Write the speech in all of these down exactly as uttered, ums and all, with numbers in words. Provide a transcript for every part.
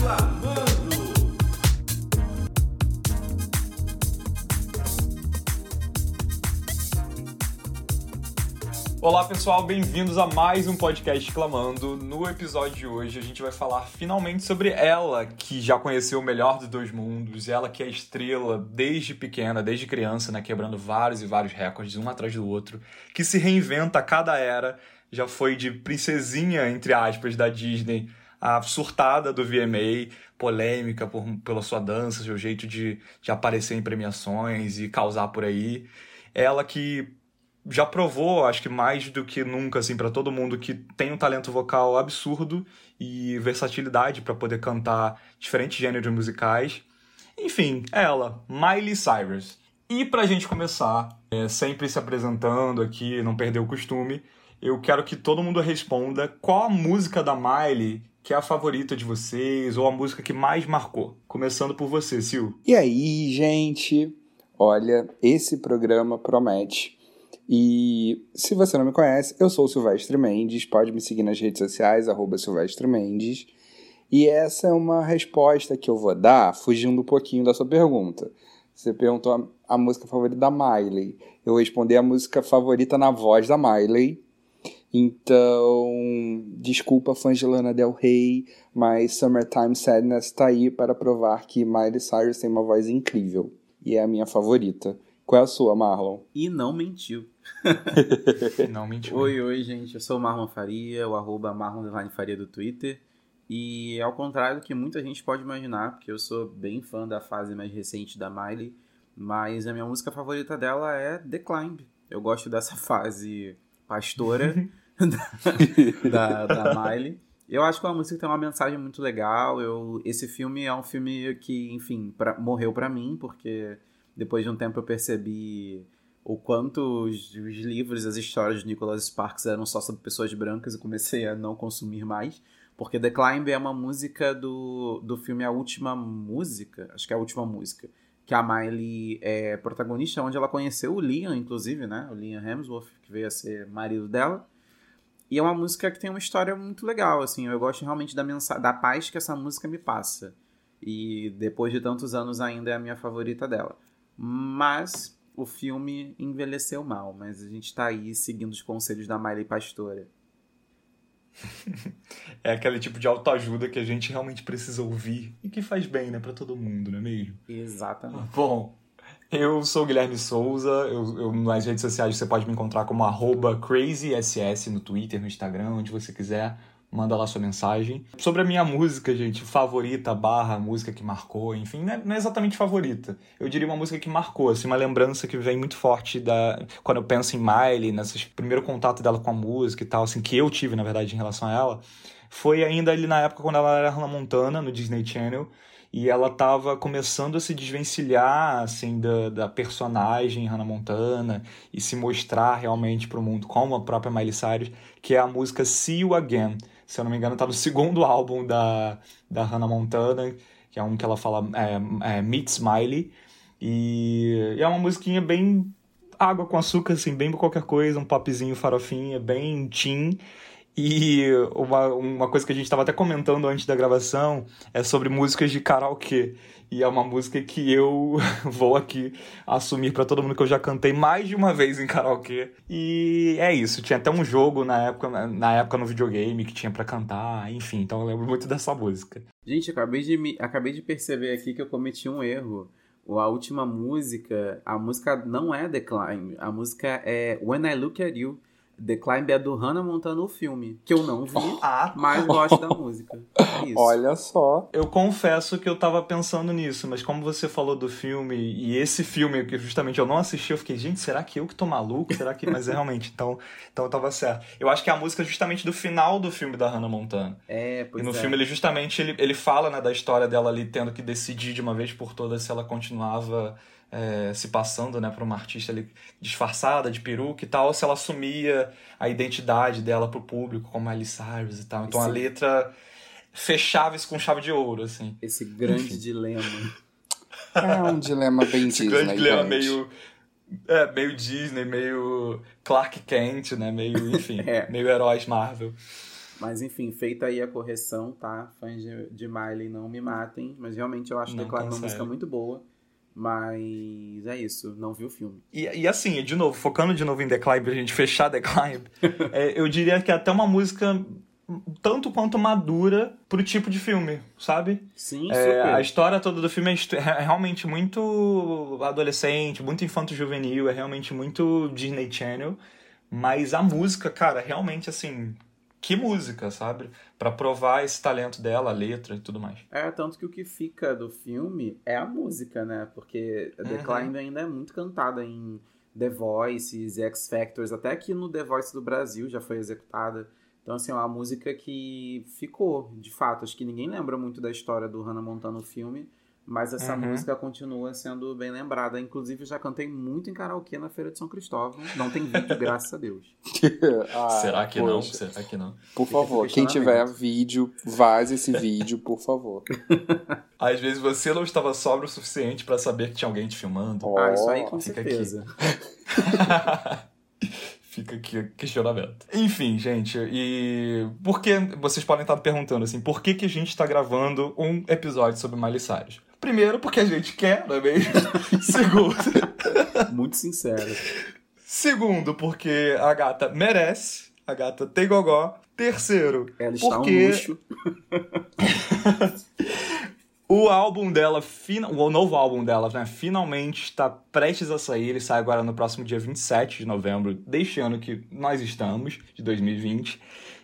Olá pessoal, bem-vindos a mais um podcast Clamando. No episódio de hoje a gente vai falar finalmente sobre ela, que já conheceu o melhor dos dois mundos, ela que é estrela desde pequena, desde criança, né, quebrando vários e vários recordes, um atrás do outro, que se reinventa a cada era, já foi de princesinha, entre aspas, da Disney, a surtada do V M A, polêmica por, pela sua dança, seu jeito de, de aparecer em premiações e causar por aí. Ela que já provou, acho que mais do que nunca, assim, para todo mundo, que tem um talento vocal absurdo e versatilidade para poder cantar diferentes gêneros musicais. Enfim, ela, Miley Cyrus. E pra gente começar, é, sempre se apresentando aqui, não perder o costume, eu quero que todo mundo responda qual a música da Miley que é a favorita de vocês, ou a música que mais marcou. Começando por você, Sil. E aí, gente? Olha, esse programa promete. E se você não me conhece, eu sou o Silvestre Mendes, pode me seguir nas redes sociais, arroba Silvestre Mendes. E essa é uma resposta que eu vou dar, fugindo um pouquinho da sua pergunta. Você perguntou a, a música favorita da Miley. Eu vou responder a música favorita na voz da Miley. Então, desculpa, fãs de Lana Del Rey, mas Summertime Sadness tá aí para provar que Miley Cyrus tem uma voz incrível. E é a minha favorita. Qual é a sua, Marlon? E não mentiu. Não mentiu. Oi, oi, gente. Eu sou o Marlon Faria, o arroba Marlon Faria do Twitter. E ao contrário do que muita gente pode imaginar, porque eu sou bem fã da fase mais recente da Miley, mas a minha música favorita dela é The Climb. Eu gosto dessa fase pastora da, da, da Miley. Eu acho que é uma música que tem uma mensagem muito legal. Eu, esse filme é um filme que, enfim, pra, morreu pra mim, porque depois de um tempo eu percebi o quanto os, os livros, as histórias de Nicholas Sparks eram só sobre pessoas brancas e comecei a não consumir mais. Porque The Climb é uma música do, do filme A Última Música, acho que é A Última Música, que a Miley é protagonista, onde ela conheceu o Liam, inclusive, né? O Liam Hemsworth, que veio a ser marido dela. E é uma música que tem uma história muito legal, assim. Eu gosto realmente da, mensa- da paz que essa música me passa. E depois de tantos anos ainda é a minha favorita dela. Mas o filme envelheceu mal, mas a gente tá aí seguindo os conselhos da Miley Pastora. É aquele tipo de autoajuda que a gente realmente precisa ouvir e que faz bem, né, pra todo mundo, não é mesmo? Exatamente. Bom, eu sou o Guilherme Souza, eu, eu, nas redes sociais você pode me encontrar como arroba crazyss no Twitter, no Instagram, onde você quiser. Manda lá sua mensagem. Sobre a minha música, gente, favorita, barra, música que marcou, enfim, não é, não é exatamente favorita. Eu diria uma música que marcou, assim, uma lembrança que vem muito forte da quando eu penso em Miley, nesse primeiro contato dela com a música e tal, assim, que eu tive, na verdade, em relação a ela, foi ainda ali na época quando ela era Hannah Montana, no Disney Channel, e ela tava começando a se desvencilhar, assim, da, da personagem Hannah Montana e se mostrar realmente pro mundo, como a própria Miley Cyrus, que é a música See You Again. Se eu não me engano, tá no segundo álbum da, da Hannah Montana, que é um que ela fala é, é, Meet Smiley. E, e é uma musiquinha bem água com açúcar, assim, bem qualquer coisa, um popzinho farofinha, bem teen. E uma, uma coisa que a gente estava até comentando antes da gravação é sobre músicas de karaokê. E é uma música que eu vou aqui assumir para todo mundo que eu já cantei mais de uma vez em karaokê. E é isso, tinha até um jogo na época, na época no videogame que tinha para cantar, enfim, então eu lembro muito dessa música. Gente, eu acabei de, me, acabei de perceber aqui que eu cometi um erro. A última música, a música não é The Climb, a música é When I Look At You. The Climb é do Hannah Montana, o filme, que eu não vi, ah. mas gosto da música. É isso. Olha só. Eu confesso que eu tava pensando nisso, mas como você falou do filme, e esse filme que justamente eu não assisti, eu fiquei, gente, será que eu que tô maluco? Será que... Mas é realmente, então, então eu tava certo. Eu acho que é a música justamente do final do filme da Hannah Montana. É, pois E no é. filme ele justamente, ele, ele fala, né, da história dela ali tendo que decidir de uma vez por todas se ela continuava... É, se passando, né, para uma artista ali disfarçada, de peruca e tal, se ela assumia a identidade dela pro público, como Miley Cyrus e tal. Então esse... a letra fechava isso com chave de ouro, assim. Esse grande Enfim. dilema. É um dilema bem Esse Disney, grande dilema gente. meio... É, meio Disney, meio Clark Kent, né, meio, enfim, É. meio heróis Marvel. Mas enfim, feita aí a correção, tá? Fãs de, de Miley, não me matem. Mas realmente eu acho Não Decline uma cancele. música muito boa. Mas é isso, não vi o filme. E, e assim, de novo, focando de novo em The Climb, pra gente fechar The Climb, é, eu diria que é até uma música tanto quanto madura pro tipo de filme, sabe? Sim, É, super. a história toda do filme é, est- é realmente muito adolescente, muito infanto-juvenil, é realmente muito Disney Channel, mas a música, cara, realmente assim, que música, sabe? Pra provar esse talento dela, a letra e tudo mais. É, tanto que o que fica do filme é a música, né? Porque a The Uhum. Climb ainda é muito cantada em The Voices e X Factors, até aqui no The Voice do Brasil já foi executada. Então, assim, é uma música que ficou, de fato. Acho que ninguém lembra muito da história do Hannah Montana no filme, mas essa Uhum. música continua sendo bem lembrada. Inclusive, já cantei muito em karaokê na Feira de São Cristóvão. Não tem vídeo, graças a Deus. Ah, Será que não? poxa. Será que não? Por Fica esse favor, quem tiver questionamento. vídeo, vaze esse vídeo, por favor. Às vezes você não estava sóbrio o suficiente pra saber que tinha alguém te filmando. Ó, Ah, isso aí com fica certeza. Fica aqui o questionamento. Enfim, gente, e por que vocês podem estar perguntando assim, por que, que a gente está gravando um episódio sobre Miley Cyrus? Primeiro, porque a gente quer, não é mesmo? Segundo, Muito sincero. segundo, porque a gata merece, a gata tem gogó. Terceiro, Ela está porque um luxo. o álbum dela, fina- o novo álbum dela, né, finalmente está prestes a sair. Ele sai agora no próximo dia vinte e sete de novembro deste ano que nós estamos, de dois mil e vinte.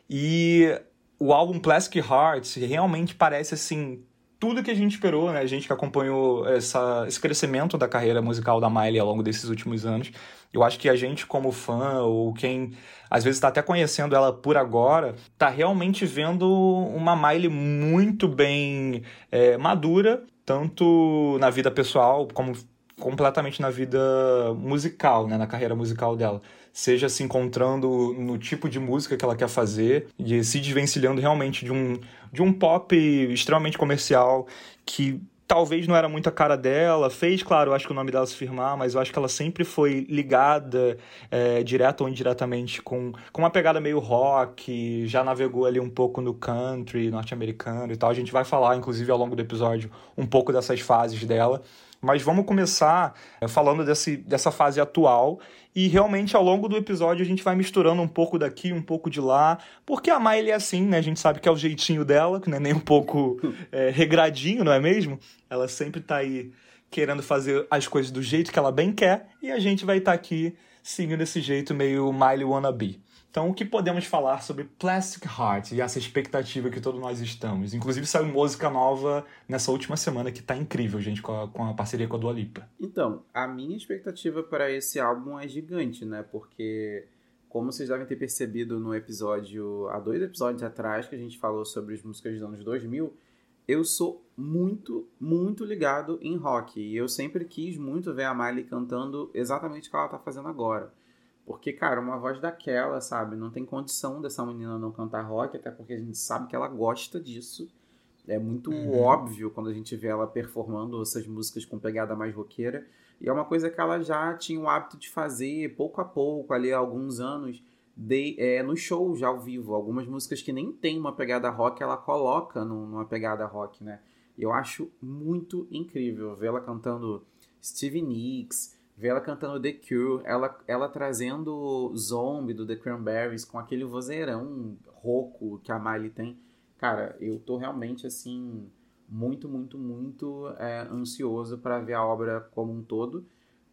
E o álbum Plastic Hearts realmente parece, assim, tudo que a gente esperou, né? A gente que acompanhou essa, esse crescimento da carreira musical da Miley ao longo desses últimos anos. Eu acho que a gente, como fã, ou quem às vezes está até conhecendo ela por agora, tá realmente vendo uma Miley muito bem é, madura, tanto na vida pessoal como completamente na vida musical, né? Na carreira musical dela. Seja se encontrando no tipo de música que ela quer fazer e se desvencilhando realmente de um, de um pop extremamente comercial que talvez não era muito a cara dela. Fez, claro, eu acho que o nome dela se firmar, mas eu acho que ela sempre foi ligada, é, direta ou indiretamente, com, com uma pegada meio rock, já navegou ali um pouco no country norte-americano e tal. A gente vai falar, inclusive, ao longo do episódio, um pouco dessas fases dela. Mas vamos começar falando desse, dessa fase atual e realmente ao longo do episódio a gente vai misturando um pouco daqui, um pouco de lá, porque a Miley é assim, né? A gente sabe que é o jeitinho dela, que não é nem um pouco é, regradinho, não é mesmo? Ela sempre tá aí querendo fazer as coisas do jeito que ela bem quer e a gente vai estar tá aqui seguindo esse jeito meio Miley wannabe. Então, o que podemos falar sobre Plastic Heart e essa expectativa que todos nós estamos? Inclusive, saiu música nova nessa última semana que tá incrível, gente, com a, com a parceria com a Dua Lipa. Então, a minha expectativa para esse álbum é gigante, né? Porque, como vocês devem ter percebido no episódio, há dois episódios atrás, que a gente falou sobre as músicas dos anos dois mil, eu sou muito, muito ligado em rock. E eu sempre quis muito ver a Miley cantando exatamente o que ela tá fazendo agora. Porque, cara, uma voz daquela, sabe? Não tem condição dessa menina não cantar rock, até porque a gente sabe que ela gosta disso. É muito Uhum. óbvio quando a gente vê ela performando essas músicas com pegada mais roqueira. E é uma coisa que ela já tinha o hábito de fazer pouco a pouco, ali há alguns anos, de, é, no show já ao vivo. Algumas músicas que nem tem uma pegada rock, ela coloca no, numa pegada rock, né? E eu acho muito incrível vê-la cantando Stevie Nicks, ver ela cantando The Cure, ela, ela trazendo Zombie do The Cranberries com aquele vozeirão rouco que a Miley tem. Cara, eu tô realmente, assim, muito, muito, muito é, ansioso para ver a obra como um todo.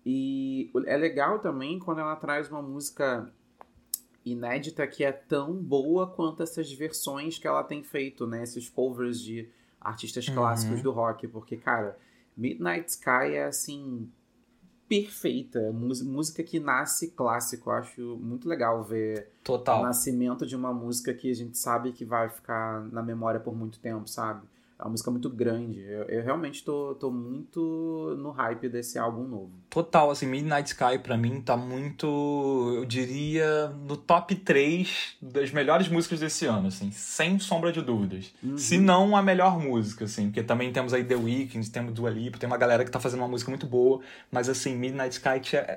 E é legal também quando ela traz uma música inédita que é tão boa quanto essas versões que ela tem feito, né? Esses covers de artistas Uhum. clássicos do rock. Porque, cara, Midnight Sky é, assim, perfeita, música que nasce clássico. Eu acho muito legal ver Total. o nascimento de uma música que a gente sabe que vai ficar na memória por muito tempo, sabe? É uma música muito grande. Eu, eu realmente tô, tô muito no hype desse álbum novo. Total, assim, Midnight Sky pra mim tá muito, eu diria, no top três das melhores músicas desse ano, assim, sem sombra de dúvidas. Uhum. Se não a melhor música, assim, porque também temos aí The Weeknd, temos Dua Lipa, tem uma galera que tá fazendo uma música muito boa, mas assim, Midnight Sky é,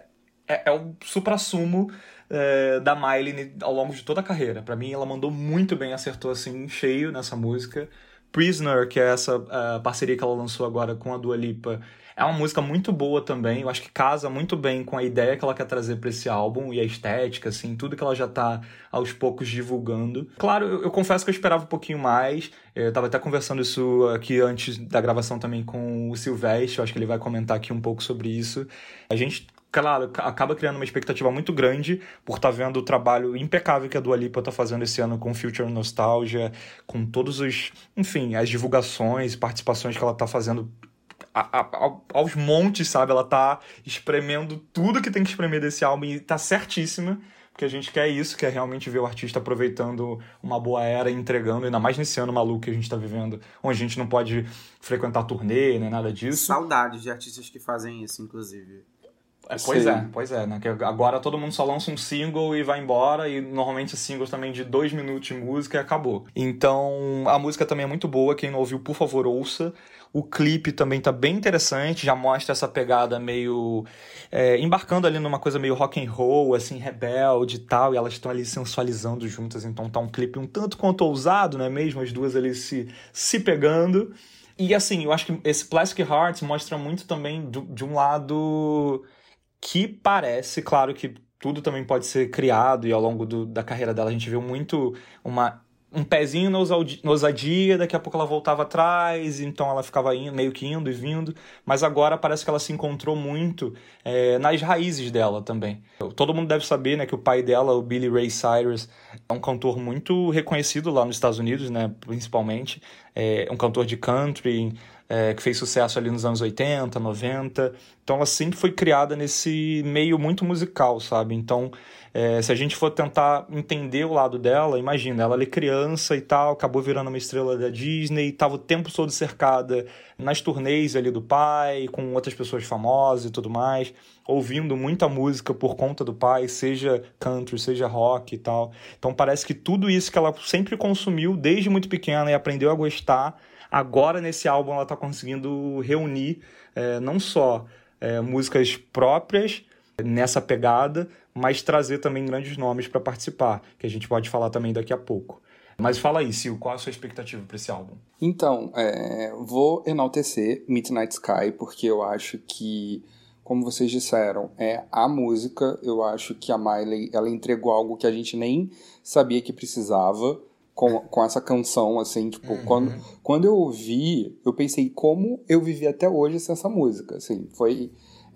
é, é o suprassumo é, da Miley ao longo de toda a carreira. Pra mim, ela mandou muito bem, acertou assim, cheio nessa música. Prisoner, que é essa uh, parceria que ela lançou agora com a Dua Lipa, é uma música muito boa também. Eu acho que casa muito bem com a ideia que ela quer trazer pra esse álbum e a estética, assim, tudo que ela já tá aos poucos divulgando. Claro, eu, eu confesso que eu esperava um pouquinho mais. Eu tava até conversando isso aqui antes da gravação também com o Silvestre. Eu acho que ele vai comentar aqui um pouco sobre isso. A gente, claro, acaba criando uma expectativa muito grande por estar vendo o trabalho impecável que a Dua Lipa tá fazendo esse ano com Future Nostalgia, com todos os, enfim, as divulgações, participações que ela tá fazendo a, a, aos montes, sabe? Ela tá espremendo tudo que tem que espremer desse álbum e tá certíssima, porque a gente quer isso, quer realmente ver o artista aproveitando uma boa era e entregando, ainda mais nesse ano maluco que a gente tá vivendo, onde a gente não pode frequentar turnê, nem nada disso. Saudades de artistas que fazem isso, inclusive. É, pois é, pois é, né? Que agora todo mundo só lança um single e vai embora, e normalmente singles também de dois minutos de música e acabou. Então, a música também é muito boa, quem não ouviu, por favor, ouça. O clipe também tá bem interessante, já mostra essa pegada meio... É, embarcando ali numa coisa meio rock and roll, assim, rebelde e tal, e elas estão ali sensualizando juntas, então tá um clipe um tanto quanto ousado, né? Mesmo as duas ali se, se pegando. E assim, eu acho que esse Plastic Hearts mostra muito também do, de um lado... que parece, claro que tudo também pode ser criado, e ao longo do, da carreira dela a gente viu muito uma, um pezinho na ousadia, daqui a pouco ela voltava atrás, então ela ficava indo, meio que indo e vindo, mas agora parece que ela se encontrou muito é, nas raízes dela também. Todo mundo deve saber, né, que o pai dela, o Billy Ray Cyrus, é um cantor muito reconhecido lá nos Estados Unidos, né, principalmente, é um cantor de country, É, que fez sucesso ali nos anos oitenta, noventa. Então ela sempre foi criada nesse meio muito musical, sabe? Então, é, se a gente for tentar entender o lado dela, imagina, ela ali criança e tal, acabou virando uma estrela da Disney, estava o tempo todo cercada nas turnês ali do pai, com outras pessoas famosas e tudo mais, ouvindo muita música por conta do pai, seja country, seja rock e tal. Então parece que tudo isso que ela sempre consumiu desde muito pequena e aprendeu a gostar, agora, nesse álbum, ela está conseguindo reunir é, não só é, músicas próprias nessa pegada, mas trazer também grandes nomes para participar, que a gente pode falar também daqui a pouco. Mas fala aí, Sil, qual a sua expectativa para esse álbum? Então, é, vou enaltecer Midnight Sky, porque eu acho que, como vocês disseram, é a música. Eu acho que a Miley, ela entregou algo que a gente nem sabia que precisava, Com, com essa canção, assim, tipo, uhum. quando, quando eu ouvi, eu pensei como eu vivi até hoje sem essa música, assim, foi,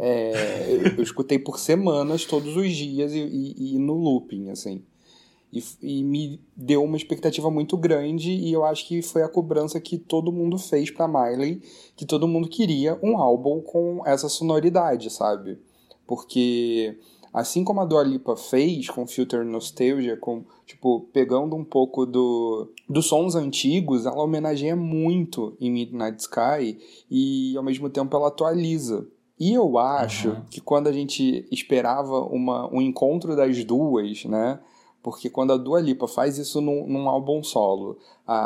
é, eu, eu escutei por semanas, todos os dias, e, e, e no looping, assim, e, e me deu uma expectativa muito grande, e eu acho que foi a cobrança que todo mundo fez pra Miley, que todo mundo queria um álbum com essa sonoridade, sabe, porque... Assim como a Dua Lipa fez com Future Nostalgia, com, tipo, pegando um pouco do, dos sons antigos, ela homenageia muito em Midnight Sky e, ao mesmo tempo, ela atualiza. E eu acho uhum. que quando a gente esperava uma, um encontro das duas, né? Porque quando a Dua Lipa faz isso num, num álbum solo,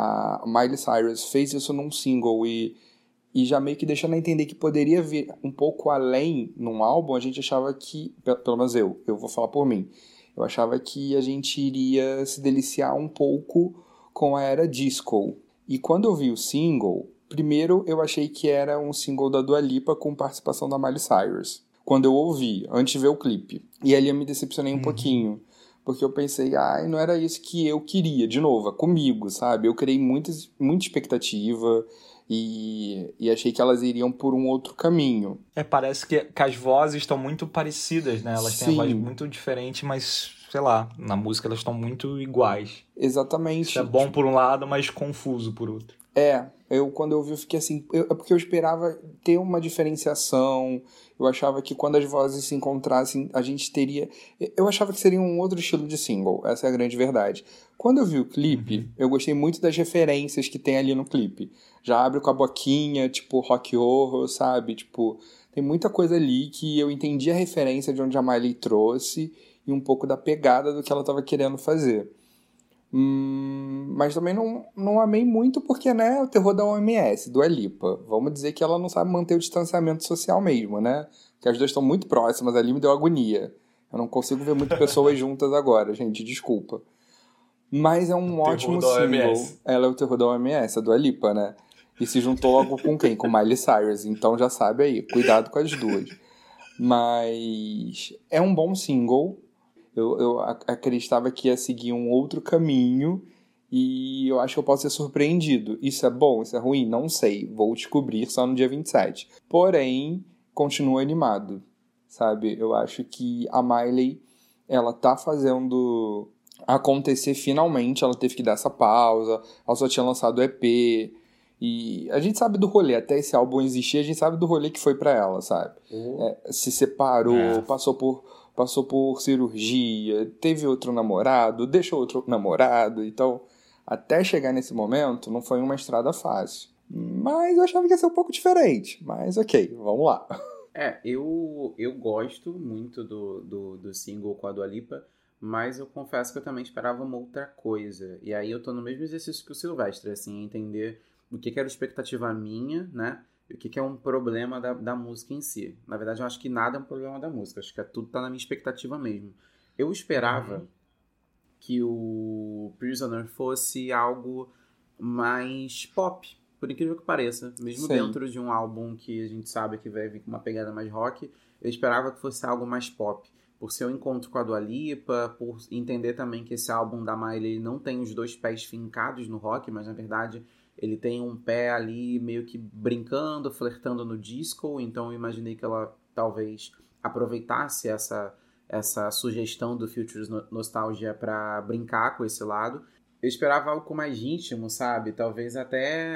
a Miley Cyrus fez isso num single e... E já meio que deixando a entender que poderia vir um pouco além num álbum, a gente achava que, pelo menos eu, eu vou falar por mim, eu achava que a gente iria se deliciar um pouco com a era disco. E quando eu vi o single, primeiro eu achei que era um single da Dua Lipa com participação da Miley Cyrus. Quando eu ouvi, antes de ver o clipe. E ali eu me decepcionei um uhum. pouquinho. Porque eu pensei, ai, não era isso que eu queria, de novo, comigo, sabe? Eu criei muita, muita expectativa... E, e achei que elas iriam por um outro caminho. É, parece que, que as vozes estão muito parecidas, né? Elas Sim. têm a voz muito diferente, mas, sei lá, na música elas estão muito iguais. Exatamente. Isso é bom por um lado, mas confuso por outro. É, eu quando eu vi eu fiquei assim... Eu, é porque eu esperava ter uma diferenciação. Eu achava que quando as vozes se encontrassem, a gente teria... Eu achava que seria um outro estilo de single, essa é a grande verdade. Quando eu vi o clipe, uhum. eu gostei muito das referências que tem ali no clipe. Já abre com a boquinha, tipo, rock horror, sabe? Tipo, tem muita coisa ali que eu entendi a referência de onde a Miley trouxe e um pouco da pegada do que ela estava querendo fazer. Hum, mas também não, não amei muito porque, né, é o terror da O M S, do Alipa. Vamos dizer que ela não sabe manter o distanciamento social mesmo, né? Que as duas estão muito próximas, ali me deu agonia. Eu não consigo ver muitas pessoas juntas agora, gente, desculpa. Mas é um O ótimo terror da O M single. S. Ela é o terror da O M S, a Dua Lipa, né? E se juntou logo com quem? Com Miley Cyrus. Então já sabe aí, cuidado com as duas. Mas é um bom single. Eu, eu acreditava que ia seguir um outro caminho e eu acho que eu posso ser surpreendido. Isso é bom? Isso é ruim? Não sei. Vou descobrir só no dia vinte e sete. Porém, continuo animado, sabe? Eu acho que a Miley, ela tá fazendo acontecer finalmente. Ela teve que dar essa pausa. Ela só tinha lançado o E P. E a gente sabe do rolê. Até esse álbum existir, a gente sabe do rolê que foi pra ela, sabe? Uhum. É, se separou, É. passou por... passou por cirurgia, teve outro namorado, deixou outro namorado. Então, até chegar nesse momento, não foi uma estrada fácil. Mas eu achava que ia ser um pouco diferente. Mas ok, vamos lá. É, eu, eu gosto muito do, do, do single com a Dua Lipa, mas eu confesso que eu também esperava uma outra coisa. E aí eu tô no mesmo exercício que o Silvestre, assim, entender o que, que era expectativa minha, né? E o que, que é um problema da, da música em si. Na verdade, eu acho que nada é um problema da música. Acho que é, tudo tá na minha expectativa mesmo. Eu esperava Uhum. que o Prisoner fosse algo mais pop, por incrível que pareça. Mesmo Sim. dentro de um álbum que a gente sabe que vai vir com uma pegada mais rock, eu esperava que fosse algo mais pop. Por ser um encontro com a Dua Lipa, por entender também que esse álbum da Miley não tem os dois pés fincados no rock, mas na verdade ele tem um pé ali meio que brincando, flertando no disco, então eu imaginei que ela talvez aproveitasse essa, essa sugestão do Futures Nostalgia para brincar com esse lado. Eu esperava algo mais íntimo, sabe? Talvez até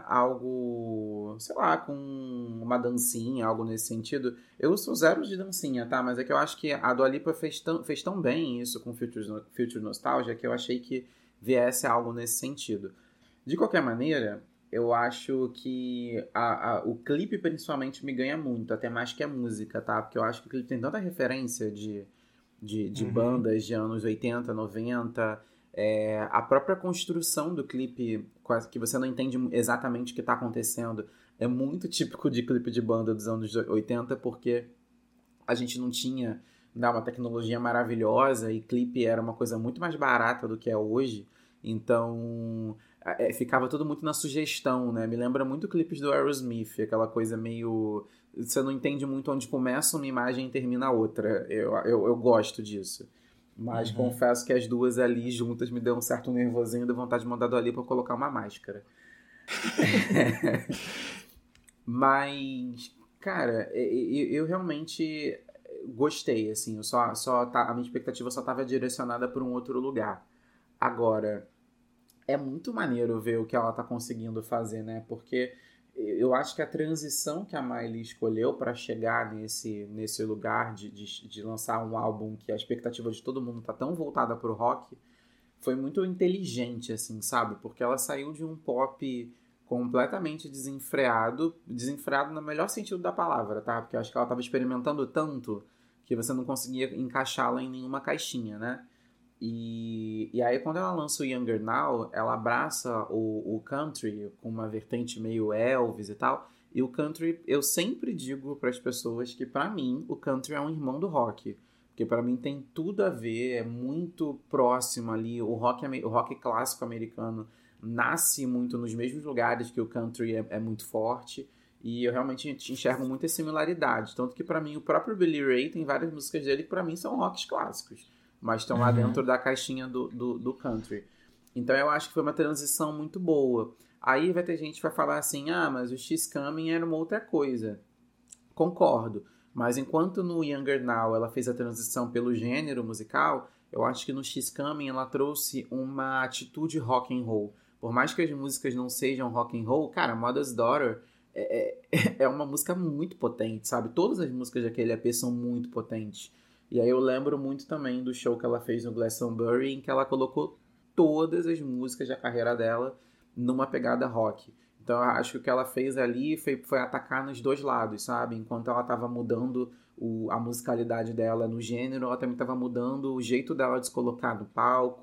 algo, sei lá, com uma dancinha, algo nesse sentido. Eu sou zero de dancinha, tá? Mas é que eu acho que a Dua Lipa fez tão, fez tão bem isso com Future, Future Nostalgia que eu achei que viesse algo nesse sentido. De qualquer maneira, eu acho que a, a, o clipe principalmente me ganha muito, até mais que a música, tá? Porque eu acho que o clipe tem tanta referência de, de, de Uhum. bandas de anos oitenta, noventa... É, a própria construção do clipe, que você não entende exatamente o que está acontecendo, é muito típico de clipe de banda dos anos oitenta, porque a gente não tinha, né, uma tecnologia maravilhosa e clipe era uma coisa muito mais barata do que é hoje. Então, é, ficava tudo muito na sugestão, né? Me lembra muito clipes do Aerosmith, aquela coisa meio... Você não entende muito onde começa uma imagem e termina a outra. Eu, eu, eu gosto disso. Mas Uhum. confesso que as duas ali juntas me deu um certo nervosinho de vontade de mandar do ali pra colocar uma máscara. Mas, cara, eu, eu realmente gostei, assim. Eu só, só tá, a minha expectativa só estava direcionada para um outro lugar. Agora, é muito maneiro ver o que ela tá conseguindo fazer, né? Porque eu acho que a transição que a Miley escolheu para chegar nesse, nesse lugar de, de, de lançar um álbum que a expectativa de todo mundo tá tão voltada pro rock foi muito inteligente, assim, sabe? Porque ela saiu de um pop completamente desenfreado, desenfreado no melhor sentido da palavra, tá? Porque eu acho que ela tava experimentando tanto que você não conseguia encaixá-la em nenhuma caixinha, né? E, e aí quando ela lança o Younger Now, ela abraça o, o country com uma vertente meio Elvis e tal. E o country, eu sempre digo para as pessoas que para mim o country é um irmão do rock. Porque para mim tem tudo a ver, é muito próximo ali. O rock, o rock clássico americano nasce muito nos mesmos lugares que o country é, é muito forte. E eu realmente enxergo muitas similaridades. Tanto que para mim o próprio Billy Ray tem várias músicas dele que para mim são rocks clássicos. Mas estão lá Uhum. dentro da caixinha do, do, do country. Então eu acho que foi uma transição muito boa. Aí vai ter gente que vai falar assim, ah, mas o She's Coming era uma outra coisa. Concordo. Mas enquanto no Younger Now ela fez a transição pelo gênero musical, eu acho que no She's Coming ela trouxe uma atitude rock and roll. Por mais que as músicas não sejam rock and roll, cara, Mother's Daughter é, é, é uma música muito potente, sabe? Todas as músicas daquele E P são muito potentes. E aí eu lembro muito também do show que ela fez no Glastonbury, em que ela colocou todas as músicas da carreira dela numa pegada rock. Então eu acho que o que ela fez ali foi, foi atacar nos dois lados, sabe? Enquanto ela estava mudando o, a musicalidade dela no gênero, ela também estava mudando o jeito dela de se colocar no palco,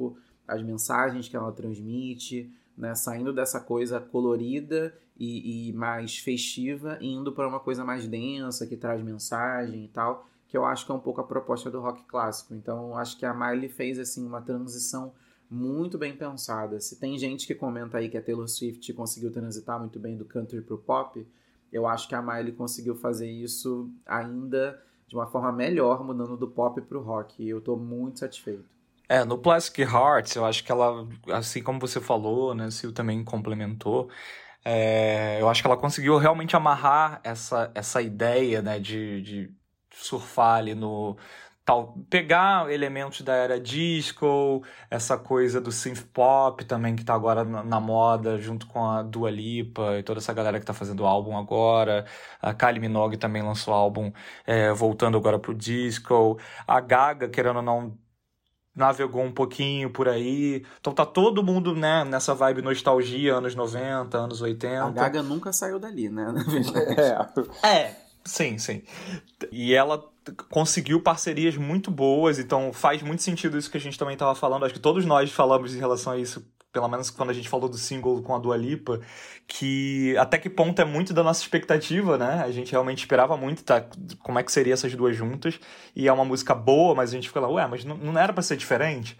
as mensagens que ela transmite, né? Saindo dessa coisa colorida e, e mais festiva, e indo para uma coisa mais densa, que traz mensagem e tal, que eu acho que é um pouco a proposta do rock clássico. Então, acho que a Miley fez assim, uma transição muito bem pensada. Se tem gente que comenta aí que a Taylor Swift conseguiu transitar muito bem do country pro pop, eu acho que a Miley conseguiu fazer isso ainda de uma forma melhor, mudando do pop pro rock. E eu tô muito satisfeito. É, no Plastic Hearts, eu acho que ela, assim como você falou, né, Sil também complementou, é, eu acho que ela conseguiu realmente amarrar essa, essa ideia, né, de, de surfar ali no... Tal, pegar elementos da era disco, essa coisa do synth pop também que tá agora na, na moda, junto com a Dua Lipa e toda essa galera que tá fazendo álbum agora. A Kylie Minogue também lançou álbum é, voltando agora pro disco. A Gaga, querendo ou não, navegou um pouquinho por aí. Então tá todo mundo, né, nessa vibe nostalgia, anos noventa, anos oitenta. A Gaga nunca saiu dali, né, na verdade. É, é sim, sim. E ela conseguiu parcerias muito boas, então faz muito sentido isso que a gente também estava falando. Acho que todos nós falamos em relação a isso, pelo menos quando a gente falou do single com a Dua Lipa, que até que ponto é muito da nossa expectativa, né? A gente realmente esperava muito, tá? Como é que seria essas duas juntas, e é uma música boa, mas a gente fica lá, ué, mas não, não era pra ser diferente?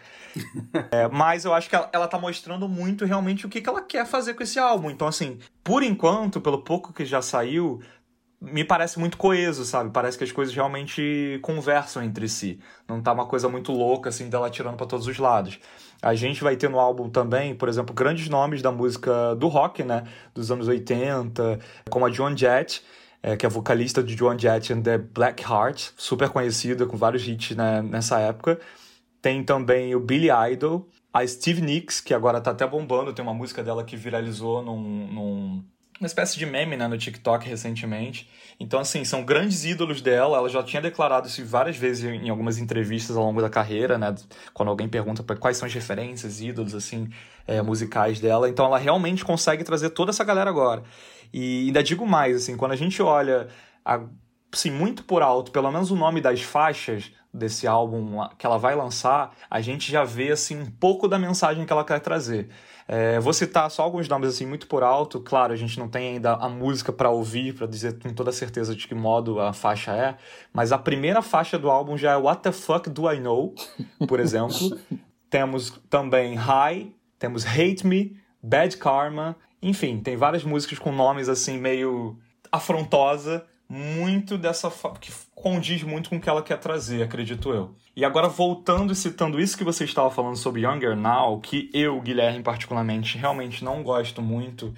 É, mas eu acho que ela, ela tá mostrando muito realmente o que, que ela quer fazer com esse álbum. Então, assim, por enquanto, pelo pouco que já saiu, me parece muito coeso, sabe? Parece que as coisas realmente conversam entre si. Não tá uma coisa muito louca, assim, dela tirando pra todos os lados. A gente vai ter no álbum também, por exemplo, grandes nomes da música do rock, né? Dos anos oitenta, como a Joan Jett, é, que é vocalista de Joan Jett and the Black Heart, super conhecida, com vários hits, né, nessa época. Tem também o Billy Idol, a Stevie Nicks, que agora tá até bombando, tem uma música dela que viralizou num... num uma espécie de meme, né, no TikTok recentemente. Então, assim, são grandes ídolos dela. Ela já tinha declarado isso várias vezes em algumas entrevistas ao longo da carreira, né? Quando alguém pergunta pra quais são as referências, ídolos, assim, é, musicais dela. Então, ela realmente consegue trazer toda essa galera agora. E ainda digo mais, assim, quando a gente olha, a, assim, muito por alto, pelo menos o nome das faixas desse álbum que ela vai lançar, a gente já vê, assim, um pouco da mensagem que ela quer trazer. É, vou citar só alguns nomes assim muito por alto. Claro, a gente não tem ainda a música para ouvir, para dizer com toda certeza de que modo a faixa é, mas a primeira faixa do álbum já é What the Fuck Do I Know, por exemplo. Temos também High, temos Hate Me, Bad Karma, enfim, tem várias músicas com nomes assim meio afrontosa, muito dessa fa... que condiz muito com o que ela quer trazer, acredito eu. E agora, voltando e citando isso que você estava falando sobre Younger Now, que eu, Guilherme, particularmente, realmente não gosto muito,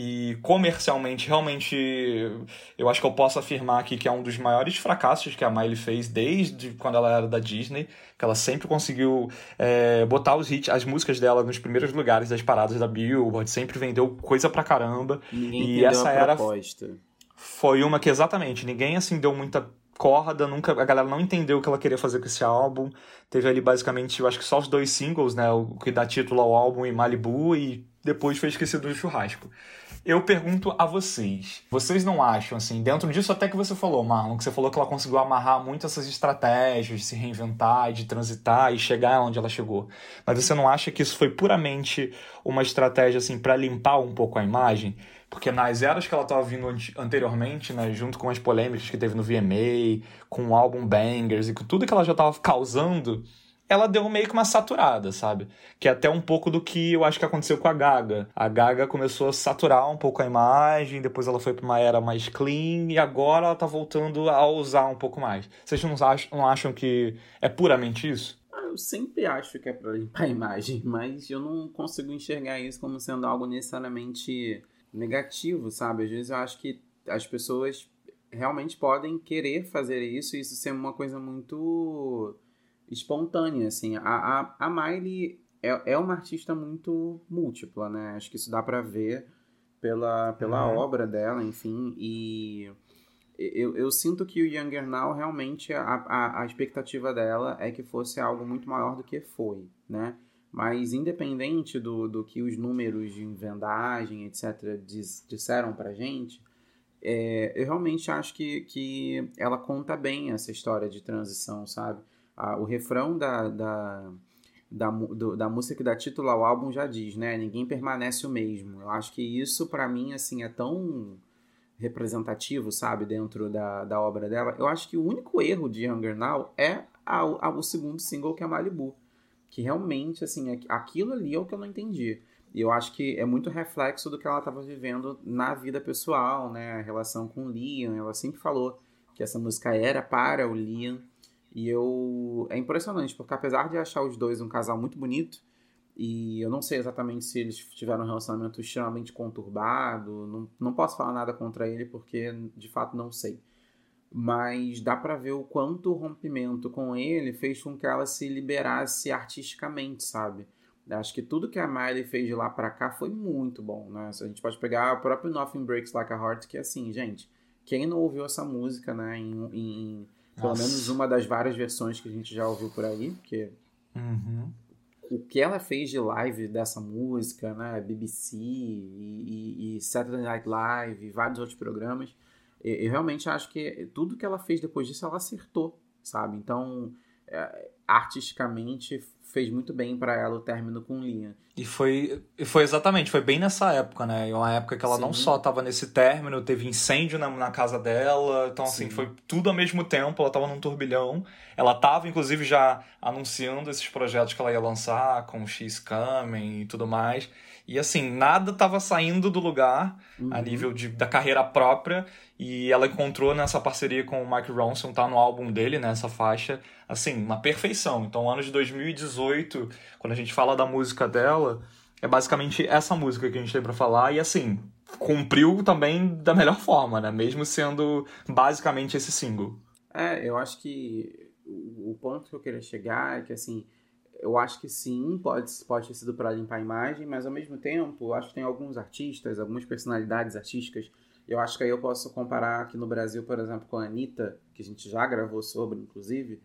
e comercialmente, realmente, eu acho que eu posso afirmar aqui que é um dos maiores fracassos que a Miley fez desde quando ela era da Disney, que ela sempre conseguiu é, botar os hits, as músicas dela nos primeiros lugares das paradas da Billboard, sempre vendeu coisa pra caramba. Ninguém e entendeu essa a era proposta. Foi uma que, exatamente, ninguém assim deu muita corda, nunca, a galera não entendeu o que ela queria fazer com esse álbum. Teve ali basicamente, eu acho que só os dois singles, né, o que dá título ao álbum e Malibu, e depois foi esquecido do churrasco. Eu pergunto a vocês, vocês não acham, assim, dentro disso até que você falou, Marlon, que você falou que ela conseguiu amarrar muito essas estratégias de se reinventar, de transitar e chegar onde ela chegou, mas você não acha que isso foi puramente uma estratégia, assim, para limpar um pouco a imagem? Porque nas eras que ela estava vindo anteriormente, né, junto com as polêmicas que teve no V M A, com o álbum Bangers e com tudo que ela já estava causando, ela deu meio que uma saturada, sabe? Que é até um pouco do que eu acho que aconteceu com a Gaga. A Gaga começou a saturar um pouco a imagem, depois ela foi para uma era mais clean, e agora ela tá voltando a ousar um pouco mais. Vocês não acham, não acham que é puramente isso? Eu sempre acho que é para limpar a imagem, mas eu não consigo enxergar isso como sendo algo necessariamente negativo, sabe? Às vezes eu acho que as pessoas realmente podem querer fazer isso e isso ser uma coisa muito espontânea, assim. A, a, a Miley é, é uma artista muito múltipla, né? Acho que isso dá pra ver pela, pela uhum. obra dela, enfim, e eu, eu sinto que o Younger Now, realmente, a, a, a expectativa dela é que fosse algo muito maior do que foi, né? Mas independente do, do que os números de vendagem, etcétera, diz, disseram pra gente, é, eu realmente acho que, que ela conta bem essa história de transição, sabe? Ah, o refrão da, da, da, do, da música que dá título ao álbum já diz, né? Ninguém permanece o mesmo. Eu acho que isso, pra mim, assim, é tão representativo, sabe? Dentro da, da obra dela. Eu acho que o único erro de Younger Now é a, a, o segundo single, que é Malibu. Que realmente, assim, aquilo ali é o que eu não entendi. E eu acho que é muito reflexo do que ela estava vivendo na vida pessoal, né? A relação com o Liam. Ela sempre falou que essa música era para o Liam. E eu... É impressionante, porque apesar de achar os dois um casal muito bonito, e eu não sei exatamente se eles tiveram um relacionamento extremamente conturbado, não, não posso falar nada contra ele, porque de fato não sei. Mas dá pra ver o quanto o rompimento com ele fez com que ela se liberasse artisticamente, sabe? Acho que tudo que a Miley fez de lá pra cá foi muito bom, né? A gente pode pegar o próprio Nothing Breaks Like a Heart, que é assim, gente, quem não ouviu essa música, né, em, em pelo Nossa. menos uma das várias versões que a gente já ouviu por aí, porque Uhum. o que ela fez de live dessa música, né, B B C e, e, e Saturday Night Live e vários outros programas, eu, eu realmente acho que tudo que ela fez depois disso, ela acertou, sabe? Então, é, artisticamente, fez muito bem pra ela o término com Liam. E foi, e foi exatamente, foi bem nessa época, né? Uma época que ela Sim. não só tava nesse término, teve incêndio na, na casa dela, então assim, Sim. foi tudo ao mesmo tempo, ela tava num turbilhão. Ela tava, inclusive, já anunciando esses projetos que ela ia lançar, com o She's Coming e tudo mais. E assim, nada tava saindo do lugar Uhum. a nível de, da carreira própria. E ela encontrou nessa parceria com o Mike Ronson, tá no álbum dele, nessa faixa, assim, uma perfeição. Então, ano de dois mil e dezoito, quando a gente fala da música dela, é basicamente essa música que a gente tem pra falar. E assim, cumpriu também da melhor forma, né? Mesmo sendo basicamente esse single. É, eu acho que o, o ponto que eu queria chegar é que, assim, eu acho que sim, pode, pode ter sido para limpar a imagem, mas ao mesmo tempo, eu acho que tem alguns artistas, algumas personalidades artísticas. Eu acho que aí eu posso comparar aqui no Brasil, por exemplo, com a Anitta, que a gente já gravou sobre, inclusive,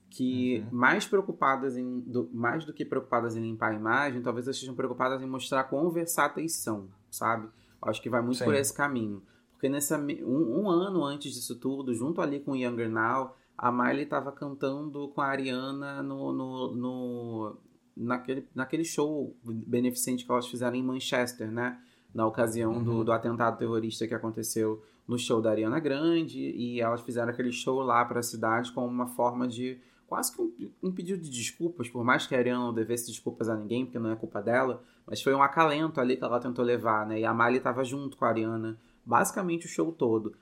que Uhum. mais preocupadas em, do, mais do que preocupadas em limpar a imagem, talvez elas estejam preocupadas em mostrar quão versáteis são, sabe? Eu acho que vai muito Sim. por esse caminho. Porque nessa, um, um ano antes disso tudo, junto ali com Younger Now, a Miley estava cantando com a Ariana no, no, no, naquele, naquele show beneficente que elas fizeram em Manchester, né? Na ocasião Uhum. do, do atentado terrorista que aconteceu no show da Ariana Grande, e elas fizeram aquele show lá para a cidade como uma forma de, quase que um, um pedido de desculpas, por mais que a Ariana não devesse desculpas a ninguém, porque não é culpa dela, mas foi um acalento ali que ela tentou levar, né? E a Miley estava junto com a Ariana, basicamente o show todo.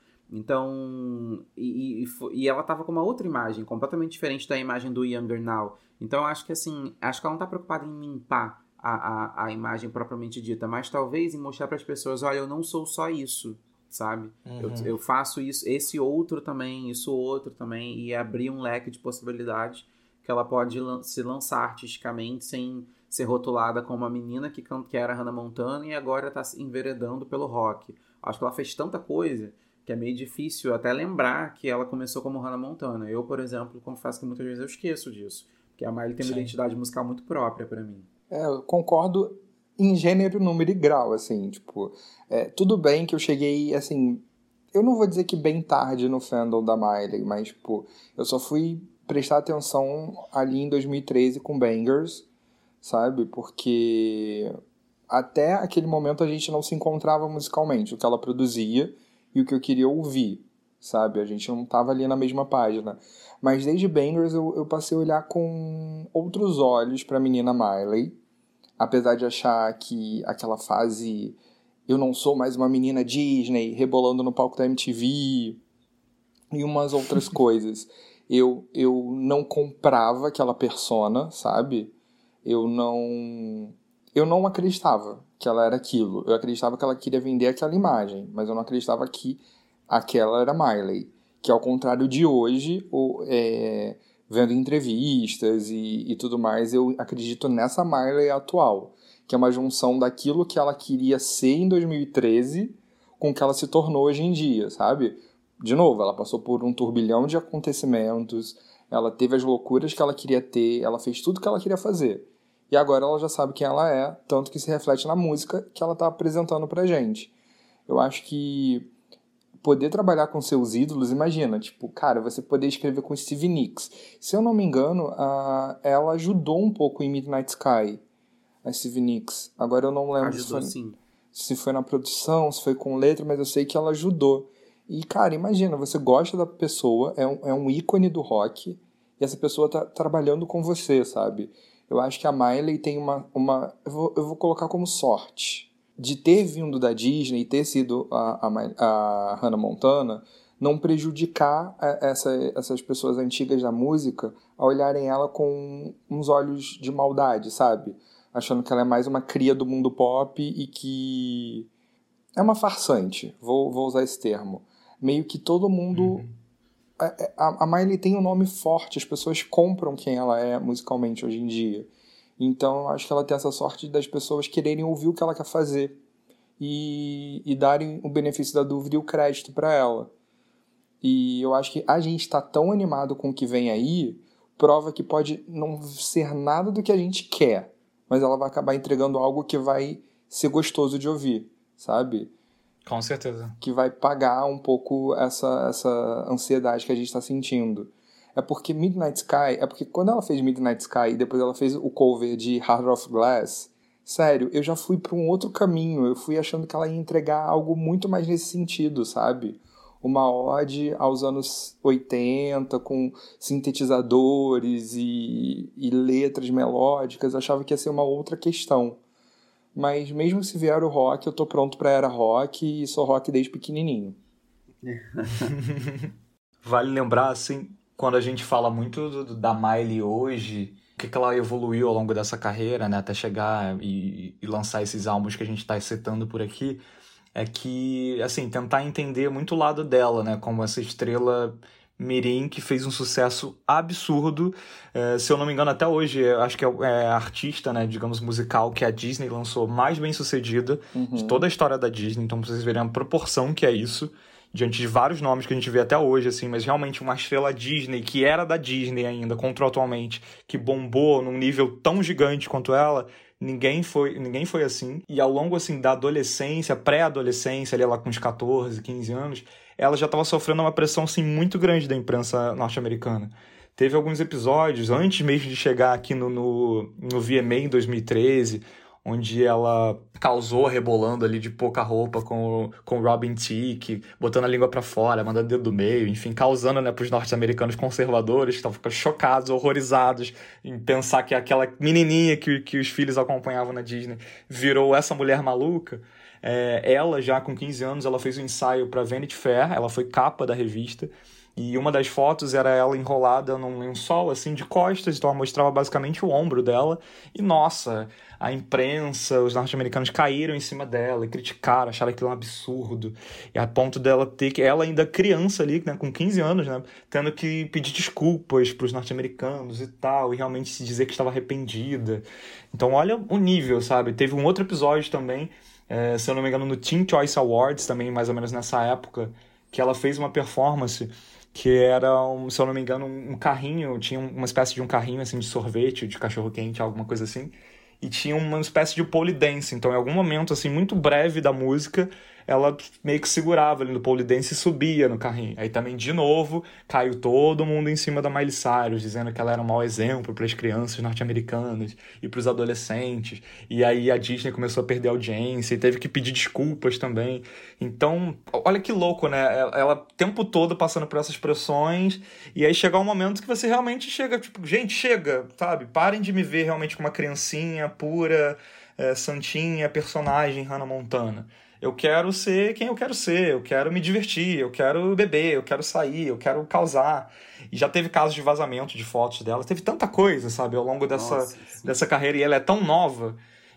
Então, e, e, e ela tava com uma outra imagem, completamente diferente da imagem do Younger Now. Então, eu acho que assim, acho que ela não tá preocupada em limpar a, a, a imagem propriamente dita, mas talvez em mostrar para as pessoas, olha, eu não sou só isso, sabe? Uhum. Eu, eu faço isso, esse outro também, isso outro também, e abrir um leque de possibilidades que ela pode lan- se lançar artisticamente sem ser rotulada como uma menina que, que era Hannah Montana e agora tá se enveredando pelo rock. Acho que ela fez tanta coisa que é meio difícil até lembrar que ela começou como Hannah Montana. Eu, por exemplo, confesso que muitas vezes eu esqueço disso, porque a Miley tem uma Sim. identidade musical muito própria pra mim. É, eu concordo em gênero, número e grau, assim, tipo, é, tudo bem que eu cheguei, assim, eu não vou dizer que bem tarde no fandom da Miley, mas, tipo, eu só fui prestar atenção ali em dois mil e treze com Bangers, sabe, porque até aquele momento a gente não se encontrava musicalmente, o que ela produzia e o que eu queria ouvir, sabe, a gente não tava ali na mesma página. Mas desde Bangers eu, eu passei a olhar com outros olhos pra menina Miley, apesar de achar que aquela fase eu não sou mais uma menina Disney rebolando no palco da M T V e umas outras coisas. Eu, eu não comprava aquela persona, sabe? Eu não, eu não acreditava que ela era aquilo. Eu acreditava que ela queria vender aquela imagem, mas eu não acreditava que aquela era Miley. Que ao contrário de hoje, o, é, vendo entrevistas e, e tudo mais, eu acredito nessa Miley atual, que é uma junção daquilo que ela queria ser em dois mil e treze com o que ela se tornou hoje em dia, sabe? De novo, ela passou por um turbilhão de acontecimentos, ela teve as loucuras que ela queria ter, ela fez tudo que ela queria fazer. E agora ela já sabe quem ela é, tanto que se reflete na música que ela está apresentando pra gente. Eu acho que poder trabalhar com seus ídolos, imagina, tipo, cara, você poder escrever com Stevie Nicks. Se eu não me engano, a, ela ajudou um pouco em Midnight Sky, a Stevie Nicks. Agora eu não lembro Ajudou, se, foi, sim. se foi na produção, se foi com letra, mas eu sei que ela ajudou. E, cara, imagina, você gosta da pessoa, é um, é um ícone do rock, e essa pessoa tá trabalhando com você, sabe? Eu acho que a Miley tem uma... uma eu, vou, eu vou colocar como sorte de ter vindo da Disney e ter sido a, a, a Hannah Montana, não prejudicar essa, essas pessoas antigas da música a olharem ela com uns olhos de maldade, sabe? Achando que ela é mais uma cria do mundo pop e que é uma farsante, vou, vou usar esse termo. Meio que todo mundo... Uhum. A, a Miley tem um nome forte, as pessoas compram quem ela é musicalmente hoje em dia. Então, eu acho que ela tem essa sorte das pessoas quererem ouvir o que ela quer fazer e, e darem o benefício da dúvida e o crédito para ela. E eu acho que a gente está tão animado com o que vem aí, prova que pode não ser nada do que a gente quer, mas ela vai acabar entregando algo que vai ser gostoso de ouvir, sabe? Com certeza. Que vai pagar um pouco essa, essa ansiedade que a gente está sentindo. É porque Midnight Sky... É porque quando ela fez Midnight Sky e depois ela fez o cover de Heart of Glass, sério, eu já fui para um outro caminho. Eu fui achando que ela ia entregar algo muito mais nesse sentido, sabe? Uma ode aos anos oitenta, com sintetizadores e, e letras melódicas. Eu achava que ia ser uma outra questão. Mas mesmo se vier o rock, eu tô pronto pra era rock e sou rock desde pequenininho. Vale lembrar, assim, quando a gente fala muito do, da Miley hoje, o que, que ela evoluiu ao longo dessa carreira, né, até chegar e, e lançar esses álbuns que a gente tá citando por aqui, é que, assim, tentar entender muito o lado dela, né, como essa estrela mirim que fez um sucesso absurdo, é, se eu não me engano até hoje, acho que é, é a artista, né, digamos, musical que a Disney lançou mais bem sucedida uhum. de toda a história da Disney, então pra vocês verem a proporção que é isso, diante de vários nomes que a gente vê até hoje, assim, mas realmente uma estrela Disney, que era da Disney ainda, contratualmente, que bombou num nível tão gigante quanto ela, ninguém foi, ninguém foi assim, e ao longo, assim, da adolescência, pré-adolescência, ali ela com uns catorze, quinze anos, ela já estava sofrendo uma pressão, assim, muito grande da imprensa norte-americana. Teve alguns episódios, antes mesmo de chegar aqui no, no, no V M A em dois mil e treze, onde ela causou rebolando ali de pouca roupa com, com o Robin Thicke, botando a língua pra fora, mandando o dedo do meio, enfim, causando, né, pros norte-americanos conservadores, que estavam chocados, horrorizados em pensar que aquela menininha que, que os filhos acompanhavam na Disney virou essa mulher maluca. É, ela, já com quinze anos, ela fez um ensaio para Vanity Fair, ela foi capa da revista, e uma das fotos era ela enrolada num lençol, assim, de costas, então ela mostrava basicamente o ombro dela, e nossa, a imprensa, os norte-americanos caíram em cima dela e criticaram, acharam aquilo um absurdo, e a ponto dela ter que, ela ainda criança ali, né, com quinze anos, né, tendo que pedir desculpas pros norte-americanos e tal, e realmente se dizer que estava arrependida. Então olha o nível, sabe? Teve um outro episódio também, é, se eu não me engano, no Teen Choice Awards, também mais ou menos nessa época, que ela fez uma performance que era, um, se eu não me engano, um carrinho, tinha uma espécie de um carrinho assim, de sorvete, de cachorro-quente, alguma coisa assim, e tinha uma espécie de pole dance. Então, em algum momento, assim, muito breve da música, ela meio que segurava ali no pole dance e subia no carrinho. Aí também, de novo, caiu todo mundo em cima da Miley Cyrus, dizendo que ela era um mau exemplo para as crianças norte-americanas e para os adolescentes. E aí a Disney começou a perder audiência e teve que pedir desculpas também. Então, olha que louco, né? Ela o tempo todo passando por essas pressões, e aí chegar um momento que você realmente chega, tipo, gente, chega, sabe? Parem de me ver realmente como uma criancinha pura, é, santinha, personagem Hannah Montana. Eu quero ser quem eu quero ser, eu quero me divertir, eu quero beber, eu quero sair, eu quero causar. E já teve casos de vazamento de fotos dela, teve tanta coisa, sabe, ao longo dessa, Nossa, dessa carreira, e ela é tão nova.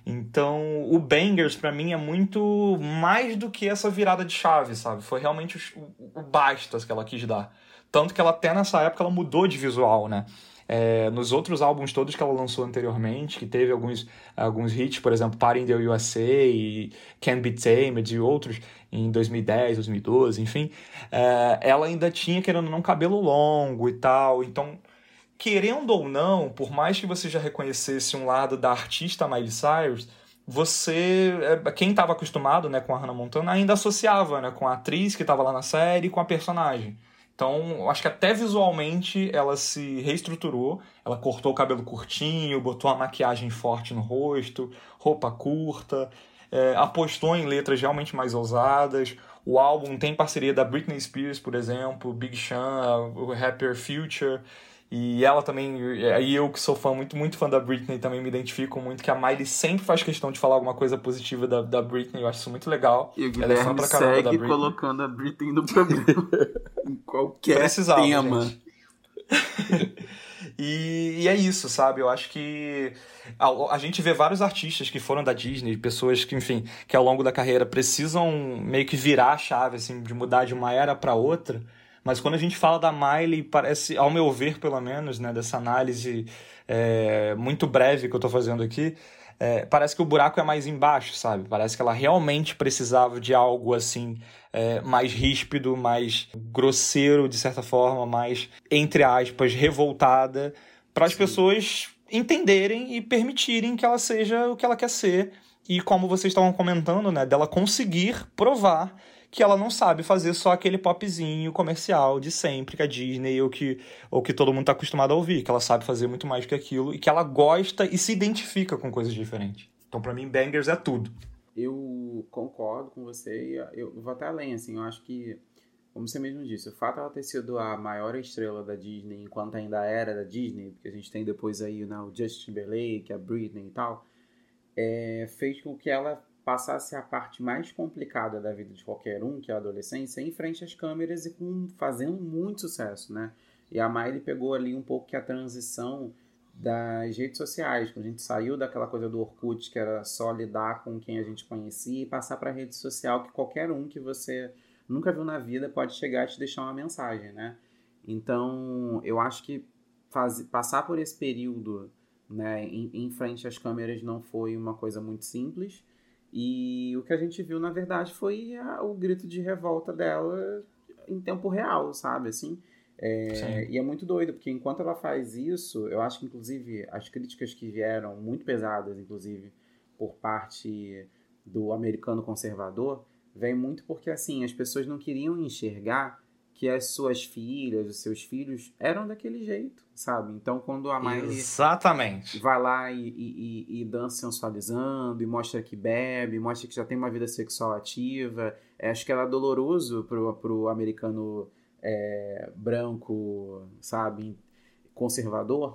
Então, o Bangers, pra mim, é muito mais do que essa virada de chave, sabe? Foi realmente o, o basta que ela quis dar. Tanto que ela até nessa época ela mudou de visual, né? É, nos outros álbuns todos que ela lançou anteriormente, que teve alguns, alguns hits, por exemplo, Party in the U S A e Can't Be Tamed e outros, em dois mil e dez, dois mil e doze, enfim, é, ela ainda tinha, querendo ou não, cabelo longo e tal. Então, querendo ou não, por mais que você já reconhecesse um lado da artista Miley Cyrus, você, quem estava acostumado, né, com a Hannah Montana ainda associava, né, com a atriz que estava lá na série e com a personagem. Então, eu acho que até visualmente ela se reestruturou, ela cortou o cabelo curtinho, botou uma maquiagem forte no rosto, roupa curta, é, apostou em letras realmente mais ousadas. O álbum tem parceria da Britney Spears, por exemplo, Big Sean, o Happier Future. E ela também, aí eu que sou fã, muito, muito fã da Britney, também me identifico muito, que a Miley sempre faz questão de falar alguma coisa positiva da, da Britney, eu acho isso muito legal. E o ela é fã Guilherme pra caramba segue da Britney. colocando a Britney no programa. Em qualquer Precisava, tema. gente. e, e é isso, sabe? Eu acho que a, a gente vê vários artistas que foram da Disney, pessoas que, enfim, que ao longo da carreira precisam meio que virar a chave, assim, de mudar de uma era pra outra. Mas quando a gente fala da Miley, parece, ao meu ver, pelo menos, né, dessa análise é, muito breve que eu tô fazendo aqui, é, parece que o buraco é mais embaixo, sabe? Parece que ela realmente precisava de algo, assim, é, mais ríspido, mais grosseiro, de certa forma, mais, entre aspas, revoltada, para as pessoas entenderem e permitirem que ela seja o que ela quer ser. E como vocês estavam comentando, né, dela conseguir provar que ela não sabe fazer só aquele popzinho comercial de sempre que a Disney ou que, ou que todo mundo tá acostumado a ouvir, que ela sabe fazer muito mais que aquilo e que ela gosta e se identifica com coisas diferentes. Então, pra mim, Bangers é tudo. Eu concordo com você e eu vou até além, assim, eu acho que, como você mesmo disse, o fato de ela ter sido a maior estrela da Disney enquanto ainda era da Disney, porque a gente tem depois aí, né, o Justin Timberlake, a Britney e tal, é, fez com que ela passasse a parte mais complicada da vida de qualquer um, que é a adolescência, em frente às câmeras e com, fazendo muito sucesso, né? E a Miley pegou ali um pouco que a transição das redes sociais, quando a gente saiu daquela coisa do Orkut, que era só lidar com quem a gente conhecia, e passar para a rede social, que qualquer um que você nunca viu na vida pode chegar e te deixar uma mensagem, né? Então, eu acho que faz, passar por esse período, né, em, em frente às câmeras não foi uma coisa muito simples. E o que a gente viu, na verdade, foi a, o grito de revolta dela em tempo real, sabe? Assim, é, e é muito doido, porque enquanto ela faz isso, eu acho que, inclusive, as críticas que vieram, muito pesadas, inclusive, por parte do americano conservador, vem muito porque, assim, as pessoas não queriam enxergar que as suas filhas, os seus filhos, eram daquele jeito, sabe? Então, quando a Miley Exatamente. vai lá e, e, e dança sensualizando, e mostra que bebe, mostra que já tem uma vida sexual ativa, é, acho que era doloroso pro, pro americano é, branco, sabe, conservador,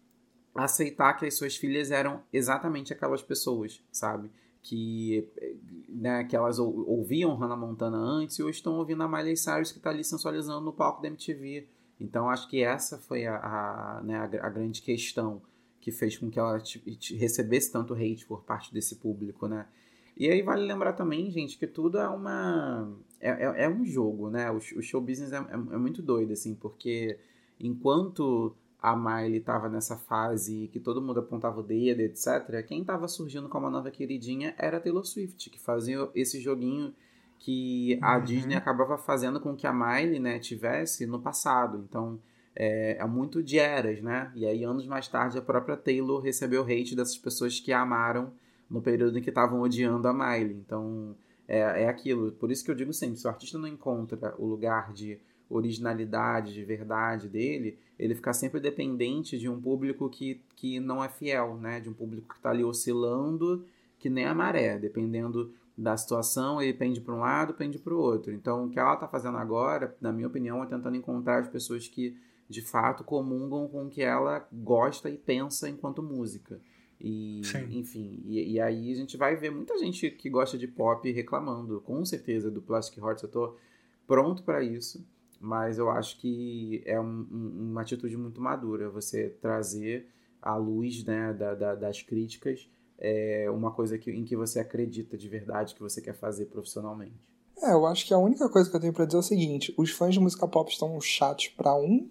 aceitar que as suas filhas eram exatamente aquelas pessoas, sabe? Que, né, que elas ouviam Hannah Montana antes e hoje estão ouvindo a Miley Cyrus que está ali sensualizando no palco da M T V. Então, acho que essa foi a, a, né, a, a grande questão que fez com que ela t- t- recebesse tanto hate por parte desse público, né? E aí vale lembrar também, gente, que tudo é uma... É, é, é um jogo, né? O, o show business é, é, é muito doido, assim, porque enquanto a Miley estava nessa fase que todo mundo apontava o dedo, etcétera, quem estava surgindo como a nova queridinha era a Taylor Swift, que fazia esse joguinho que a uhum. Disney acabava fazendo com que a Miley, né, tivesse no passado. Então, é, é muito de eras, né? E aí, anos mais tarde, a própria Taylor recebeu hate dessas pessoas que a amaram no período em que estavam odiando a Miley. Então, é, é aquilo. Por isso que eu digo sempre, se o artista não encontra o lugar de originalidade, de verdade dele, ele fica sempre dependente de um público que, que não é fiel, né? De um público que está ali oscilando, que nem a maré, dependendo da situação, ele pende para um lado, pende para o outro. Então, o que ela está fazendo agora, na minha opinião, é tentando encontrar as pessoas que, de fato, comungam com o que ela gosta e pensa enquanto música. E, enfim, e, e aí a gente vai ver muita gente que gosta de pop reclamando, com certeza, do Plastic Hearts. Eu tô pronto para isso, mas eu acho que é um, um, uma atitude muito madura você trazer à luz, né, da, da, das críticas é, uma coisa que, em que você acredita de verdade que você quer fazer profissionalmente. É, eu acho que a única coisa que eu tenho pra dizer é o seguinte: os fãs de música pop estão chatos pra um,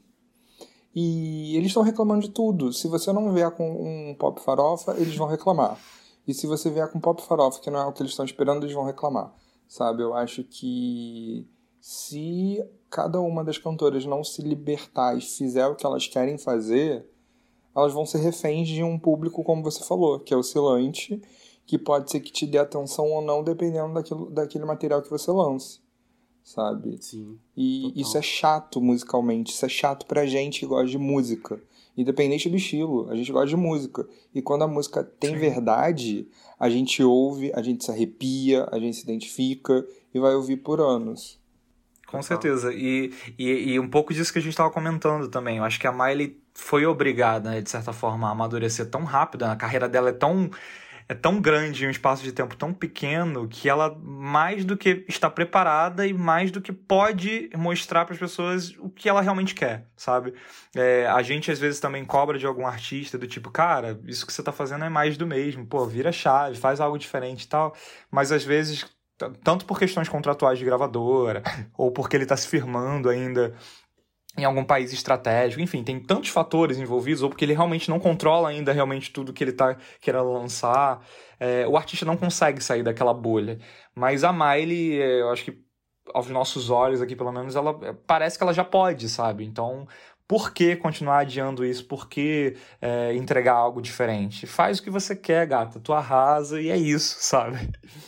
e eles estão reclamando de tudo. Se você não vier com um pop farofa, eles vão reclamar. E se você vier com pop farofa, que não é o que eles estão esperando, eles vão reclamar. Sabe, eu acho que se cada uma das cantoras não se libertar e fizer o que elas querem fazer, elas vão ser reféns de um público, como você falou, que é oscilante que pode ser que te dê atenção ou não, dependendo daquilo, daquele material que você lance, sabe? Sim. E Total. isso é chato musicalmente, isso é chato pra gente que gosta de música. Independente do estilo, a gente gosta de música. E quando a música tem Sim. verdade, a gente ouve, a gente se arrepia, a gente se identifica e vai ouvir por anos. Com certeza. E, e, e um pouco disso que a gente estava comentando também. Eu acho que a Miley foi obrigada, né, de certa forma, a amadurecer tão rápido. A carreira dela é tão... é tão grande, em um espaço de tempo tão pequeno, que ela mais do que está preparada e mais do que pode mostrar para as pessoas o que ela realmente quer, sabe? É, a gente às vezes também cobra de algum artista do tipo, cara, isso que você está fazendo é mais do mesmo, pô, vira chave, faz algo diferente e tal, mas às vezes, tanto por questões contratuais de gravadora, ou porque ele está se firmando ainda em algum país estratégico, enfim, tem tantos fatores envolvidos, ou porque ele realmente não controla ainda realmente tudo que ele está querendo lançar, é, o artista não consegue sair daquela bolha. Mas a Miley, é, eu acho que aos nossos olhos aqui, pelo menos, ela parece que ela já pode, sabe? Então, por que continuar adiando isso? Por que é, entregar algo diferente? Faz o que você quer, gata, tu arrasa e é isso, sabe?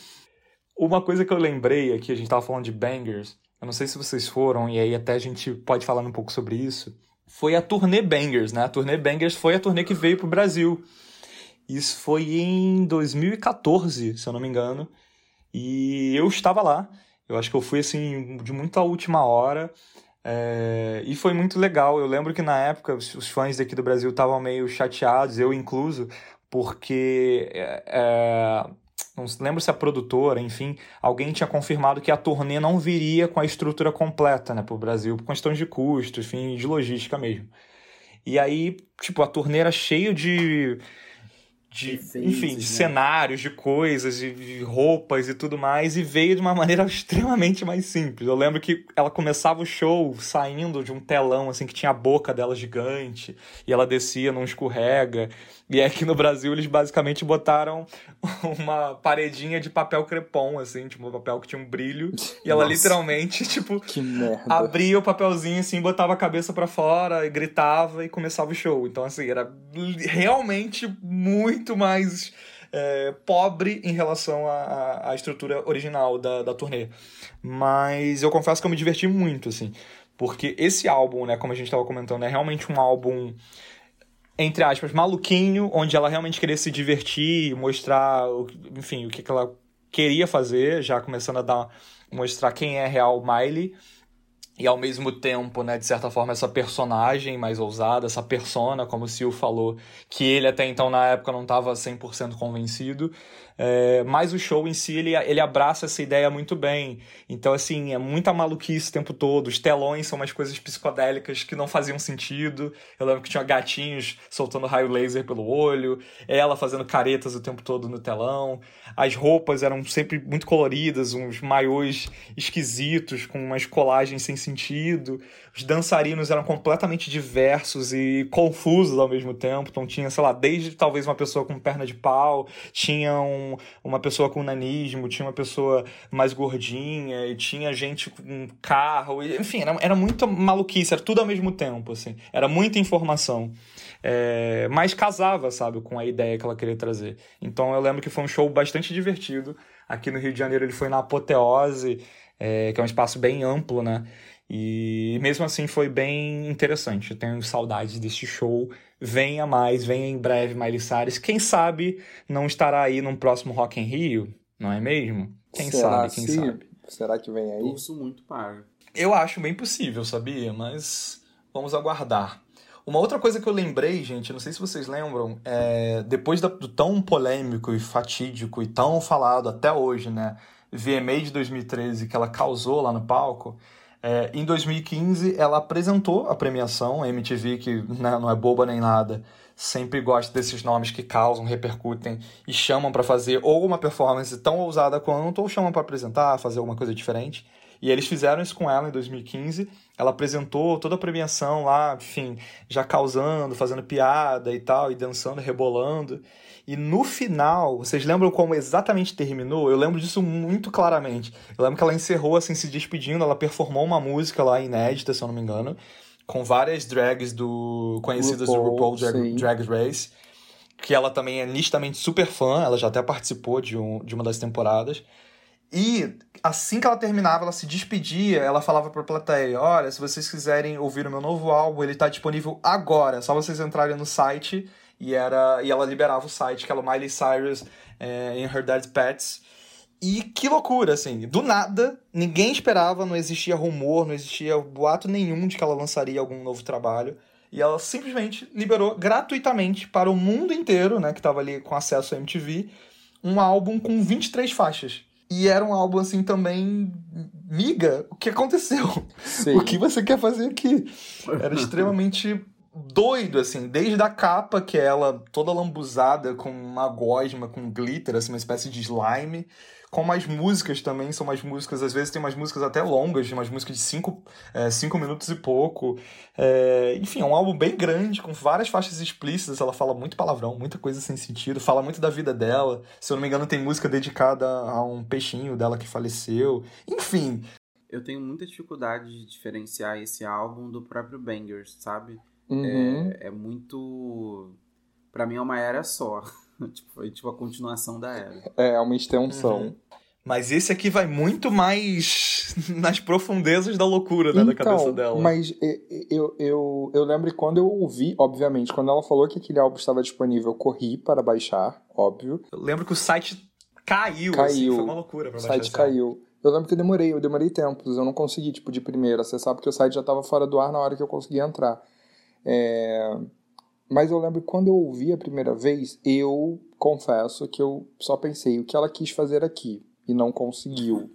Uma coisa que eu lembrei aqui, a gente tava falando de bangers, eu não sei se vocês foram, e aí até a gente pode falar um pouco sobre isso, foi a turnê Bangers, né? A turnê Bangers foi a turnê que veio pro Brasil. Isso foi em dois mil e catorze, se eu não me engano, e eu estava lá. Eu acho que eu fui, assim, de muita última hora, é... e foi muito legal. Eu lembro que na época os fãs daqui do Brasil estavam meio chateados, eu incluso, porque... É... não lembro se a produtora, enfim, alguém tinha confirmado que a turnê não viria com a estrutura completa, né, pro Brasil, por questões de custo, enfim, de logística mesmo. E aí, tipo, a turnê era cheia de... de Efeitos, enfim, de né? cenários, de coisas, de, de roupas e tudo mais, e veio de uma maneira extremamente mais simples. Eu lembro que ela começava o show saindo de um telão, assim, que tinha a boca dela gigante, e ela descia num escorrega, e aqui no Brasil eles basicamente botaram uma paredinha de papel crepom, assim, tipo, um papel que tinha um brilho, e ela Nossa, literalmente, tipo, que merda. abria o papelzinho, assim, botava a cabeça pra fora, e gritava, e começava o show. Então, assim, era realmente muito muito mais é, pobre em relação à, à estrutura original da, da turnê. Mas eu confesso que eu me diverti muito, assim, porque esse álbum, né, como a gente estava comentando, é realmente um álbum, entre aspas, maluquinho, onde ela realmente queria se divertir, mostrar, enfim, o que, que ela queria fazer, já começando a dar, mostrar quem é a real Miley. E ao mesmo tempo, né, de certa forma, essa personagem mais ousada, essa persona, como o Sil falou, que ele até então na época não estava cem por cento convencido. É, mas o show em si, ele, ele abraça essa ideia muito bem. Então, assim, é muita maluquice o tempo todo. Os telões são umas coisas psicodélicas que não faziam sentido. Eu lembro que tinha gatinhos soltando raio laser pelo olho, ela fazendo caretas o tempo todo no telão. As roupas eram sempre muito coloridas, uns maiôs esquisitos, com umas colagens sem sentido. Os dançarinos eram completamente diversos e confusos ao mesmo tempo. Então tinha, sei lá, desde talvez uma pessoa com perna de pau, tinha um uma pessoa com nanismo, tinha uma pessoa mais gordinha, e tinha gente com carro, enfim, era, era muita maluquice, era tudo ao mesmo tempo, assim, era muita informação, é, mas casava, sabe, com a ideia que ela queria trazer. Então eu lembro que foi um show bastante divertido. Aqui no Rio de Janeiro ele foi na Apoteose, é, que é um espaço bem amplo, né? E mesmo assim foi bem interessante. Eu tenho saudades desse show. Venha mais, venha em breve, Miley Cyrus. Quem sabe não estará aí num próximo Rock in Rio, não é mesmo? Quem Será sabe, quem sim? sabe. Será que vem aí? Torço muito para. Eu acho bem possível, sabia? Mas vamos aguardar. Uma outra coisa que eu lembrei, gente, não sei se vocês lembram, é, depois da, do tão polêmico e fatídico e tão falado até hoje, né, V M A de dois mil e treze que ela causou lá no palco, é, em dois mil e quinze ela apresentou a premiação, a M T V, que, né, não é boba nem nada, sempre gosta desses nomes que causam, repercutem e chamam para fazer ou uma performance tão ousada quanto, ou chamam para apresentar, fazer alguma coisa diferente. E eles fizeram isso com ela em dois mil e quinze. Ela apresentou toda a premiação lá, enfim, já causando, fazendo piada e tal, e dançando, rebolando. E no final, vocês lembram como exatamente terminou? Eu lembro disso muito claramente. Eu lembro que ela encerrou assim, se despedindo, ela performou uma música lá inédita, se eu não me engano, com várias drags do, conhecidas RuPaul, do RuPaul Drag, Drag Race. que ela também é nitidamente super fã, ela já até participou de, um, de uma das temporadas. E assim que ela terminava, ela se despedia, ela falava pra plateia, olha, se vocês quiserem ouvir o meu novo álbum, ele tá disponível agora, é só vocês entrarem no site, e, era, e ela liberava o site, que era o Miley Cyrus é, in Her Dead Pets. E que loucura, assim, do nada, ninguém esperava, não existia rumor, não existia boato nenhum de que ela lançaria algum novo trabalho. E ela simplesmente liberou gratuitamente para o mundo inteiro, né, que estava ali com acesso à M T V, um álbum com vinte e três faixas. E era um álbum, assim, também... Miga, o que aconteceu? Sim. O que você quer fazer aqui? Era extremamente doido, assim. Desde a capa, que é ela toda lambuzada, com uma gosma, com glitter, assim, uma espécie de slime. Como as músicas também, são umas músicas... Às vezes tem umas músicas até longas, umas músicas de cinco, é, cinco minutos e pouco. É, enfim, é um álbum bem grande, com várias faixas explícitas. Ela fala muito palavrão, muita coisa sem sentido. Fala muito da vida dela. Se eu não me engano, tem música dedicada a um peixinho dela que faleceu. Enfim. Eu tenho muita dificuldade de diferenciar esse álbum do próprio Bangers, sabe? Uhum. É, é muito... Pra mim é uma era só. tipo, foi tipo a continuação da era. É, uma extensão. Uhum. Mas esse aqui vai muito mais nas profundezas da loucura, né, então, da cabeça dela. Mas eu, eu, eu lembro que quando eu ouvi, obviamente, quando ela falou que aquele álbum estava disponível, eu corri para baixar, óbvio. Eu lembro que o site caiu, caiu. Assim, foi uma loucura pra o baixar. O site caiu. Eu lembro que eu demorei, eu demorei tempos, eu não consegui, tipo, de primeira acessar, porque o site já estava fora do ar na hora que eu consegui entrar. É... Mas eu lembro que quando eu ouvi a primeira vez, eu confesso que eu só pensei, o que ela quis fazer aqui? E não conseguiu.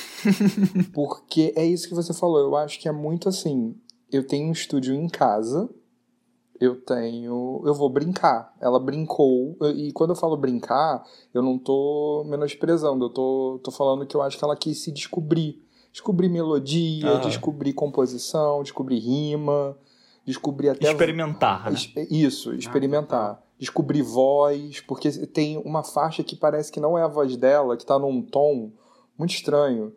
Porque é isso que você falou, eu acho que é muito assim, eu tenho um estúdio em casa, eu tenho... eu vou brincar. Ela brincou, e quando eu falo brincar, eu não tô menosprezando, eu tô, tô falando que eu acho que ela quis se descobrir. Descobrir melodia, uhum. descobrir composição, descobrir rima, descobrir até... Experimentar, né? Isso, experimentar. Ah, descobrir voz, porque tem uma faixa que parece que não é a voz dela, que tá num tom muito estranho.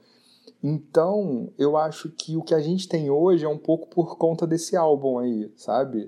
Então, eu acho que o que a gente tem hoje é um pouco por conta desse álbum aí, sabe?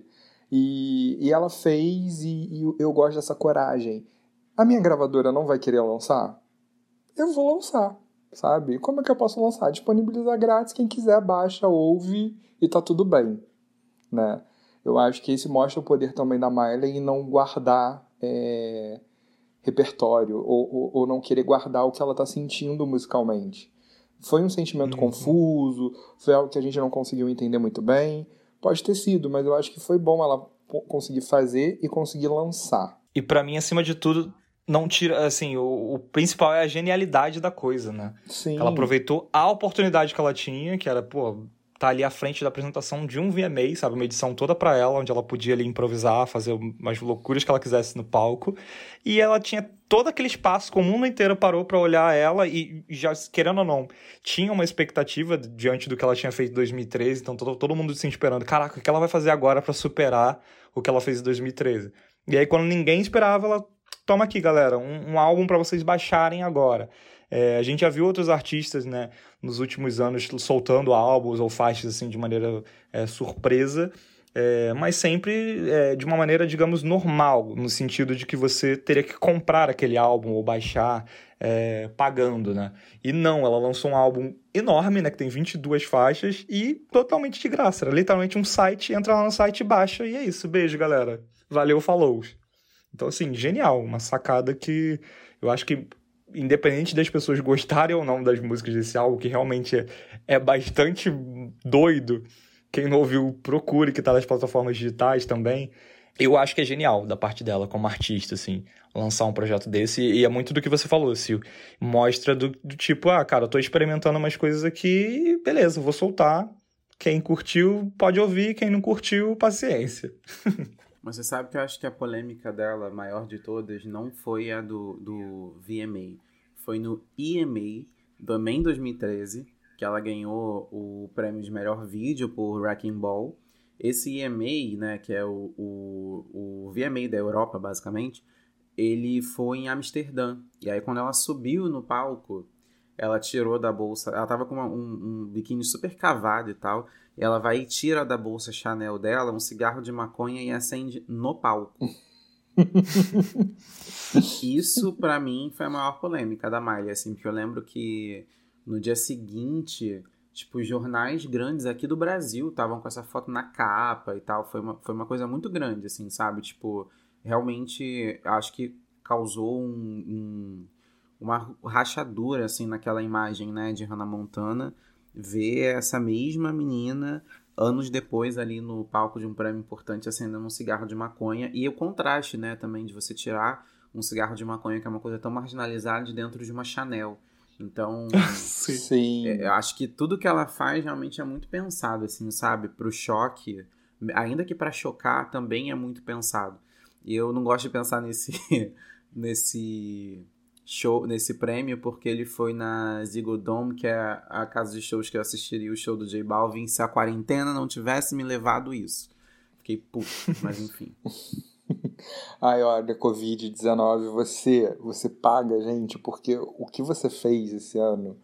E, e ela fez, e, e eu gosto dessa coragem. A minha gravadora não vai querer lançar? Eu vou lançar, sabe? Como é que eu posso lançar? Disponibilizar grátis, quem quiser baixa, ouve e tá tudo bem, né? Eu acho que isso mostra o poder também da Miley em não guardar é, repertório ou, ou, ou não querer guardar o que ela tá sentindo musicalmente. Foi um sentimento uhum. confuso, foi algo que a gente não conseguiu entender muito bem. Pode ter sido, mas eu acho que foi bom ela conseguir fazer e conseguir lançar. E pra mim, acima de tudo, não tira, assim, o, o principal é a genialidade da coisa, né? Sim. Ela aproveitou a oportunidade que ela tinha, que era, pô, tá ali à frente da apresentação de um V M A, sabe? Uma edição toda pra ela, onde ela podia ali improvisar, fazer umas loucuras que ela quisesse no palco. E ela tinha todo aquele espaço que o mundo inteiro parou pra olhar ela e, já, querendo ou não, tinha uma expectativa diante do que ela tinha feito em dois mil e treze, então todo, todo mundo se esperando, caraca, o que ela vai fazer agora pra superar o que ela fez em dois mil e treze? E aí, quando ninguém esperava, ela, toma aqui, galera, um, um álbum pra vocês baixarem agora. É, a gente já viu outros artistas, né, nos últimos anos soltando álbuns ou faixas assim, de maneira é, surpresa, é, mas sempre é, de uma maneira, digamos, normal, no sentido de que você teria que comprar aquele álbum ou baixar é, pagando, né? E não, ela lançou um álbum enorme, né, que tem vinte e duas faixas e totalmente de graça. Era literalmente um site, entra lá no site, baixa e é isso. Beijo, galera. Valeu, falou. Então, assim, genial. Uma sacada que eu acho que independente das pessoas gostarem ou não das músicas desse álbum, que realmente é, é bastante doido, quem não ouviu, procure, que tá nas plataformas digitais também. Eu acho que é genial da parte dela, como artista, assim, lançar um projeto desse. E é muito do que você falou, Sil. Mostra do, do tipo, ah, cara, eu tô experimentando umas coisas aqui, beleza, vou soltar. Quem curtiu, pode ouvir. Quem não curtiu, paciência. Mas você sabe que eu acho que a polêmica dela, maior de todas, não foi a do, do V M A. Foi no E M A, também em dois mil e treze, que ela ganhou o prêmio de melhor vídeo por Wrecking Ball. Esse E M A, né, que é o, o, o V M A da Europa, basicamente, ele foi em Amsterdã. E aí, quando ela subiu no palco, ela tirou da bolsa... Ela tava com uma, um, um biquíni super cavado e tal. E ela vai e tira da bolsa Chanel dela um cigarro de maconha e acende no palco. Isso, pra mim, foi a maior polêmica da Miley, assim, porque eu lembro que no dia seguinte, tipo, os jornais grandes aqui do Brasil estavam com essa foto na capa e tal, foi uma, foi uma coisa muito grande, assim, sabe? Tipo, realmente, acho que causou um, um, uma rachadura, assim, naquela imagem, né, de Hannah Montana, ver essa mesma menina anos depois ali no palco de um prêmio importante acendendo um cigarro de maconha, e o contraste, né, também de você tirar um cigarro de maconha, que é uma coisa tão marginalizada, de dentro de uma Chanel. Então, Sim. é, eu acho que tudo que ela faz realmente é muito pensado, assim, sabe? Pro choque, ainda que pra chocar, também é muito pensado. E eu não gosto de pensar nesse, nesse show, nesse prêmio, porque ele foi na Ziggo Dome, que é a casa de shows que eu assistiria o show do J Balvin, se a quarentena não tivesse me levado isso. Fiquei puto, mas enfim. Ai, olha, covid dezenove, você, você paga, gente, porque o que você fez esse ano,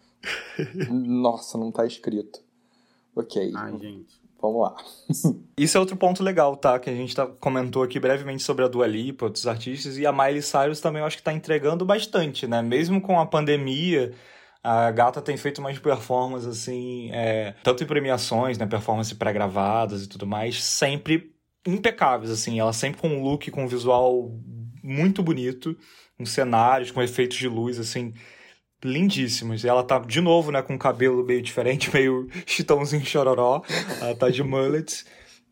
nossa, não tá escrito. Ok. Ai, gente. Vamos lá. Isso é outro ponto legal, tá? Que a gente tá, comentou aqui brevemente sobre a Dua Lipa, outros artistas, e a Miley Cyrus também eu acho que tá entregando bastante, né? Mesmo com a pandemia, a gata tem feito umas performances, assim, é, tanto em premiações, né? Performances pré-gravadas e tudo mais, sempre impecáveis, assim. Ela sempre com um look, com um visual muito bonito, com cenários, com efeitos de luz, assim, lindíssimos. E ela tá, de novo, né, com um cabelo meio diferente, meio Chitãozinho Chororó. Ela tá de mullet,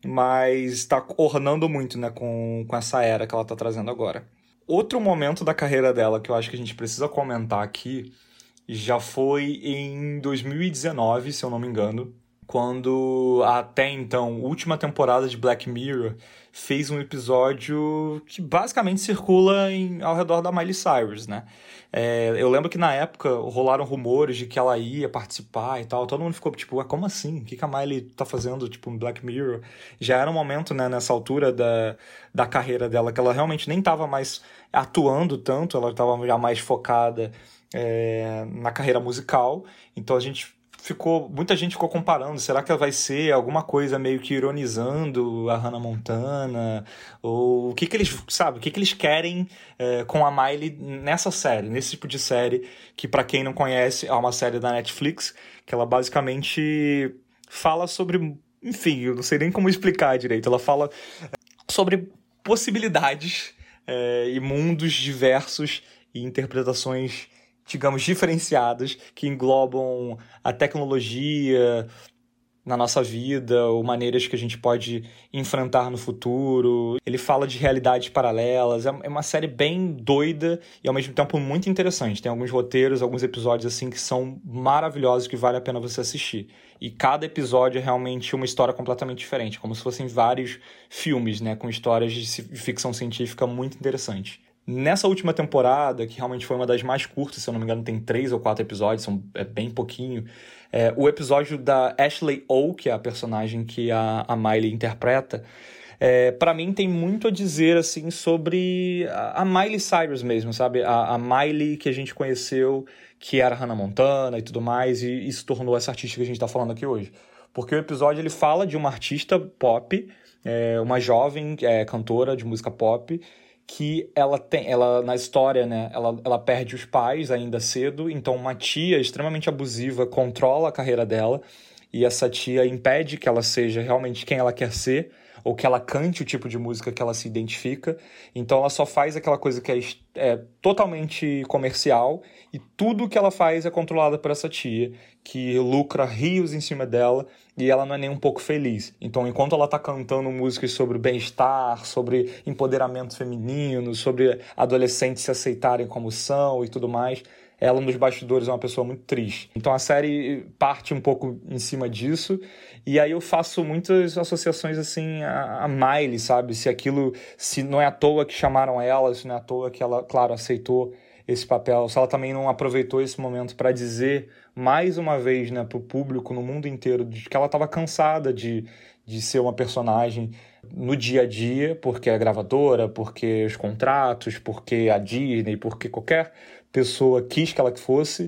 mas tá ornando muito, né, com, com essa era que ela tá trazendo agora. Outro momento da carreira dela que eu acho que a gente precisa comentar aqui já foi em dois mil e dezenove, se eu não me engano, quando a até então última temporada de Black Mirror fez um episódio que basicamente circula em, ao redor da Miley Cyrus, né? É, eu lembro que na época rolaram rumores de que ela ia participar e tal, todo mundo ficou tipo, ah, como assim? O que, que a Miley tá fazendo, tipo, em Black Mirror? Já era um momento, né, nessa altura da, da carreira dela, que ela realmente nem tava mais atuando tanto, ela tava já mais focada é, na carreira musical, então a gente ficou, muita gente ficou comparando, será que ela vai ser alguma coisa meio que ironizando a Hannah Montana, ou o que que eles, sabe, o que que eles querem é, com a Miley nessa série, nesse tipo de série, que pra quem não conhece, é uma série da Netflix, que ela basicamente fala sobre, enfim, eu não sei nem como explicar direito, ela fala sobre possibilidades é, e mundos diversos e interpretações, digamos, diferenciadas, que englobam a tecnologia na nossa vida, ou maneiras que a gente pode enfrentar no futuro. Ele fala de realidades paralelas. É uma série bem doida e, ao mesmo tempo, muito interessante. Tem alguns roteiros, alguns episódios assim que são maravilhosos, que vale a pena você assistir. E cada episódio é realmente uma história completamente diferente, como se fossem vários filmes, né, com histórias de ficção científica muito interessantes. Nessa última temporada, que realmente foi uma das mais curtas, se eu não me engano tem três ou quatro episódios, são, é bem pouquinho, é, o episódio da Ashley O, que é a personagem que a, a Miley interpreta, é, para mim tem muito a dizer assim, sobre a, a Miley Cyrus mesmo, sabe? A, a Miley que a gente conheceu, que era Hannah Montana e tudo mais, e, e se tornou essa artista que a gente está falando aqui hoje. Porque o episódio ele fala de uma artista pop, é, uma jovem é, cantora de música pop, que ela tem, ela na história, né, ela, ela perde os pais ainda cedo, então uma tia extremamente abusiva controla a carreira dela, e essa tia impede que ela seja realmente quem ela quer ser, ou que ela cante o tipo de música que ela se identifica, então ela só faz aquela coisa que é, é totalmente comercial, e tudo que ela faz é controlado por essa tia, que lucra rios em cima dela, e ela não é nem um pouco feliz. Então, enquanto ela tá cantando músicas sobre bem-estar, sobre empoderamento feminino, sobre adolescentes se aceitarem como são e tudo mais, ela nos bastidores é uma pessoa muito triste. Então a série parte um pouco em cima disso, e aí eu faço muitas associações assim a, a Miley, sabe? Se aquilo, se não é à toa que chamaram ela, se não é à toa que ela, claro, aceitou esse papel, se ela também não aproveitou esse momento para dizer mais uma vez, né, para o público no mundo inteiro de que ela estava cansada de, de ser uma personagem no dia a dia, porque é gravadora, porque os contratos, porque a Disney, porque qualquer pessoa quis que ela fosse,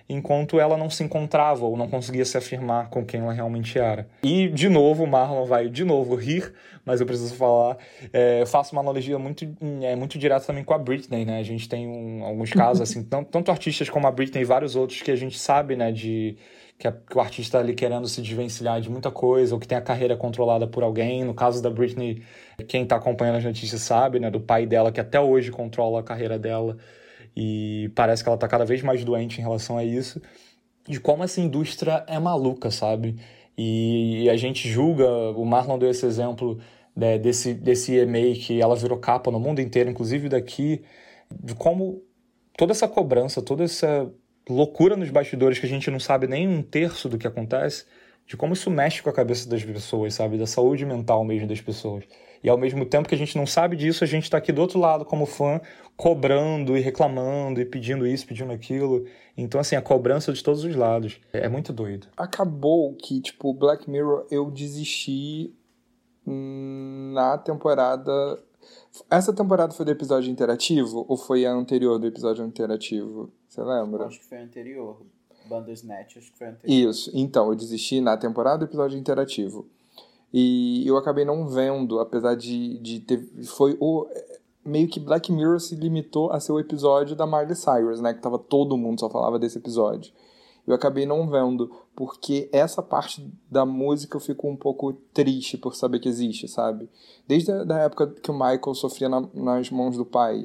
enquanto ela não se encontrava ou não conseguia se afirmar com quem ela realmente era. E, de novo, o Marlon vai de novo rir, mas eu preciso falar, é, eu faço uma analogia muito, é, muito direta também com a Britney, né? A gente tem um, alguns casos, assim, tanto, tanto artistas como a Britney e vários outros que a gente sabe, né, de... Que, a, que o artista ali querendo se desvencilhar de muita coisa, ou que tem a carreira controlada por alguém. No caso da Britney, quem tá acompanhando as notícias sabe, né, do pai dela, que até hoje controla a carreira dela, e parece que ela tá cada vez mais doente em relação a isso, de como essa indústria é maluca, sabe? E, e a gente julga, o Marlon deu esse exemplo, né, desse, desse E M A que ela virou capa no mundo inteiro, inclusive daqui, de como toda essa cobrança, toda essa loucura nos bastidores que a gente não sabe nem um terço do que acontece, de como isso mexe com a cabeça das pessoas, sabe? Da saúde mental mesmo das pessoas. E ao mesmo tempo que a gente não sabe disso, a gente tá aqui do outro lado como fã, cobrando e reclamando e pedindo isso, pedindo aquilo. Então, assim, a cobrança de todos os lados. É muito doido. Acabou que, tipo, Black Mirror, eu desisti na temporada... Essa temporada foi do episódio interativo ou foi a anterior do episódio interativo? Você lembra? Eu acho que foi a anterior. Bandersnatch, acho que foi a anterior. Isso. Então, eu desisti na temporada do episódio interativo. E eu acabei não vendo, apesar de, de ter... Foi o... Meio que Black Mirror se limitou a ser o episódio da Miley Cyrus, né? Que tava todo mundo só falava desse episódio. Eu acabei não vendo, porque essa parte da música eu fico um pouco triste por saber que existe, sabe? Desde a da época que o Michael sofria na, nas mãos do pai.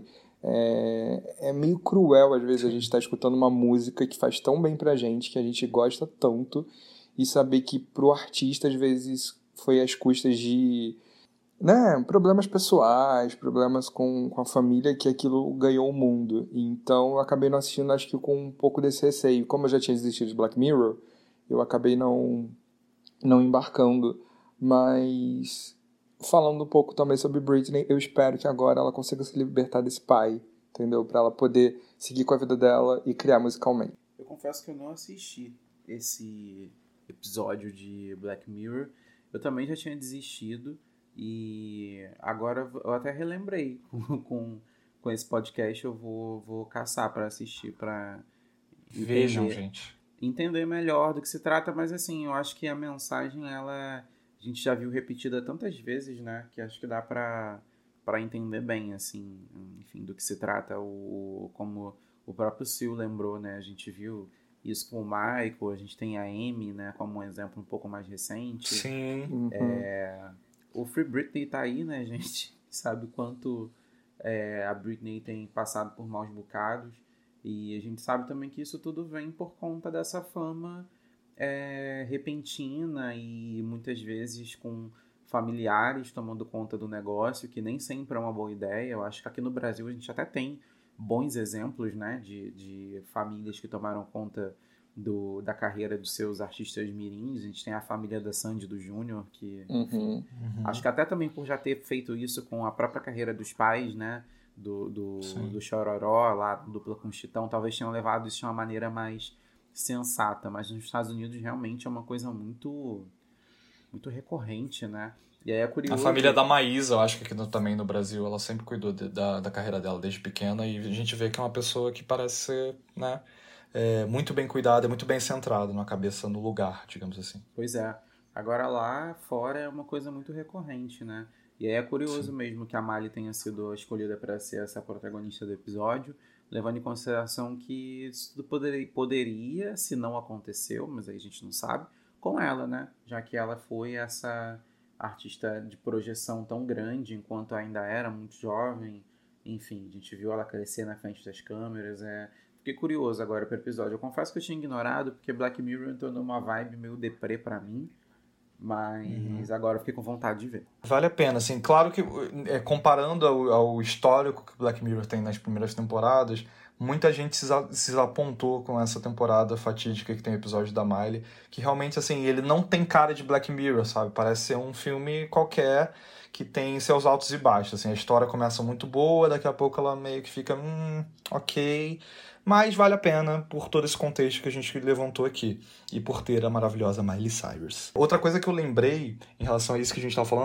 É, é meio cruel, às vezes, a gente tá escutando uma música que faz tão bem pra gente, que a gente gosta tanto, e saber que pro artista, às vezes, foi às custas de... né, problemas pessoais, problemas com, com a família, que aquilo ganhou o mundo. Então eu acabei não assistindo, acho que com um pouco desse receio. Como eu já tinha desistido de Black Mirror, eu acabei não, não embarcando. Mas falando um pouco também sobre Britney, eu espero que agora ela consiga se libertar desse pai, entendeu? Pra ela poder seguir com a vida dela e criar musicalmente. Eu confesso que eu não assisti esse episódio de Black Mirror. Eu também já tinha desistido. E agora eu até relembrei com, com, com esse podcast, eu vou, vou caçar para assistir, para vejam, gente, entender melhor do que se trata, mas assim, eu acho que a mensagem, ela a gente já viu repetida tantas vezes, né, que acho que dá para para entender bem, assim, enfim, do que se trata, o, como o próprio Sil lembrou, né, a gente viu isso com o Michael, a gente tem a Amy, né, como um exemplo um pouco mais recente. Sim. Uhum. É... O Free Britney tá aí, né, gente? Sabe o quanto é, a Britney tem passado por maus bocados. E a gente sabe também que isso tudo vem por conta dessa fama é, repentina e muitas vezes com familiares tomando conta do negócio, que nem sempre é uma boa ideia. Eu acho que aqui no Brasil a gente até tem bons exemplos, né, de, de famílias que tomaram conta Do, da carreira dos seus artistas mirins. A gente tem a família da Sandy do Júnior, que Uhum. enfim, Uhum. acho que até também por já ter feito isso com a própria carreira dos pais, né, do, do, do Chororó, lá, dupla com o Chitão, talvez tenham levado isso de uma maneira mais sensata, mas nos Estados Unidos realmente é uma coisa muito muito recorrente, né, e aí é curioso... A família da Maísa, eu acho que aqui no, também no Brasil, ela sempre cuidou de, da, da carreira dela desde pequena, e a gente vê que é uma pessoa que parece ser, né, É, muito bem cuidado, é muito bem centrado na cabeça, no lugar, digamos assim. Pois é. Agora lá fora é uma coisa muito recorrente, né? E aí é curioso Sim. mesmo que a Miley tenha sido escolhida para ser essa protagonista do episódio, levando em consideração que isso tudo poderia, poderia, se não aconteceu, mas aí a gente não sabe, com ela, né? Já que ela foi essa artista de projeção tão grande enquanto ainda era muito jovem. Enfim, a gente viu ela crescer na frente das câmeras, é... Fiquei curioso agora pro episódio. Eu confesso que eu tinha ignorado, porque Black Mirror entrou numa vibe meio deprê pra mim. Mas uhum. agora eu fiquei com vontade de ver. Vale a pena, assim. Claro que, é, comparando ao, ao histórico que Black Mirror tem nas primeiras temporadas, muita gente se, se apontou com essa temporada fatídica que tem o episódio da Miley, que realmente, assim, ele não tem cara de Black Mirror, sabe? Parece ser um filme qualquer que tem seus altos e baixos, assim. A história começa muito boa, daqui a pouco ela meio que fica, hum, ok... Mas vale a pena por todo esse contexto que a gente levantou aqui. E por ter a maravilhosa Miley Cyrus. Outra coisa que eu lembrei em relação a isso que a gente estava falando,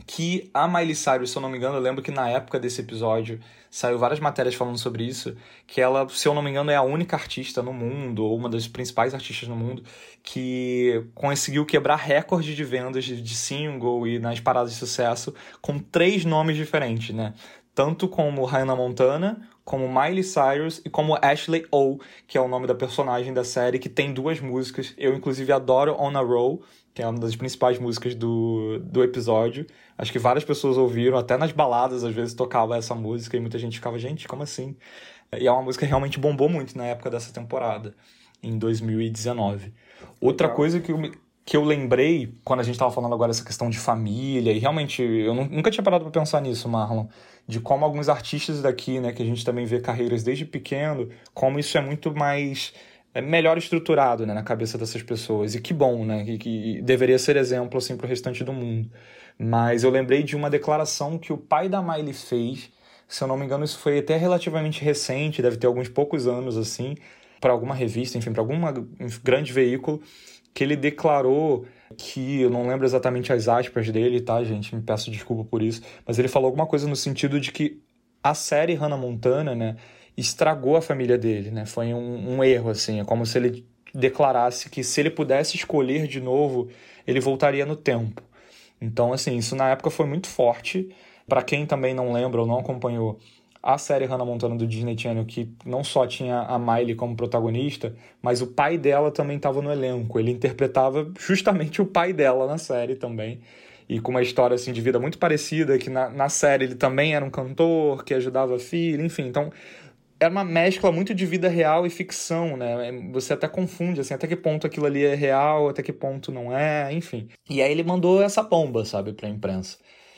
que a Miley Cyrus, se eu não me engano, eu lembro que na época desse episódio saiu várias matérias falando sobre isso, que ela, se eu não me engano, é a única artista no mundo, ou uma das principais artistas no mundo, que conseguiu quebrar recorde de vendas de, de single e nas paradas de sucesso com três nomes diferentes, né? Tanto como Hannah Montana, como Miley Cyrus e como Ashley O, que é o nome da personagem da série, que tem duas músicas. Eu, inclusive, adoro On a Roll, que é uma das principais músicas do, do episódio. Acho que várias pessoas ouviram, até nas baladas, às vezes, tocava essa música e muita gente ficava, gente, como assim? E é uma música que realmente bombou muito na época dessa temporada, em dois mil e dezenove. Outra Legal. coisa que eu, que eu lembrei, quando a gente estava falando agora dessa questão de família, e realmente eu nunca tinha parado para pensar nisso, Marlon, de como alguns artistas daqui, né, que a gente também vê carreiras desde pequeno, como isso é muito mais... é melhor estruturado, né, na cabeça dessas pessoas. E que bom, né? Que, que deveria ser exemplo assim, para o restante do mundo. Mas eu lembrei de uma declaração que o pai da Miley fez. Se eu não me engano, isso foi até relativamente recente, deve ter alguns poucos anos, assim, para alguma revista, enfim, para algum grande veículo, que ele declarou que, eu não lembro exatamente as aspas dele, tá, gente? Me peço desculpa por isso. Mas ele falou alguma coisa no sentido de que a série Hannah Montana, né, estragou a família dele, né? Foi um, um erro, assim. É como se ele declarasse que se ele pudesse escolher de novo, ele voltaria no tempo. Então, assim, isso na época foi muito forte. Para quem também não lembra ou não acompanhou a série Hannah Montana do Disney Channel, que não só tinha a Miley como protagonista, mas o pai dela também estava no elenco. Ele interpretava justamente o pai dela na série também. E com uma história assim, de vida muito parecida, que na, na série ele também era um cantor, que ajudava a filha, enfim. Então, era uma mescla muito de vida real e ficção, né? Você até confunde, assim, até que ponto aquilo ali é real, até que ponto não é, enfim. E aí ele mandou essa bomba, sabe, pra imprensa.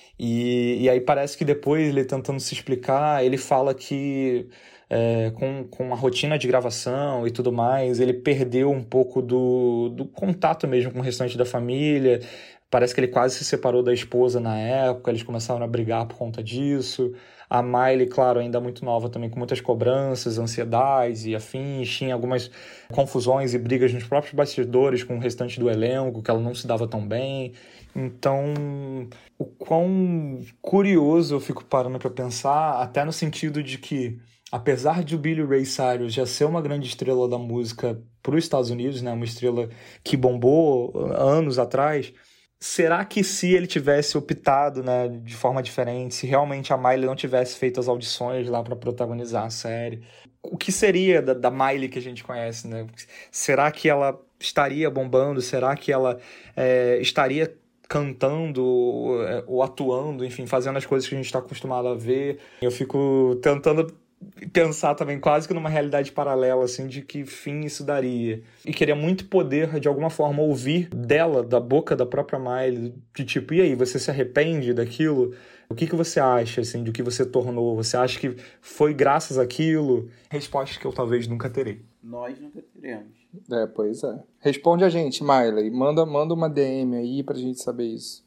E, e aí parece que depois, ele tentando se explicar, ele fala que é, com, com a rotina de gravação e tudo mais, ele perdeu um pouco do, do contato mesmo com o restante da família. Parece que ele quase se separou da esposa na época, eles começaram a brigar por conta disso. A Miley, claro, ainda muito nova também, com muitas cobranças, ansiedades e afins. Tinha algumas confusões e brigas nos próprios bastidores com o restante do elenco, que ela não se dava tão bem. Então, o quão curioso eu fico parando para pensar, até no sentido de que, apesar de o Billy Ray Cyrus já ser uma grande estrela da música para os Estados Unidos, né, uma estrela que bombou anos atrás, será que se ele tivesse optado, né, de forma diferente, se realmente a Miley não tivesse feito as audições lá para protagonizar a série, o que seria da, da Miley que a gente conhece, né? Será que ela estaria bombando? Será que ela é, estaria cantando ou atuando, enfim, fazendo as coisas que a gente está acostumado a ver? Eu fico tentando pensar também quase que numa realidade paralela, assim, de que fim isso daria. E queria muito poder, de alguma forma, ouvir dela, da boca da própria Miley, de tipo, e aí, você se arrepende daquilo? O que, que você acha, assim, do que você tornou? Você acha que foi graças àquilo? Resposta que eu talvez nunca terei. Nós nunca teremos. É, pois é. Responde a gente, Miley. Manda, manda uma D M aí pra gente saber isso.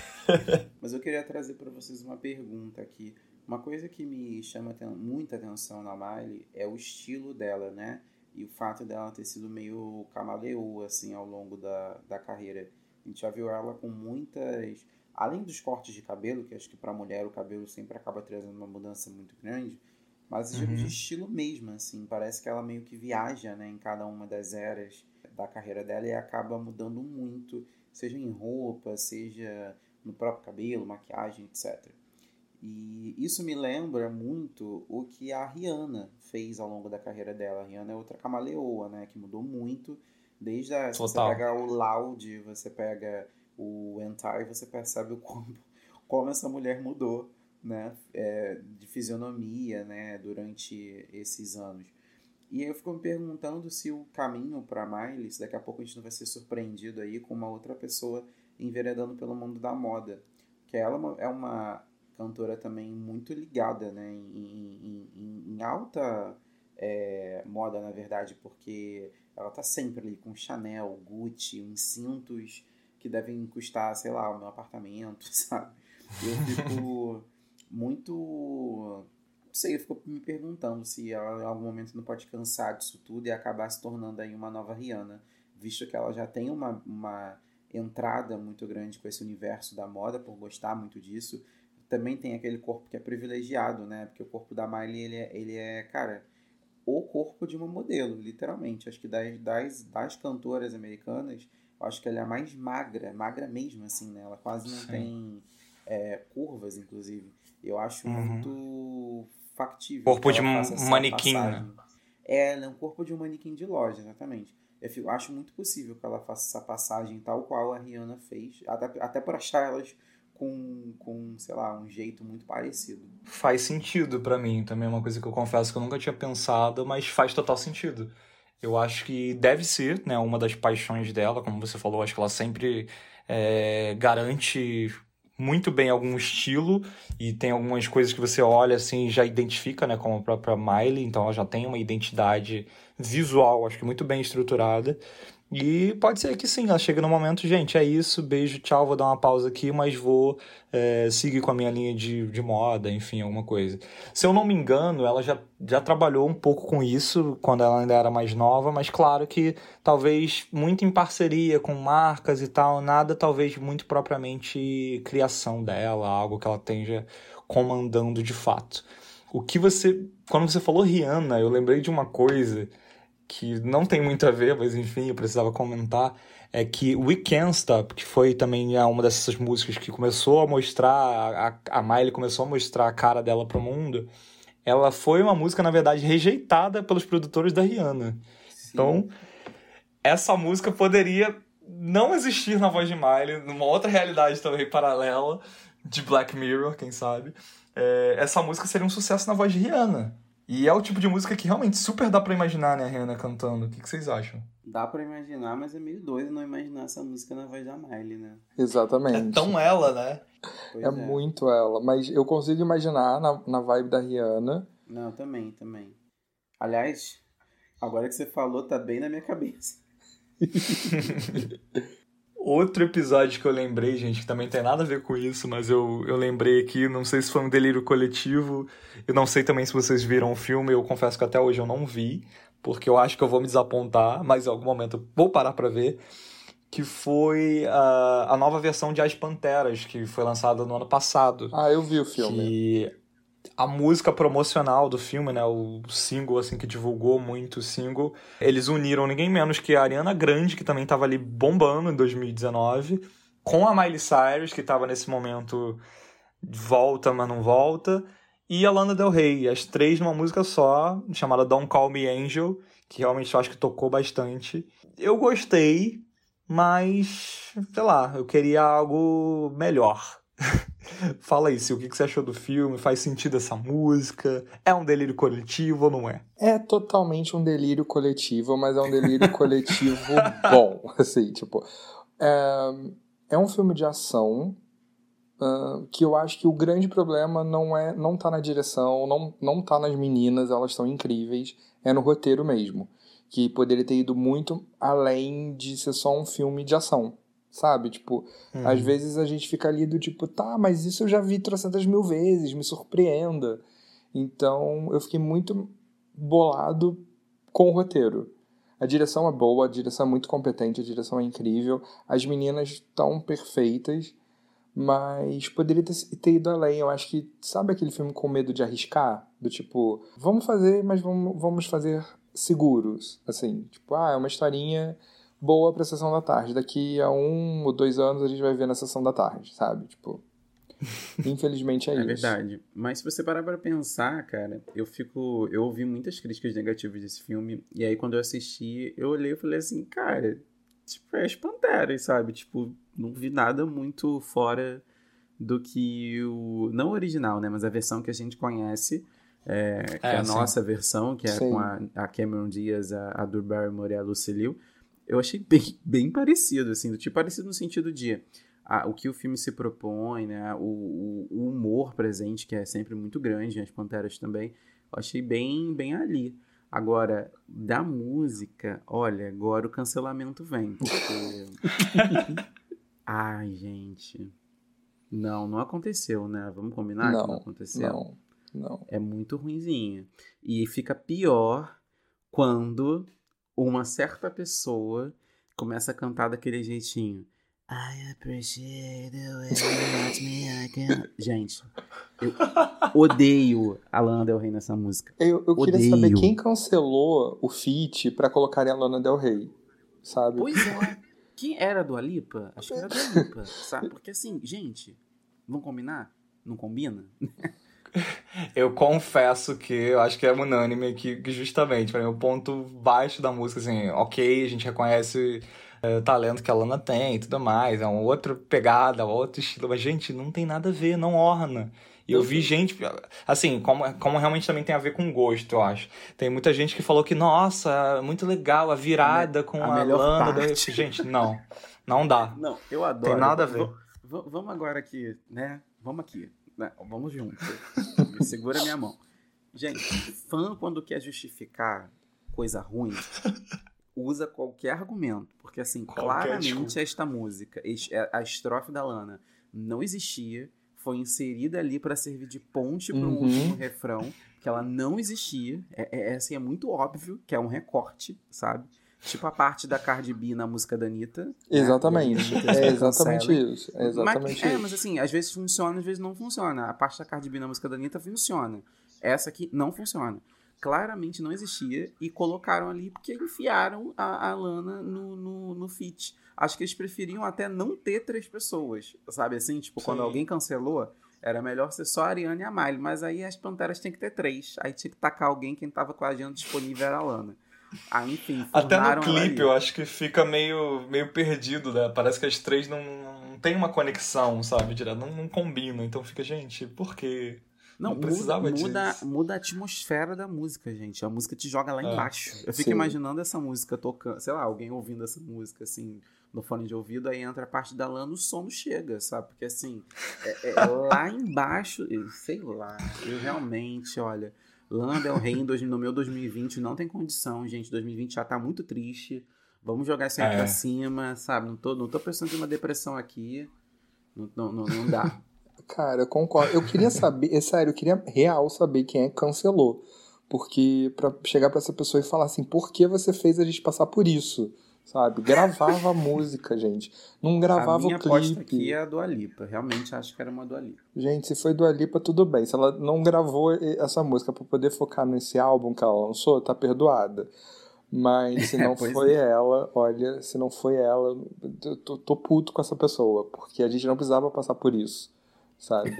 Mas eu queria trazer para vocês uma pergunta aqui. Uma coisa que me chama muita atenção na Miley é o estilo dela, né? E o fato dela ter sido meio camaleoa, assim, ao longo da, da carreira. A gente já viu ela com muitas... Além dos cortes de cabelo, que acho que para mulher o cabelo sempre acaba trazendo uma mudança muito grande, mas uhum. de estilo mesmo, assim. Parece que ela meio que viaja, né, em cada uma das eras da carreira dela e acaba mudando muito, seja em roupa, seja no próprio cabelo, maquiagem, etcétera. E isso me lembra muito o que a Rihanna fez ao longo da carreira dela. A Rihanna é outra camaleoa, né? Que mudou muito. Desde a... Se você pega o Loud, você pega o Entire, você percebe o como, como essa mulher mudou, né? É, de fisionomia, né? Durante esses anos. E eu fico me perguntando se o caminho para Miley, se daqui a pouco a gente não vai ser surpreendido aí com uma outra pessoa enveredando pelo mundo da moda. Que ela é uma cantora também muito ligada, né, em, em, em, em alta é, moda, na verdade, porque ela tá sempre ali com Chanel, Gucci, uns cintos que devem custar, sei lá, o meu apartamento, sabe? Eu fico muito... Não sei, eu fico me perguntando se ela em algum momento não pode cansar disso tudo e acabar se tornando aí uma nova Rihanna, visto que ela já tem uma... uma entrada muito grande com esse universo da moda, por gostar muito disso. Também tem aquele corpo que é privilegiado, né? Porque o corpo da Miley, ele é, ele é cara, o corpo de uma modelo, literalmente. Acho que das, das, das cantoras americanas, eu acho que ela é a mais magra, magra mesmo, assim, né? Ela quase não Sim. tem é, curvas, inclusive. Eu acho uhum. muito factível. Corpo de um manequim, né? É, ela é um corpo de um manequim de loja, exatamente. Eu fico, acho muito possível que ela faça essa passagem tal qual a Rihanna fez, até, até por achar elas com, com, sei lá, um jeito muito parecido. Faz sentido pra mim, também é uma coisa que eu confesso que eu nunca tinha pensado, mas faz total sentido. Eu acho que deve ser, né, uma das paixões dela, como você falou, acho que ela sempre é, garante muito bem algum estilo e tem algumas coisas que você olha assim e já identifica, né, como a própria Miley, então ela já tem uma identidade visual, acho que muito bem estruturada. E pode ser que sim, ela chega no momento, gente, é isso, beijo, tchau, vou dar uma pausa aqui, mas vou é, seguir com a minha linha de, de moda, enfim, alguma coisa. Se eu não me engano, ela já, já trabalhou um pouco com isso quando ela ainda era mais nova, mas claro que talvez muito em parceria com marcas e tal, nada talvez muito propriamente criação dela, algo que ela esteja comandando de fato. O que você... Quando você falou Rihanna, eu lembrei de uma coisa que não tem muito a ver, mas enfim, eu precisava comentar, é que We Can't Stop, que foi também uma dessas músicas que começou a mostrar, a, a Miley começou a mostrar a cara dela pro mundo, ela foi uma música, na verdade, rejeitada pelos produtores da Rihanna. Sim. Então, essa música poderia não existir na voz de Miley, numa outra realidade também paralela, de Black Mirror, quem sabe. É, essa música seria um sucesso na voz de Rihanna. E é o tipo de música que realmente super dá pra imaginar, né, a Rihanna cantando. O que, que vocês acham? Dá pra imaginar, mas é meio doido não imaginar essa música na voz da Miley, né? Exatamente. É tão ela, né? É, é muito ela. Mas eu consigo imaginar na, na vibe da Rihanna. Não, também, também. Aliás, agora que você falou, tá bem na minha cabeça. Outro episódio que eu lembrei, gente, que também tem nada a ver com isso, mas eu, eu lembrei aqui, não sei se foi um delírio coletivo, eu não sei também se vocês viram o filme, eu confesso que até hoje eu não vi, porque eu acho que eu vou me desapontar, mas em algum momento eu vou parar pra ver, que foi a, a nova versão de As Panteras, que foi lançada no ano passado. Ah, eu vi o filme. Que a música promocional do filme, né, o single assim que divulgou muito o single, eles uniram ninguém menos que a Ariana Grande, que também estava ali bombando em dois mil e dezenove, com a Miley Cyrus, que estava nesse momento volta, mas não volta, e a Lana Del Rey, as três numa música só, chamada Don't Call Me Angel, que realmente eu acho que tocou bastante. Eu gostei, mas, sei lá, eu queria algo melhor. Fala aí, Sil, o que você achou do filme? Faz sentido essa música? É um delírio coletivo ou não é? É totalmente um delírio coletivo, mas é um delírio coletivo bom. Assim, tipo, é, é um filme de ação uh, que eu acho que o grande problema não é, não tá na direção, não, não tá nas meninas, elas estão incríveis, é no roteiro mesmo. Que poderia ter ido muito além de ser só um filme de ação. Sabe? Tipo, uhum. Às vezes a gente fica ali do tipo, tá, mas isso eu já vi trocentas mil vezes, me surpreenda. Então, eu fiquei muito bolado com o roteiro. A direção é boa, a direção é muito competente, a direção é incrível, as meninas estão perfeitas, mas poderia ter, ter ido além. Eu acho que, sabe aquele filme com medo de arriscar? Do tipo, vamos fazer, mas vamos, vamos fazer seguros. Assim, tipo, ah, é uma historinha boa pra sessão da tarde. Daqui a um ou dois anos a gente vai ver na sessão da tarde, sabe? Tipo, infelizmente é, é isso. É verdade. Mas se você parar pra pensar, cara, eu fico... Eu ouvi muitas críticas negativas desse filme, e aí quando eu assisti, eu olhei e falei assim, cara, tipo, é as Panteras, sabe? Tipo, não vi nada muito fora do que o... Não o original, né? Mas a versão que a gente conhece, é, que é, é a sim. nossa versão, que é sim. com a, a Cameron Diaz, a, a Drew Barrymore e a Lucy Liu. Eu achei bem, bem parecido, assim, do tipo, parecido no sentido de a, o que o filme se propõe, né, o, o, o humor presente, que é sempre muito grande, as Panteras também, eu achei bem, bem ali. Agora, da música, olha, agora o cancelamento vem, porque... Ai, gente, não, não aconteceu, né, vamos combinar não, que não aconteceu? Não, não. É muito ruinzinha. E fica pior quando... uma certa pessoa começa a cantar daquele jeitinho. I appreciate the way you watch me, I can... Gente, eu odeio a Lana Del Rey nessa música. Eu, eu queria Odeio. saber quem cancelou o feat pra colocarem a Lana Del Rey, sabe? Pois é. Quem era do Alipa? Acho que era do Alipa, sabe? Porque assim, gente, vamos combinar? Não combina? Eu confesso que eu acho que é unânime que, que justamente, para mim, o ponto baixo da música, assim, ok, a gente reconhece é, o talento que a Lana tem e tudo mais, é uma outra pegada, outro estilo, mas, gente, não tem nada a ver, não orna. E eu vi gente, assim, como, como realmente também tem a ver com gosto, eu acho. Tem muita gente que falou que, nossa, muito legal, a virada a me, com a, a Lana. Da... Gente, não, não dá. Não, eu adoro. Tem nada a ver. V- v- vamos agora aqui, né? Vamos aqui. Né? Vamos junto. Segura minha mão. Gente, fã quando quer justificar coisa ruim, usa qualquer argumento. Porque, assim, qualquer claramente desculpa. Esta música, a estrofe da Lana, não existia. Foi inserida ali para servir de ponte para o uhum. último refrão, que ela não existia. É, é, assim, é muito óbvio que é um recorte, sabe? Tipo a parte da Cardi B na música da Anitta. Exatamente. Né? É exatamente isso. É exatamente mas, isso. É, mas assim, às vezes funciona, às vezes não funciona. A parte da Cardi B na música da Anitta funciona. Essa aqui não funciona. Claramente não existia e colocaram ali porque enfiaram a, a Lana no, no, no feat. Acho que eles preferiam até não ter três pessoas, sabe assim? Tipo, Sim. quando alguém cancelou, era melhor ser só a Ariana e a Miley, mas aí as Panteras tinham que ter três. Aí tinha que tacar alguém, quem tava com a agenda disponível era a Lana. Ah, enfim, até no clipe eu acho que fica meio, meio perdido, né? Parece que as três não, não tem uma conexão, sabe? Não, não combinam, então fica, gente, por quê? Não, não precisava muda, muda, disso. Muda a atmosfera da música, gente. A música te joga lá é, embaixo. Eu fico sim. imaginando essa música tocando, sei lá, alguém ouvindo essa música, assim, no fone de ouvido, aí entra a parte da Lana, o som não chega, sabe? Porque, assim, é, é lá embaixo, eu sei lá, eu realmente, olha, Lana Del Rey no meu dois mil e vinte não tem condição, gente. dois mil e vinte já tá muito triste. Vamos jogar isso aí é. pra cima, sabe? Não tô, não tô pensando em uma depressão aqui. Não, não, não, não dá. Cara, eu concordo. Eu queria saber, é sério, eu queria real saber quem é que cancelou. Porque pra chegar pra essa pessoa e falar assim, por que você fez a gente passar por isso? Sabe? Gravava a música, gente. Não gravava o clipe. A minha aposta aqui é a Dua Lipa. Realmente acho que era uma Dua Lipa. Gente, se foi Dua Lipa, tudo bem. Se ela não gravou essa música pra poder focar nesse álbum que ela lançou, tá perdoada. Mas se não é, foi é. ela, olha, se não foi ela, eu tô, tô puto com essa pessoa. Porque a gente não precisava passar por isso, sabe?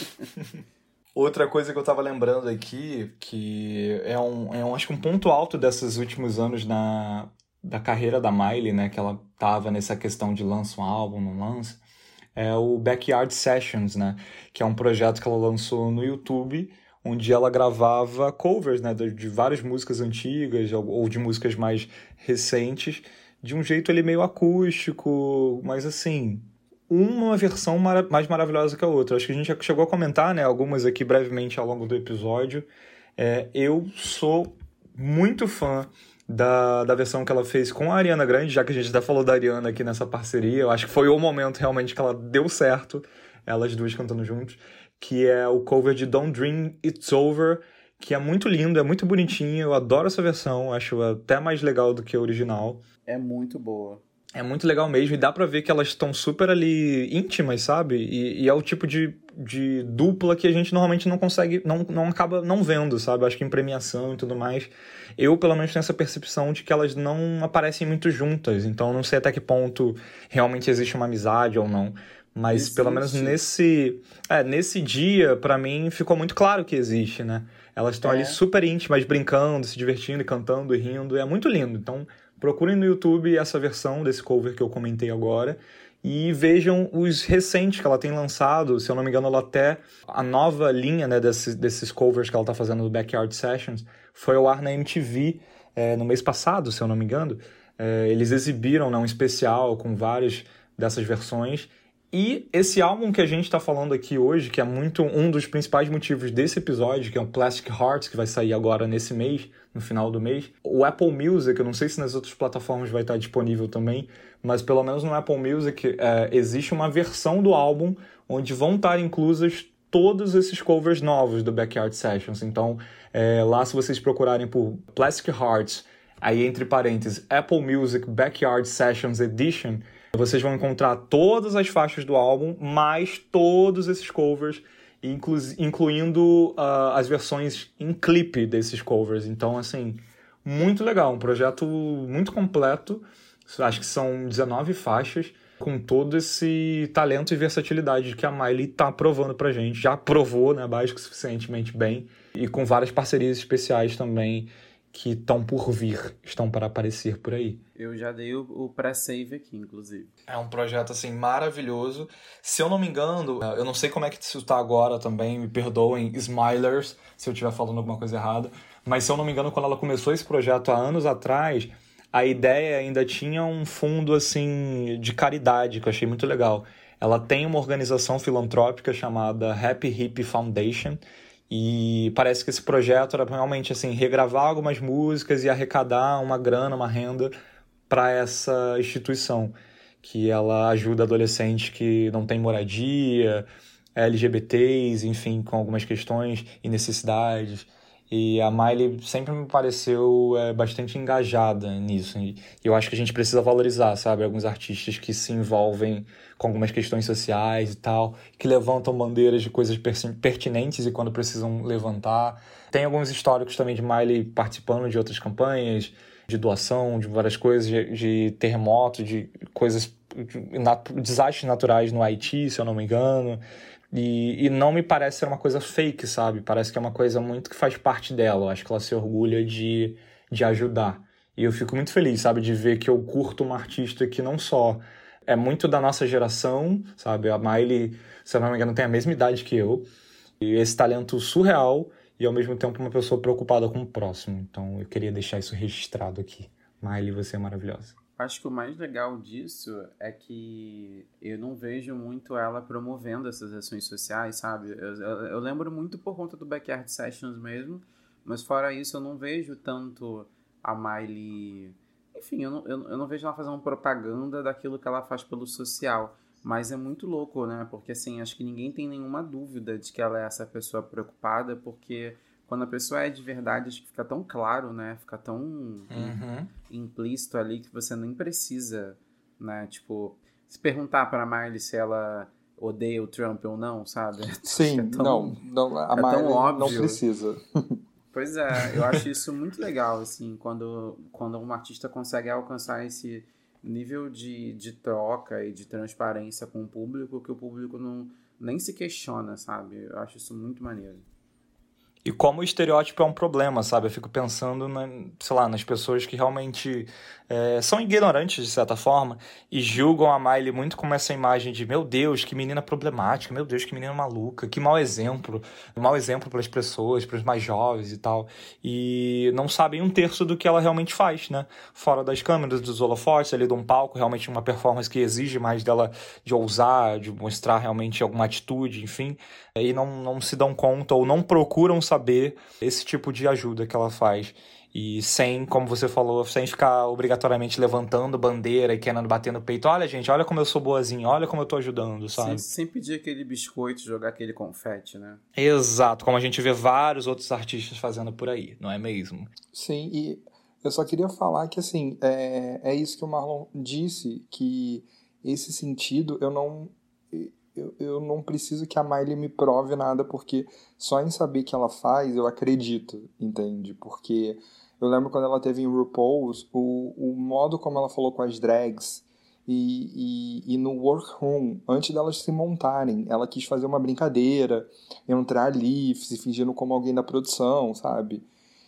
Outra coisa que eu tava lembrando aqui, que é um, é um acho que um ponto alto desses últimos anos na... da carreira da Miley, né, que ela tava nessa questão de lança um álbum, não lança, é o Backyard Sessions, né, que é um projeto que ela lançou no YouTube, onde ela gravava covers, né, de, de várias músicas antigas ou, ou de músicas mais recentes, de um jeito ali meio acústico, mas assim, uma versão mara- mais maravilhosa que a outra. Acho que a gente já chegou a comentar, né, algumas aqui brevemente ao longo do episódio. É, eu sou muito fã Da, da versão que ela fez com a Ariana Grande, já que a gente até falou da Ariana aqui nessa parceria. Eu acho que foi o momento realmente que ela deu certo, elas duas cantando juntos, que é o cover de Don't Dream It's Over, que é muito lindo, é muito bonitinho, eu adoro essa versão, acho até mais legal do que a original. É muito boa. É muito legal mesmo, e dá pra ver que elas estão super ali íntimas, sabe? E, e é o tipo de, de dupla que a gente normalmente não consegue, não, não acaba não vendo, sabe? Acho que em premiação e tudo mais, eu pelo menos tenho essa percepção de que elas não aparecem muito juntas, então não sei até que ponto realmente existe uma amizade ou não. Mas existe. Pelo menos nesse, é, nesse dia, pra mim, ficou muito claro que existe, né? Elas estão é. ali super íntimas, brincando, se divertindo, e cantando e rindo, é muito lindo, então... Procurem no YouTube essa versão desse cover que eu comentei agora e vejam os recentes que ela tem lançado. Se eu não me engano, ela até... A nova linha, né, desses, desses covers que ela está fazendo no Backyard Sessions foi ao ar na M T V é, no mês passado, se eu não me engano. É, eles exibiram, né, um especial com várias dessas versões. E esse álbum que a gente está falando aqui hoje, que é muito um dos principais motivos desse episódio, que é o Plastic Hearts, que vai sair agora nesse mês, no final do mês. O Apple Music, eu não sei se nas outras plataformas vai estar disponível também, mas pelo menos no Apple Music é, existe uma versão do álbum onde vão estar inclusas todos esses covers novos do Backyard Sessions. Então, é, lá se vocês procurarem por Plastic Hearts, aí entre parênteses, Apple Music Backyard Sessions Edition, Vocês vão encontrar todas as faixas do álbum, mais todos esses covers, inclu- incluindo uh, as versões em clipe desses covers. Então, assim, muito legal, um projeto muito completo. Acho que são dezenove faixas, com todo esse talento e versatilidade que a Miley tá provando pra gente. Já provou, né, básico suficientemente bem. E com várias parcerias especiais também que estão por vir, estão para aparecer por aí. Eu já dei o, o pré-save aqui, inclusive. É um projeto, assim, maravilhoso. Se eu não me engano, eu não sei como é que isso tá agora também, me perdoem, Smilers, se eu estiver falando alguma coisa errada, mas se eu não me engano, quando ela começou esse projeto há anos atrás, a ideia ainda tinha um fundo, assim, de caridade, que eu achei muito legal. Ela tem uma organização filantrópica chamada Happy Hip Foundation, e parece que esse projeto era realmente, assim, regravar algumas músicas e arrecadar uma grana, uma renda para essa instituição, que ela ajuda adolescentes que não têm moradia, L G B T s, enfim, com algumas questões e necessidades. E a Miley sempre me pareceu é, bastante engajada nisso. E eu acho que a gente precisa valorizar, sabe? Alguns artistas que se envolvem com algumas questões sociais e tal, que levantam bandeiras de coisas pertinentes e quando precisam levantar. Tem alguns históricos também de Miley participando de outras campanhas, de doação, de várias coisas, de, de terremoto, de coisas, de nat- desastres naturais no Haiti, se eu não me engano. E, e não me parece ser uma coisa fake, sabe? Parece que é uma coisa muito que faz parte dela. Eu acho que ela se orgulha de, de ajudar. E eu fico muito feliz, sabe? De ver que eu curto uma artista que não só é muito da nossa geração, sabe? A Miley, se eu não me engano, tem a mesma idade que eu. E esse talento surreal e, ao mesmo tempo, uma pessoa preocupada com o próximo. Então, eu queria deixar isso registrado aqui. Miley, você é maravilhosa. Acho que o mais legal disso é que eu não vejo muito ela promovendo essas ações sociais, sabe? Eu, eu, eu lembro muito por conta do Backyard Sessions mesmo, mas fora isso eu não vejo tanto a Miley... Enfim, eu não, eu, eu não vejo ela fazendo propaganda daquilo que ela faz pelo social, mas é muito louco, né? Porque assim, acho que ninguém tem nenhuma dúvida de que ela é essa pessoa preocupada, porque... Quando a pessoa é de verdade, acho que fica tão claro, né? Fica tão Uhum. implícito ali que você nem precisa, né? Tipo, se perguntar pra Miley se ela odeia o Trump ou não, sabe? Sim, é tão, não, não, a é Miley tão óbvio. não precisa. Pois é, eu acho isso muito legal, assim, quando, quando um artista consegue alcançar esse nível de, de troca e de transparência com o público, que o público não, nem se questiona, sabe? Eu acho isso muito maneiro. E como o estereótipo é um problema, sabe? Eu fico pensando, na, sei lá, nas pessoas que realmente é, são ignorantes, de certa forma, e julgam a Miley muito como essa imagem de, meu Deus, que menina problemática, meu Deus, que menina maluca, que mau exemplo, mau exemplo para as pessoas, para os mais jovens e tal. E não sabem um terço do que ela realmente faz, né? Fora das câmeras, dos holofotes, ali de um palco, realmente uma performance que exige mais dela de ousar, de mostrar realmente alguma atitude, enfim. E não, não se dão conta ou não procuram saber esse tipo de ajuda que ela faz. E sem, como você falou, sem ficar obrigatoriamente levantando bandeira e querendo bater no peito. Olha, gente, olha como eu sou boazinha, olha como eu tô ajudando, sabe? Sem, sem pedir aquele biscoito, jogar aquele confete, né? Exato, como a gente vê vários outros artistas fazendo por aí, não é mesmo? Sim, e eu só queria falar que, assim, é, é isso que o Marlon disse, que esse sentido eu não... Eu, eu não preciso que a Miley me prove nada, porque só em saber que ela faz, eu acredito, entende? Porque eu lembro quando ela teve em RuPaul's, o, o modo como ela falou com as drags e, e, e no workroom, antes delas se montarem, ela quis fazer uma brincadeira, entrar ali, se fingindo como alguém da produção, sabe?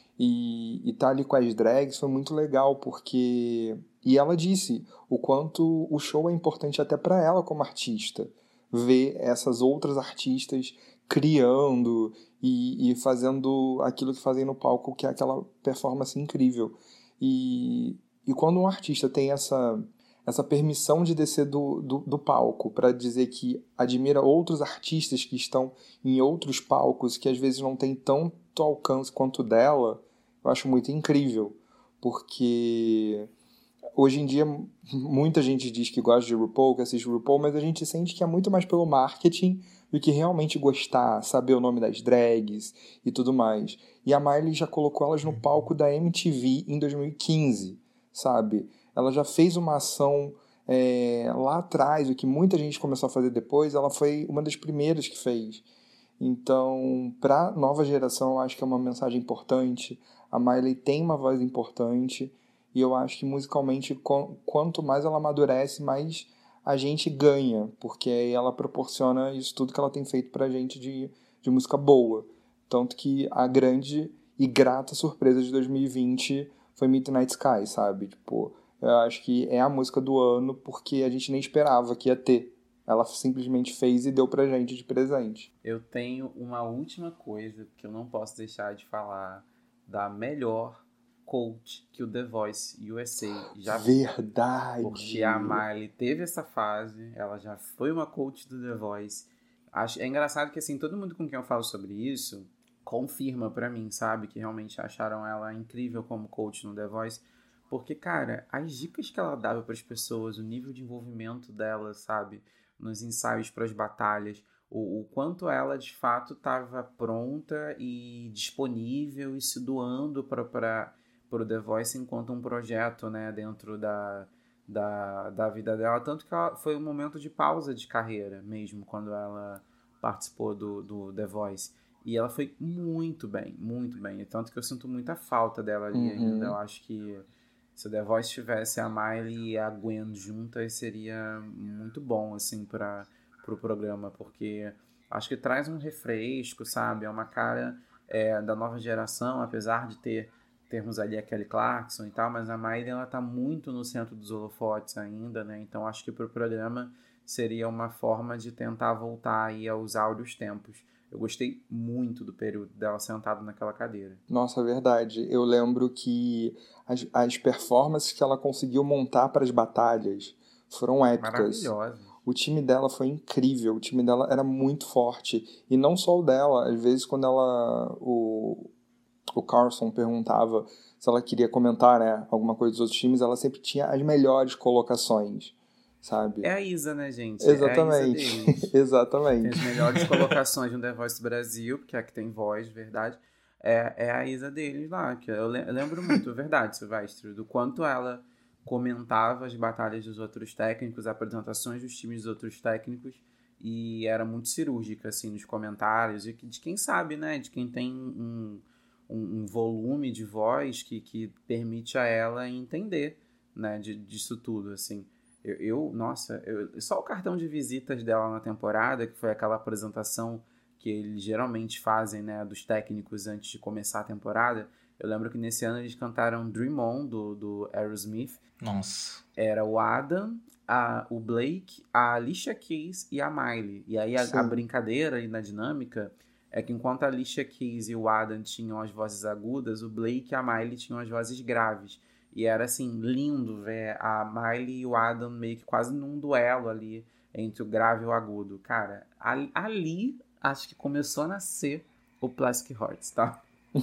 E, e tá ali com as drags foi muito legal, porque... E ela disse o quanto o show é importante até pra ela como artista, ver essas outras artistas criando e, e fazendo aquilo que fazem no palco, que é aquela performance incrível. E, e quando um artista tem essa, essa permissão de descer do, do, do palco para dizer que admira outros artistas que estão em outros palcos, que às vezes não tem tanto alcance quanto dela, eu acho muito incrível, porque... Hoje em dia, muita gente diz que gosta de RuPaul, que assiste RuPaul, mas a gente sente que é muito mais pelo marketing do que realmente gostar, saber o nome das drags e tudo mais. E a Miley já colocou elas no palco da M T V em dois mil e quinze, sabe? Ela já fez uma ação é, lá atrás, o que muita gente começou a fazer depois, ela foi uma das primeiras que fez. Então, para nova geração, eu acho que é uma mensagem importante. A Miley tem uma voz importante e eu acho que musicalmente, quanto mais ela amadurece, mais a gente ganha, porque aí ela proporciona isso tudo que ela tem feito pra gente de, de música boa. Tanto que a grande e grata surpresa de dois mil e vinte foi Midnight Sky, sabe? Tipo, eu acho que é a música do ano porque a gente nem esperava que ia ter. Ela simplesmente fez e deu pra gente de presente. Eu tenho uma última coisa que eu não posso deixar de falar da melhor coach que o The Voice U S A já fez. Verdade! Porque a Miley teve essa fase, ela já foi uma coach do The Voice. Acho, é engraçado que, assim, todo mundo com quem eu falo sobre isso confirma pra mim, sabe? Que realmente acharam ela incrível como coach no The Voice. Porque, cara, as dicas que ela dava pras pessoas, o nível de envolvimento dela, sabe? Nos ensaios pras batalhas, o, o quanto ela, de fato, estava pronta e disponível e se doando pra... pra para o The Voice enquanto um projeto, né, dentro da, da, da vida dela, tanto que ela, foi um momento de pausa de carreira mesmo, quando ela participou do, do The Voice, e ela foi muito bem, muito bem, tanto que eu sinto muita falta dela ali uhum. ainda. Eu acho que se o The Voice tivesse a Miley e a Gwen juntas, seria muito bom, assim, para o pro programa, porque acho que traz um refresco, sabe, é uma cara é, da nova geração, apesar de ter termos ali a Kelly Clarkson e tal, mas a Miley, ela tá muito no centro dos holofotes ainda, né? Então acho que pro programa seria uma forma de tentar voltar aí aos áureos tempos. Eu gostei muito do período dela sentada naquela cadeira. Nossa, é verdade. Eu lembro que as, as performances que ela conseguiu montar para as batalhas foram épicas. Maravilhosa. O time dela foi incrível, o time dela era muito forte. E não só o dela, às vezes quando ela... O, o Carlson perguntava se ela queria comentar, né, alguma coisa dos outros times, ela sempre tinha as melhores colocações, sabe? É a Isa, né, gente? Exatamente. É a Isa deles. Exatamente. Tem as melhores colocações no The Voice do Brasil, porque é a que tem voz, de verdade. É, é a Isa deles lá, que eu, le- eu lembro muito, verdade, Silvestre, do quanto ela comentava as batalhas dos outros técnicos, apresentações dos times dos outros técnicos, e era muito cirúrgica, assim, nos comentários, e de quem sabe, né, de quem tem um... Um, um volume de voz que, que permite a ela entender, né, de, disso tudo, assim. Eu, eu nossa, eu, só o cartão de visitas dela na temporada, que foi aquela apresentação que eles geralmente fazem, né, dos técnicos antes de começar a temporada. Eu lembro que nesse ano eles cantaram Dream On, do, do Aerosmith. Nossa. Era o Adam, a, o Blake, a Alicia Keys e a Miley. E aí a, a brincadeira e na dinâmica é que enquanto a Alicia Keys e o Adam tinham as vozes agudas, o Blake e a Miley tinham as vozes graves. E era, assim, lindo ver a Miley e o Adam meio que quase num duelo ali entre o grave e o agudo. Cara, ali acho que começou a nascer o Plastic Hearts, tá?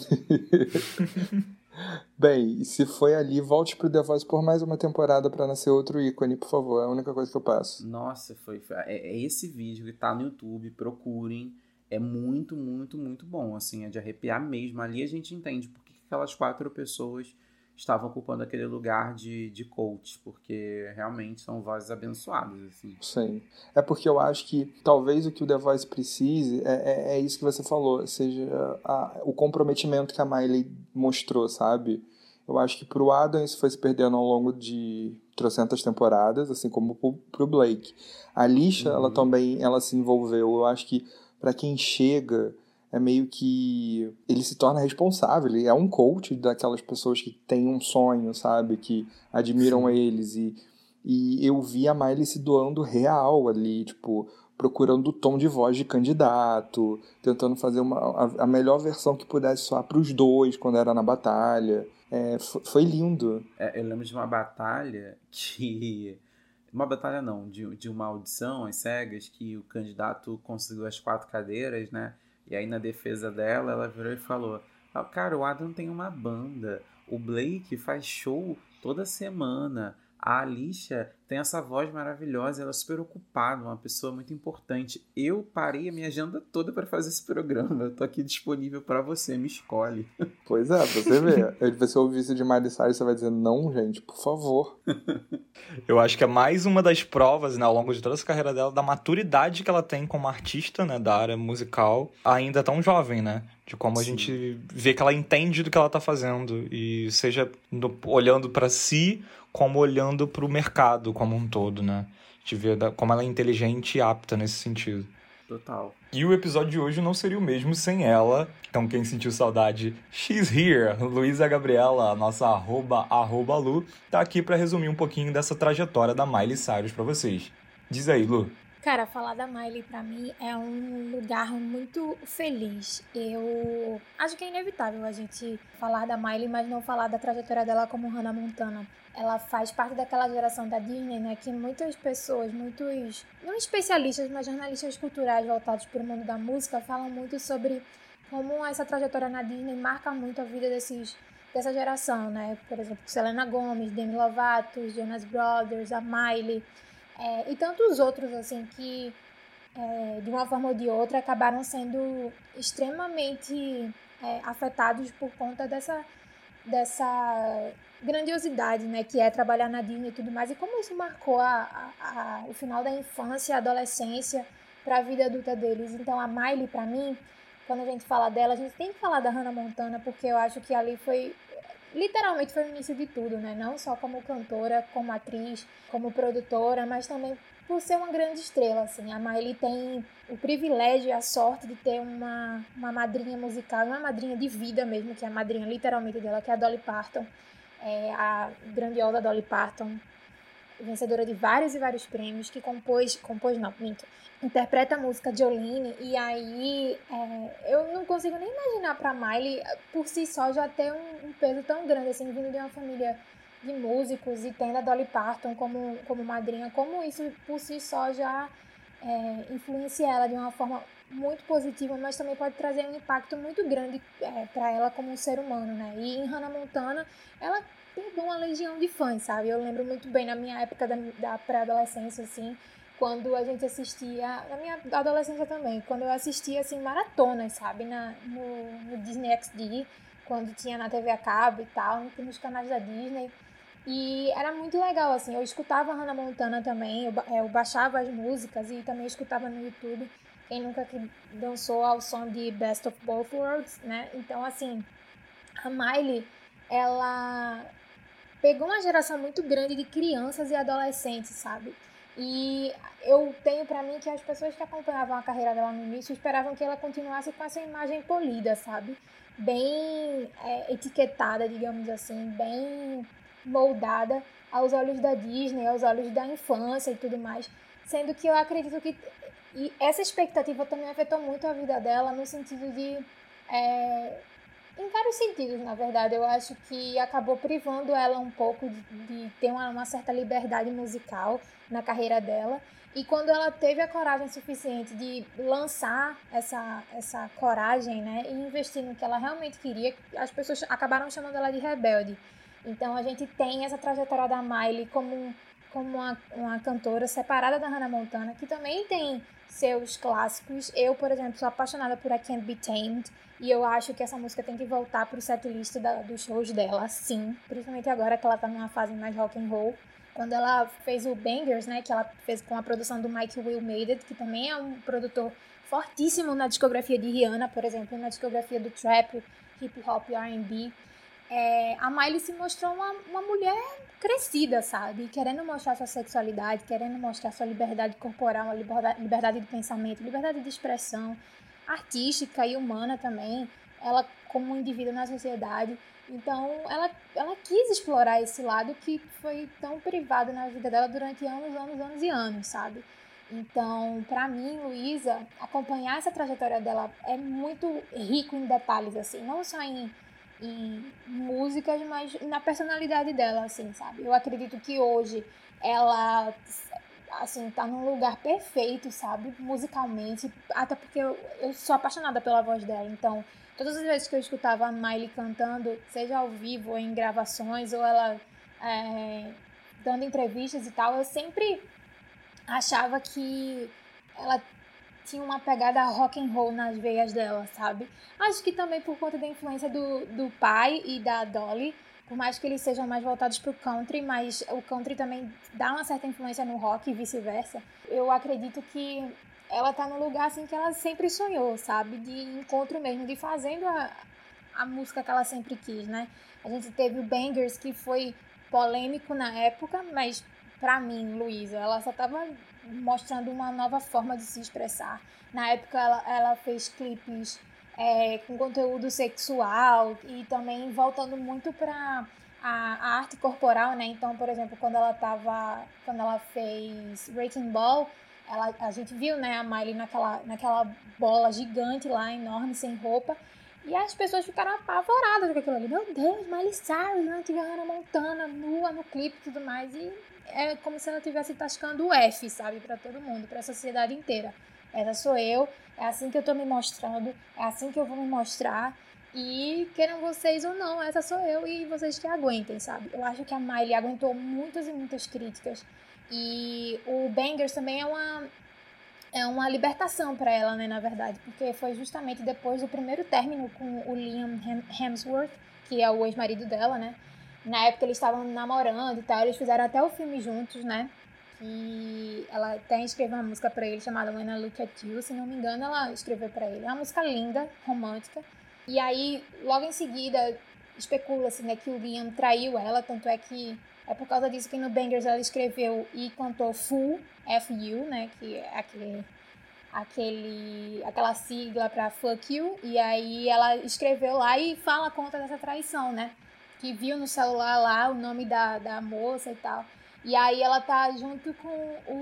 Bem, e se foi ali, volte pro The Voice por mais uma temporada pra nascer outro ícone, por favor. É a única coisa que eu peço. Nossa, foi, foi é, é esse vídeo que tá no YouTube, procurem. É muito, muito, muito bom, assim, é de arrepiar mesmo. Ali a gente entende por que aquelas quatro pessoas estavam ocupando aquele lugar de, de coach, porque realmente são vozes abençoadas, assim. Sim. É porque eu acho que talvez o que o The Voice precise é, é, é isso que você falou, seja a, o comprometimento que a Miley mostrou, sabe? Eu acho que pro Adam isso foi se perdendo ao longo de trocentas temporadas, assim como pro, pro Blake. A Alicia, uhum. ela também ela se envolveu. Eu acho que para quem chega, é meio que ele se torna responsável, ele é um coach daquelas pessoas que têm um sonho, sabe, que admiram Sim. eles, e, e eu vi a Miley se doando real ali, tipo, procurando o tom de voz de candidato, tentando fazer uma, a, a melhor versão que pudesse soar pros dois quando era na batalha. É, foi, foi lindo. É, eu lembro de uma batalha que... Uma batalha não, de, de uma audição às cegas, que o candidato conseguiu as quatro cadeiras, né? E aí na defesa dela, ela virou e falou: cara, o Adam tem uma banda, o Blake faz show toda semana, A Alicia tem essa voz maravilhosa, ela é super ocupada, uma pessoa muito importante. Eu parei a minha agenda toda para fazer esse programa. Eu tô aqui disponível para você, me escolhe. Pois é, pra você ver. Eu, você ouvir isso de Miley Cyrus, você vai dizer, não, gente, por favor. Eu acho que é mais uma das provas, né, ao longo de toda essa carreira dela, da maturidade que ela tem como artista, né, da área musical, ainda tão jovem, né? De como Sim. a gente vê que ela entende do que ela tá fazendo. E seja no, olhando para si, como olhando pro mercado como um todo, né? A gente vê da, como ela é inteligente e apta nesse sentido. Total. E o episódio de hoje não seria o mesmo sem ela. Então quem sentiu saudade, she's here. Luísa Gabriela, a nossa arroba, arroba Lu, tá aqui pra resumir um pouquinho dessa trajetória da Miley Cyrus pra vocês. Diz aí, Lu. Cara, falar da Miley pra mim é um lugar muito feliz. Eu acho que é inevitável a gente falar da Miley, mas não falar da trajetória dela como Hannah Montana. Ela faz parte daquela geração da Disney, né, que muitas pessoas, muitos, não especialistas, mas jornalistas culturais voltados para o mundo da música falam muito sobre como essa trajetória na Disney marca muito a vida desses, dessa geração, né? Por exemplo, Selena Gomez, Demi Lovato, Jonas Brothers, a Miley, é, e tantos outros, assim, que é, de uma forma ou de outra acabaram sendo extremamente é, afetados por conta dessa, dessa grandiosidade, né, que é trabalhar na Disney e tudo mais, e como isso marcou a, a, a, o final da infância, a adolescência para a vida adulta deles. Então a Miley, para mim, quando a gente fala dela, a gente tem que falar da Hannah Montana, porque eu acho que ali foi, literalmente foi o início de tudo, né, não só como cantora, como atriz, como produtora, mas também por ser uma grande estrela, assim. A Miley tem o privilégio e a sorte de ter uma, uma madrinha musical, uma madrinha de vida mesmo, que é a madrinha literalmente dela, que é a Dolly Parton. É a grandiosa Dolly Parton, vencedora de vários e vários prêmios, que compôs, compôs não, minto, interpreta a música Jolene, e aí é, eu não consigo nem imaginar pra Miley, por si só, já ter um, um peso tão grande, assim, vindo de uma família de músicos e tendo a Dolly Parton como, como madrinha, como isso por si só já é, influencia ela de uma forma muito positiva, mas também pode trazer um impacto muito grande é, para ela como um ser humano, né? E em Hannah Montana, ela pegou uma legião de fãs, sabe? Eu lembro muito bem na minha época da, da pré-adolescência, assim, quando a gente assistia, na minha adolescência também, quando eu assistia, assim, maratonas, sabe? Na, no, no Disney X D, quando tinha na T V a cabo e tal, nos canais da Disney. E era muito legal, assim, eu escutava Hannah Montana também, eu, eu baixava as músicas e também escutava no YouTube. Quem nunca que dançou ao som de Best of Both Worlds, né? Então, assim, a Miley, ela pegou uma geração muito grande de crianças e adolescentes, sabe? E eu tenho pra mim que as pessoas que acompanhavam a carreira dela no início esperavam que ela continuasse com essa imagem polida, sabe? Bem é, etiquetada, digamos assim, bem moldada aos olhos da Disney, aos olhos da infância e tudo mais. Sendo que eu acredito que e essa expectativa também afetou muito a vida dela no sentido de... É, em vários sentidos, na verdade. Eu acho que acabou privando ela um pouco de, de ter uma, uma certa liberdade musical na carreira dela. E quando ela teve a coragem suficiente de lançar essa, essa coragem, né, e investir no que ela realmente queria, as pessoas acabaram chamando ela de rebelde. Então a gente tem essa trajetória da Miley como, como uma, uma cantora separada da Hannah Montana, que também tem seus clássicos. Eu, por exemplo, sou apaixonada por I Can't Be Tamed, e eu acho que essa música tem que voltar pro setlist da, dos shows dela, sim, principalmente agora que ela tá numa fase mais rock and roll. Quando ela fez o Bangers, né, que ela fez com a produção do Mike Will Made It, que também é um produtor fortíssimo na discografia de Rihanna, por exemplo, na discografia do trap, hip hop e R and B. É, a Miley se mostrou uma, uma mulher crescida, sabe? Querendo mostrar sua sexualidade, querendo mostrar sua liberdade corporal, uma liberdade, liberdade de pensamento, liberdade de expressão artística e humana também. Ela como um indivíduo na sociedade. Então, ela, ela quis explorar esse lado que foi tão privado na vida dela durante anos, anos, anos e anos, sabe? Então, pra mim, Luísa, acompanhar essa trajetória dela é muito rico em detalhes, assim. Não só em... em músicas, mas na personalidade dela, assim, sabe? Eu acredito que hoje ela, assim, tá num lugar perfeito, sabe? Musicalmente, até porque eu, eu sou apaixonada pela voz dela, então todas as vezes que eu escutava a Miley cantando, seja ao vivo ou em gravações, ou ela é, dando entrevistas e tal, eu sempre achava que ela tinha uma pegada rock and roll nas veias dela, sabe? Acho que também por conta da influência do, do pai e da Dolly, por mais que eles sejam mais voltados pro country, mas o country também dá uma certa influência no rock e vice-versa. Eu acredito que ela tá num lugar assim que ela sempre sonhou, sabe? De encontro mesmo, de fazendo a, a música que ela sempre quis, né? A gente teve o Bangers, que foi polêmico na época, mas pra mim, Luísa, ela só tava mostrando uma nova forma de se expressar. Na época ela, ela fez clipes é, com conteúdo sexual e também voltando muito para a, a arte corporal, né? Então, por exemplo, quando ela tava, quando ela fez Wrecking Ball, ela, a gente viu, né, a Miley naquela, naquela bola gigante lá, enorme, sem roupa. E as pessoas ficaram apavoradas com aquilo ali. Meu Deus, Miley Cyrus, né? Tive a Hannah Montana nua no clipe e tudo mais. E é como se ela estivesse tascando o F, sabe? Pra todo mundo, pra sociedade inteira. Essa sou eu, é assim que eu tô me mostrando, é assim que eu vou me mostrar. E queiram vocês ou não, essa sou eu e vocês que aguentem, sabe? Eu acho que a Miley aguentou muitas e muitas críticas. E o Bangers também é uma... é uma libertação para ela, né, na verdade, porque foi justamente depois do primeiro término com o Liam Hemsworth, que é o ex-marido dela, né, na época eles estavam namorando e tal, eles fizeram até o filme juntos, né, que ela até escreveu uma música para ele chamada When I Look At You, se não me engano, ela escreveu para ele, é uma música linda, romântica, e aí, logo em seguida, especula-se, né, que o Liam traiu ela, tanto é que é por causa disso que no Bangers ela escreveu e cantou Fool, F U, né, que é aquele, aquele, aquela sigla pra Fuck You, e aí ela escreveu lá e fala conta dessa traição, né, que viu no celular lá o nome da, da moça e tal, e aí ela tá junto com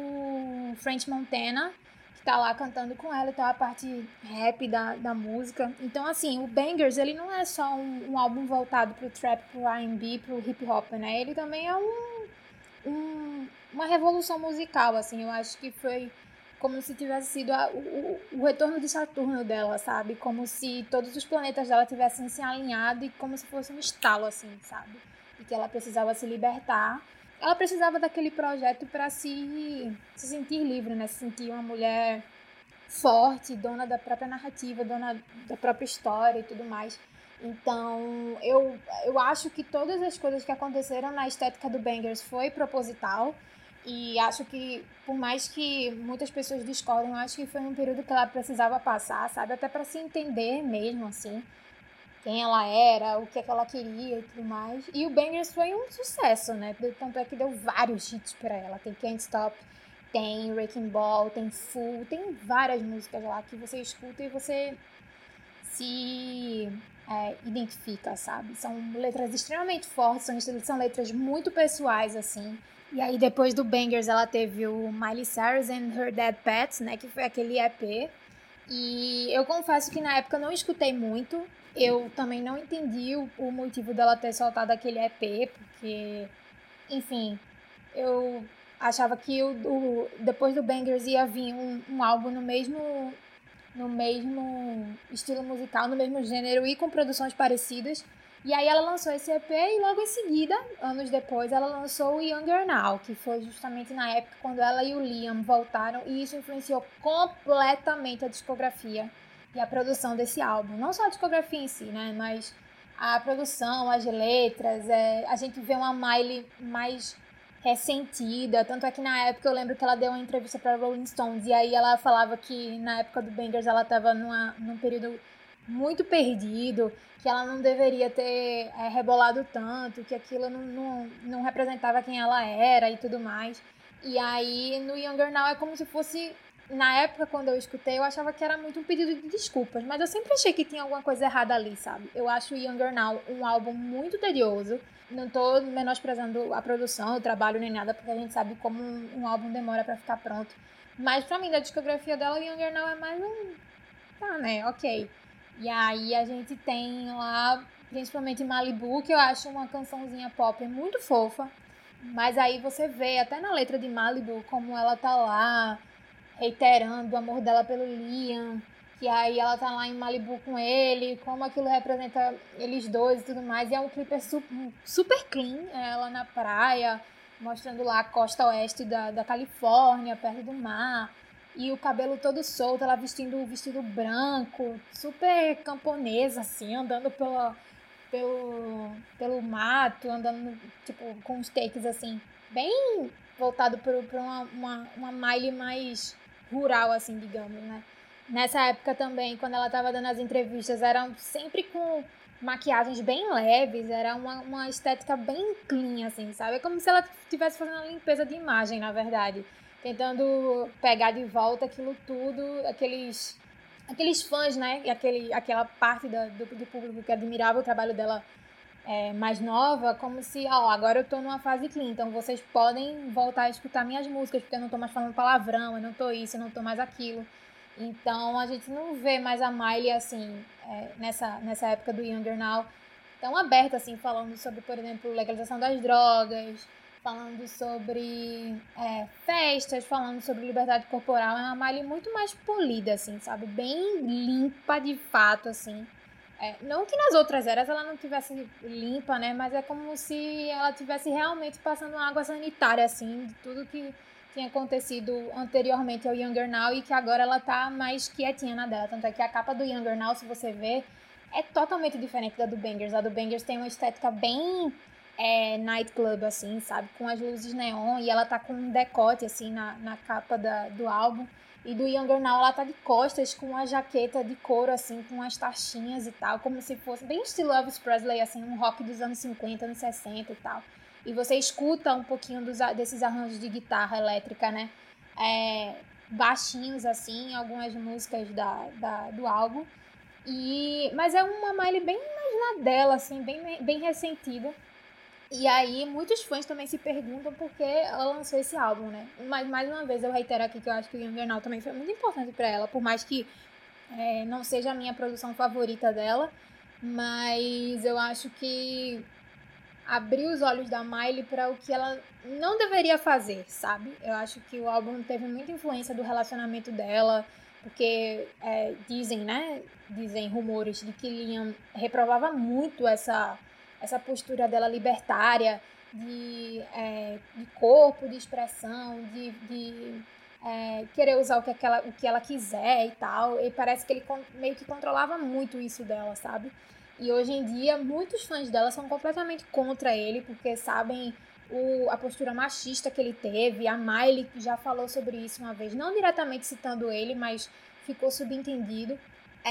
o French Montana, que tá lá cantando com ela, então a parte rap da, da música. Então, assim, o Bangers, ele não é só um, um álbum voltado pro trap, pro R and B, pro hip hop, né? Ele também é um, um, uma revolução musical, assim. Eu acho que foi como se tivesse sido a, o, o retorno de Saturno dela, sabe? Como se todos os planetas dela tivessem se alinhado e como se fosse um estalo, assim, sabe? E que ela precisava se libertar. Ela precisava daquele projeto para se, se sentir livre, né? Se sentir uma mulher forte, dona da própria narrativa, dona da própria história e tudo mais. Então, eu, eu acho que todas as coisas que aconteceram na estética do Bangers foi proposital. E acho que, por mais que muitas pessoas discordem, eu acho que foi um período que ela precisava passar, sabe? Até para se entender mesmo, assim. Quem ela era, o que é que ela queria e tudo mais. E o Bangers foi um sucesso, né? Tanto é que deu vários hits pra ela. Tem Can't Stop, tem Wrecking Ball, tem Fool, tem várias músicas lá que você escuta e você se é, identifica, sabe? São letras extremamente fortes, são, são letras muito pessoais, assim. E aí, depois do Bangers, ela teve o Miley Cyrus and Her Dead Pets, né? Que foi aquele E P. E eu confesso que na época eu não escutei muito. Eu também não entendi o, o motivo dela ter soltado aquele E P, porque, enfim, eu achava que o, o, depois do Bangers ia vir um, um álbum no mesmo, no mesmo estilo musical, no mesmo gênero e com produções parecidas. E aí ela lançou esse E P e logo em seguida, anos depois, ela lançou o Younger Now, que foi justamente na época quando ela e o Liam voltaram, e isso influenciou completamente a discografia e a produção desse álbum. Não só a discografia em si, né, mas a produção, as letras, é, a gente vê uma Miley mais ressentida, tanto é que na época eu lembro que ela deu uma entrevista para Rolling Stones, e aí ela falava que na época do Bangers ela estava num período muito perdido, que ela não deveria ter é, rebolado tanto, que aquilo não, não, não representava quem ela era e tudo mais. E aí, no Younger Now é como se fosse... Na época, quando eu escutei, eu achava que era muito um pedido de desculpas, mas eu sempre achei que tinha alguma coisa errada ali, sabe? Eu acho o Younger Now um álbum muito tedioso. Não tô menosprezando a produção, o trabalho, nem nada, porque a gente sabe como um, um álbum demora pra ficar pronto. Mas pra mim, da discografia dela, o Younger Now é mais um... Tá, né? Ok. E aí a gente tem lá, principalmente Malibu, que eu acho uma cançãozinha pop muito fofa. Mas aí você vê, até na letra de Malibu, como ela tá lá, reiterando o amor dela pelo Liam. Que aí ela tá lá em Malibu com ele, como aquilo representa eles dois e tudo mais. E é um clipe super, super clean, ela na praia, mostrando lá a costa oeste da, da Califórnia, perto do mar, e o cabelo todo solto, ela vestindo um vestido branco, super camponesa, assim, andando pela, pelo, pelo mato, andando, tipo, com os takes, assim, bem voltado para uma, uma, uma Miley mais rural, assim, digamos, né? Nessa época também, quando ela tava dando as entrevistas, eram sempre com maquiagens bem leves, era uma, uma estética bem clean, assim, sabe? É como se ela estivesse fazendo uma limpeza de imagem, na verdade. Tentando pegar de volta aquilo tudo, aqueles, aqueles fãs, né? E aquele, aquela parte da, do, do público que admirava o trabalho dela é, mais nova, como se, ó, agora eu tô numa fase clean, então vocês podem voltar a escutar minhas músicas, porque eu não tô mais falando palavrão, eu não tô isso, eu não tô mais aquilo. Então a gente não vê mais a Miley assim, é, nessa, nessa época do Younger Now, tão aberta assim, falando sobre, por exemplo, legalização das drogas, falando sobre é, festas, falando sobre liberdade corporal. É uma Miley muito mais polida, assim, sabe? Bem limpa de fato, assim. É, não que nas outras eras ela não tivesse limpa, né? Mas é como se ela tivesse realmente passando uma água sanitária, assim, de tudo que tinha acontecido anteriormente ao Younger Now e que agora ela tá mais quietinha na dela. Tanto é que a capa do Younger Now, se você ver, é totalmente diferente da do Bangers. A do Bangers tem uma estética bem é, nightclub, assim, sabe? Com as luzes neon e ela tá com um decote, assim, na, na capa da, do álbum. E do Younger Now ela tá de costas com uma jaqueta de couro, assim, com umas taxinhas e tal, como se fosse bem estilo Elvis Presley, assim, um rock dos anos cinquenta, anos sessenta e tal. E você escuta um pouquinho dos, desses arranjos de guitarra elétrica, né? É, baixinhos, assim, algumas músicas da, da, do álbum. E, mas é uma Miley bem mais na dela, assim, bem, bem ressentida. E aí, muitos fãs também se perguntam por que ela lançou esse álbum, né? Mas, mais uma vez, eu reitero aqui que eu acho que o Younger Now também foi muito importante pra ela, por mais que é, não seja a minha produção favorita dela, mas eu acho que abriu os olhos da Miley para o que ela não deveria fazer, sabe? Eu acho que o álbum teve muita influência do relacionamento dela, porque é, dizem, né? Dizem rumores de que Liam reprovava muito essa, essa postura dela libertária, de, é, de corpo, de expressão, de, de é, querer usar o que, aquela, o que ela quiser e tal. E parece que ele meio que controlava muito isso dela, sabe? E hoje em dia, muitos fãs dela são completamente contra ele, porque sabem o, a postura machista que ele teve. A Miley já falou sobre isso uma vez, não diretamente citando ele, mas ficou subentendido.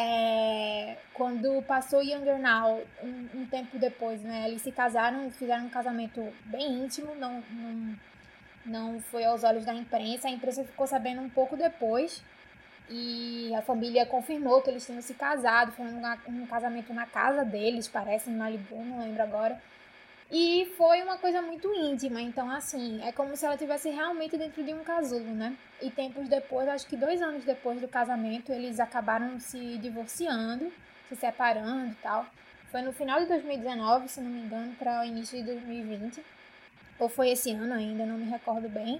É, quando passou Younger Now, um, um tempo depois, né, eles se casaram, fizeram um casamento bem íntimo, não, não, não foi aos olhos da imprensa. A imprensa ficou sabendo um pouco depois. E a família confirmou que eles tinham se casado, foi um, um casamento na casa deles, parece, em Malibu, não lembro agora. E foi uma coisa muito íntima, então assim, é como se ela estivesse realmente dentro de um casulo, né? E tempos depois, acho que dois anos depois do casamento, eles acabaram se divorciando, se separando e tal. Foi no final de dois mil e dezenove, se não me engano, para o início de dois mil e vinte. Ou foi esse ano ainda, não me recordo bem.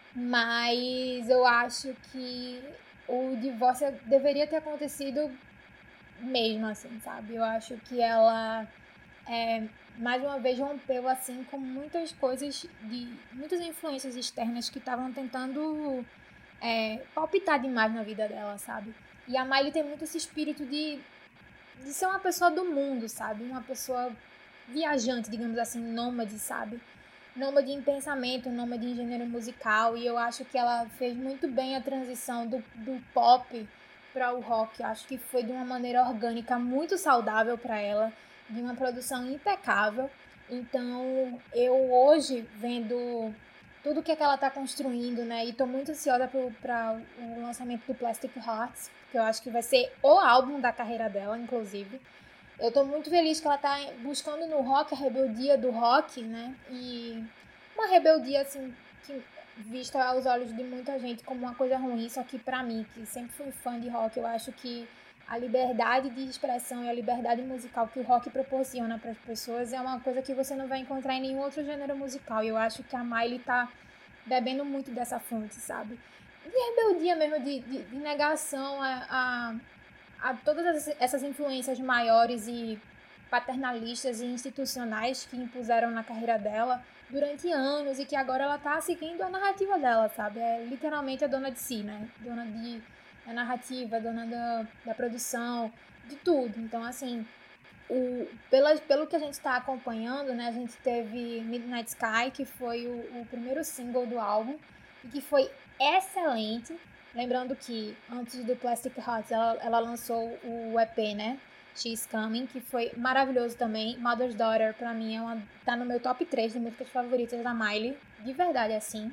Mas eu acho que o divórcio deveria ter acontecido mesmo, assim, sabe? Eu acho que ela, é, mais uma vez, rompeu, assim, com muitas coisas, de muitas influências externas que estavam tentando é, palpitar demais na vida dela, sabe? E a Miley tem muito esse espírito de, de ser uma pessoa do mundo, sabe? Uma pessoa viajante, digamos assim, nômade, sabe? Nômade em pensamento, nômade em gênero musical, e eu acho que ela fez muito bem a transição do, do pop para o rock. Eu acho que foi de uma maneira orgânica, muito saudável para ela, de uma produção impecável. Então, eu hoje, vendo tudo que, é que ela está construindo, né, e estou muito ansiosa para o lançamento do Plastic Hearts, que eu acho que vai ser o álbum da carreira dela, inclusive. Eu tô muito feliz que ela tá buscando no rock a rebeldia do rock, né? E uma rebeldia, assim, que vista aos olhos de muita gente como uma coisa ruim, só que pra mim, que sempre fui fã de rock, eu acho que a liberdade de expressão e a liberdade musical que o rock proporciona para as pessoas é uma coisa que você não vai encontrar em nenhum outro gênero musical. E eu acho que a Miley tá bebendo muito dessa fonte, sabe? De rebeldia mesmo, de, de, de negação a... a a todas essas influências maiores e paternalistas e institucionais que impuseram na carreira dela durante anos e que agora ela tá seguindo a narrativa dela, sabe? É literalmente a dona de si, né? Dona de, da narrativa, dona da, da produção, de tudo. Então, assim, o, pela, pelo que a gente tá acompanhando, né? A gente teve Midnight Sky, que foi o, o primeiro single do álbum e que foi excelente. Lembrando que antes do Plastic Hearts ela, ela lançou o E P, né? She's Coming, que foi maravilhoso também. Mother's Daughter, pra mim, é uma, tá no meu top três de músicas favoritas da Miley. De verdade, assim.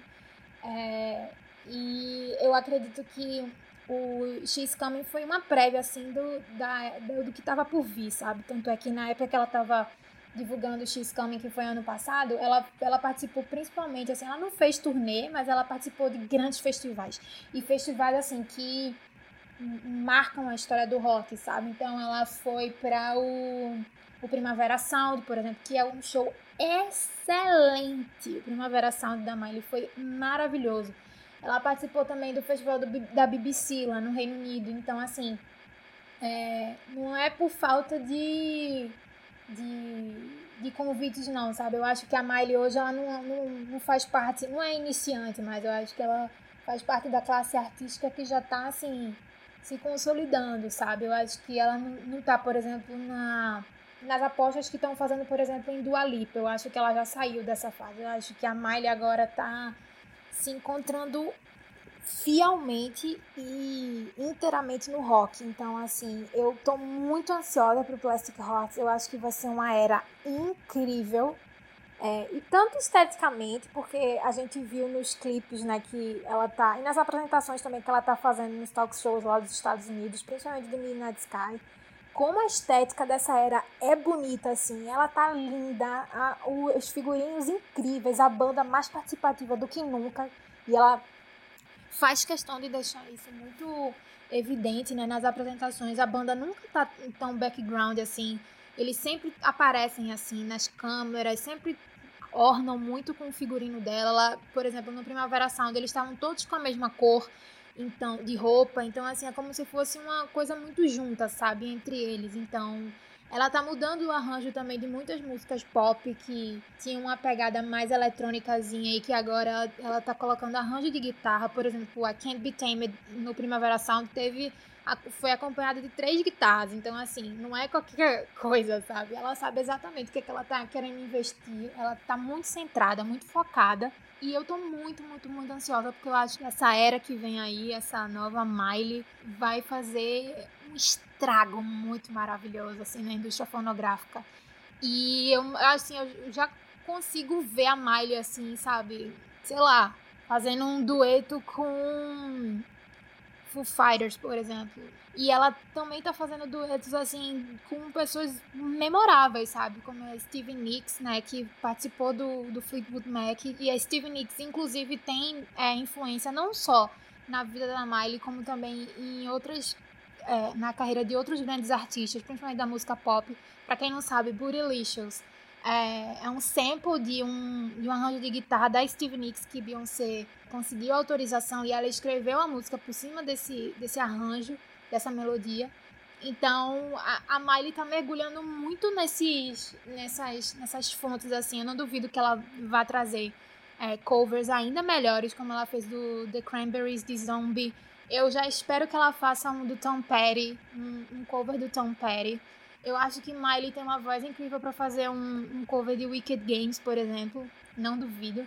É, e eu acredito que o She's Coming foi uma prévia, assim, do, da, do, do que tava por vir, sabe? Tanto é que na época que ela tava divulgando o She's Coming, que foi ano passado, ela, ela participou principalmente, assim, ela não fez turnê, mas ela participou de grandes festivais. E festivais, assim, que marcam a história do rock, sabe? Então ela foi para o, o Primavera Sound, por exemplo, que é um show excelente. O Primavera Sound da Miley foi maravilhoso. Ela participou também do festival do, da B B C lá no Reino Unido. Então, assim, é, não é por falta de, de, de convites, não, sabe? Eu acho que a Miley hoje ela não, não, não faz parte, não é iniciante, mas eu acho que ela faz parte da classe artística que já tá, assim, se consolidando, sabe? Eu acho que ela não, não tá, por exemplo, na, nas apostas que estão fazendo, por exemplo, em Dua Lipa. Eu acho que ela já saiu dessa fase. Eu acho que a Miley agora tá se encontrando fielmente e inteiramente no rock. Então, assim, eu tô muito ansiosa pro Plastic Hearts. Eu acho que vai ser uma era incrível. É, e tanto esteticamente, porque a gente viu nos clipes, né, que ela tá, e nas apresentações também que ela tá fazendo nos talk shows lá dos Estados Unidos, principalmente do Midnight Sky, como a estética dessa era é bonita, assim, ela tá linda, a, o, os figurinos incríveis, a banda mais participativa do que nunca, e ela faz questão de deixar isso muito evidente, né, nas apresentações. A banda nunca tá tão background, assim, eles sempre aparecem, assim, nas câmeras, sempre ornam muito com o figurino dela. Ela, por exemplo, no Primavera Sound, eles estavam todos com a mesma cor então, de roupa. Então, assim, é como se fosse uma coisa muito junta, sabe? Entre eles. Então, ela tá mudando o arranjo também de muitas músicas pop que tinham uma pegada mais eletrônicazinha e que agora ela tá colocando arranjo de guitarra. Por exemplo, a Can't Be Tamed no Primavera Sound teve... foi acompanhada de três guitarras, então assim, não é qualquer coisa, sabe? Ela sabe exatamente o que, é que ela tá querendo investir, ela tá muito centrada, muito focada, e eu tô muito, muito, muito ansiosa, porque eu acho que essa era que vem aí, essa nova Miley, vai fazer um estrago muito maravilhoso, assim, na indústria fonográfica. E eu, assim, eu já consigo ver a Miley, assim, sabe? Sei lá, fazendo um dueto com Foo Fighters, por exemplo. E ela também tá fazendo duetos, assim, com pessoas memoráveis, sabe? Como a Stevie Nicks, né? Que participou do, do Fleetwood Mac. E a Stevie Nicks, inclusive, tem é, influência não só na vida da Miley, como também em outras... É, na carreira de outros grandes artistas, principalmente da música pop. Pra quem não sabe, Bootylicious é, é um sample de um, de um arranjo de guitarra da Stevie Nicks que Beyoncé conseguiu autorização e ela escreveu a música por cima desse, desse arranjo, dessa melodia. Então, a, a Miley tá mergulhando muito nesses, nessas, nessas fontes, assim. Eu não duvido que ela vá trazer é, covers ainda melhores, como ela fez do The Cranberries, de Zombie. Eu já espero que ela faça um do Tom Petty, um, um cover do Tom Petty. Eu acho que Miley tem uma voz incrível para fazer um, um cover de Wicked Games, por exemplo. Não duvido.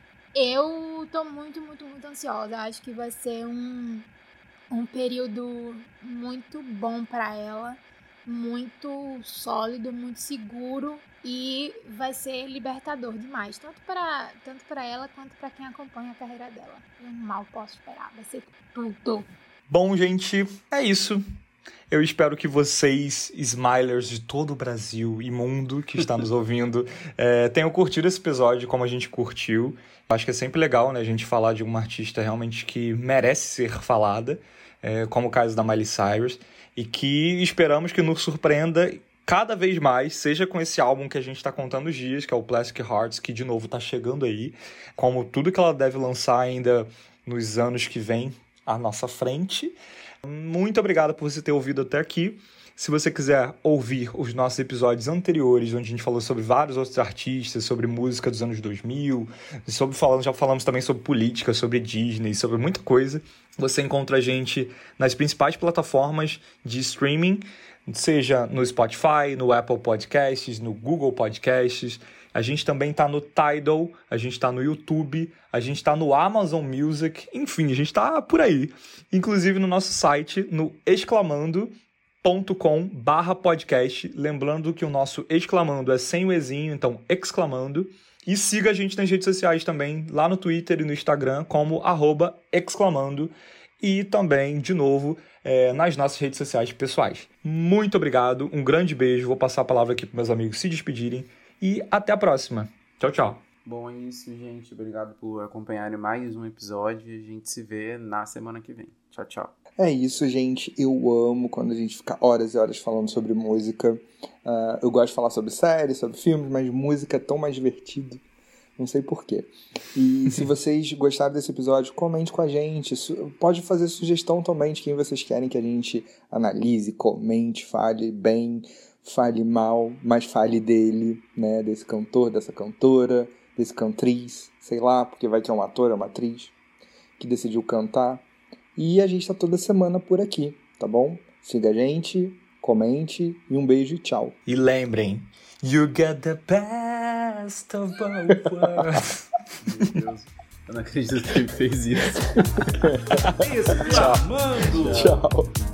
Eu tô muito, muito, muito ansiosa. Acho que vai ser um, um período muito bom para ela. Muito sólido, muito seguro. E vai ser libertador demais. Tanto para tanto para ela, quanto para quem acompanha a carreira dela. Eu mal posso esperar. Vai ser tudo. Bom, gente, é isso. Eu espero que vocês, Smilers de todo o Brasil e mundo que está nos ouvindo, é, tenham curtido esse episódio como a gente curtiu. Acho que é sempre legal, né, a gente falar de uma artista realmente que merece ser falada, é, como o caso da Miley Cyrus, e que esperamos que nos surpreenda cada vez mais, seja com esse álbum que a gente está contando os dias, que é o Plastic Hearts, que de novo está chegando aí, como tudo que ela deve lançar ainda nos anos que vem, à nossa frente. Muito obrigado por você ter ouvido até aqui. Se você quiser ouvir os nossos episódios anteriores, onde a gente falou sobre vários outros artistas, sobre música dos anos dois mil, sobre falando, já falamos também sobre política, sobre Disney, sobre muita coisa, você encontra a gente nas principais plataformas de streaming, seja no Spotify, no Apple Podcasts, no Google Podcasts. A gente também está no Tidal, a gente está no YouTube, a gente está no Amazon Music, enfim, a gente está por aí. Inclusive no nosso site, no exclamando ponto com barra podcast, lembrando que o nosso exclamando é sem o ezinho, então exclamando. E siga a gente nas redes sociais também, lá no Twitter e no Instagram, como arroba exclamando. E também, de novo, é, nas nossas redes sociais pessoais. Muito obrigado, um grande beijo, vou passar a palavra aqui para meus amigos se despedirem. E até a próxima. Tchau, tchau. Bom, é isso, gente. Obrigado por acompanharem mais um episódio. A gente se vê na semana que vem. Tchau, tchau. É isso, gente. Eu amo quando a gente fica horas e horas falando sobre música. Uh, eu gosto de falar sobre séries, sobre filmes, mas música é tão mais divertido. Não sei porquê. E se vocês gostaram desse episódio, comente com a gente. Pode fazer sugestão também de quem vocês querem que a gente analise, comente, fale bem, fale mal, mas fale dele, né? Desse cantor, dessa cantora, desse cantriz, sei lá, porque vai que é um ator, é uma atriz que decidiu cantar. E a gente tá toda semana por aqui, tá bom? Siga a gente, comente e um beijo e tchau. E lembrem, you get the best of both worlds. Meu Deus, eu não acredito que ele fez isso. Tchau. Tchau.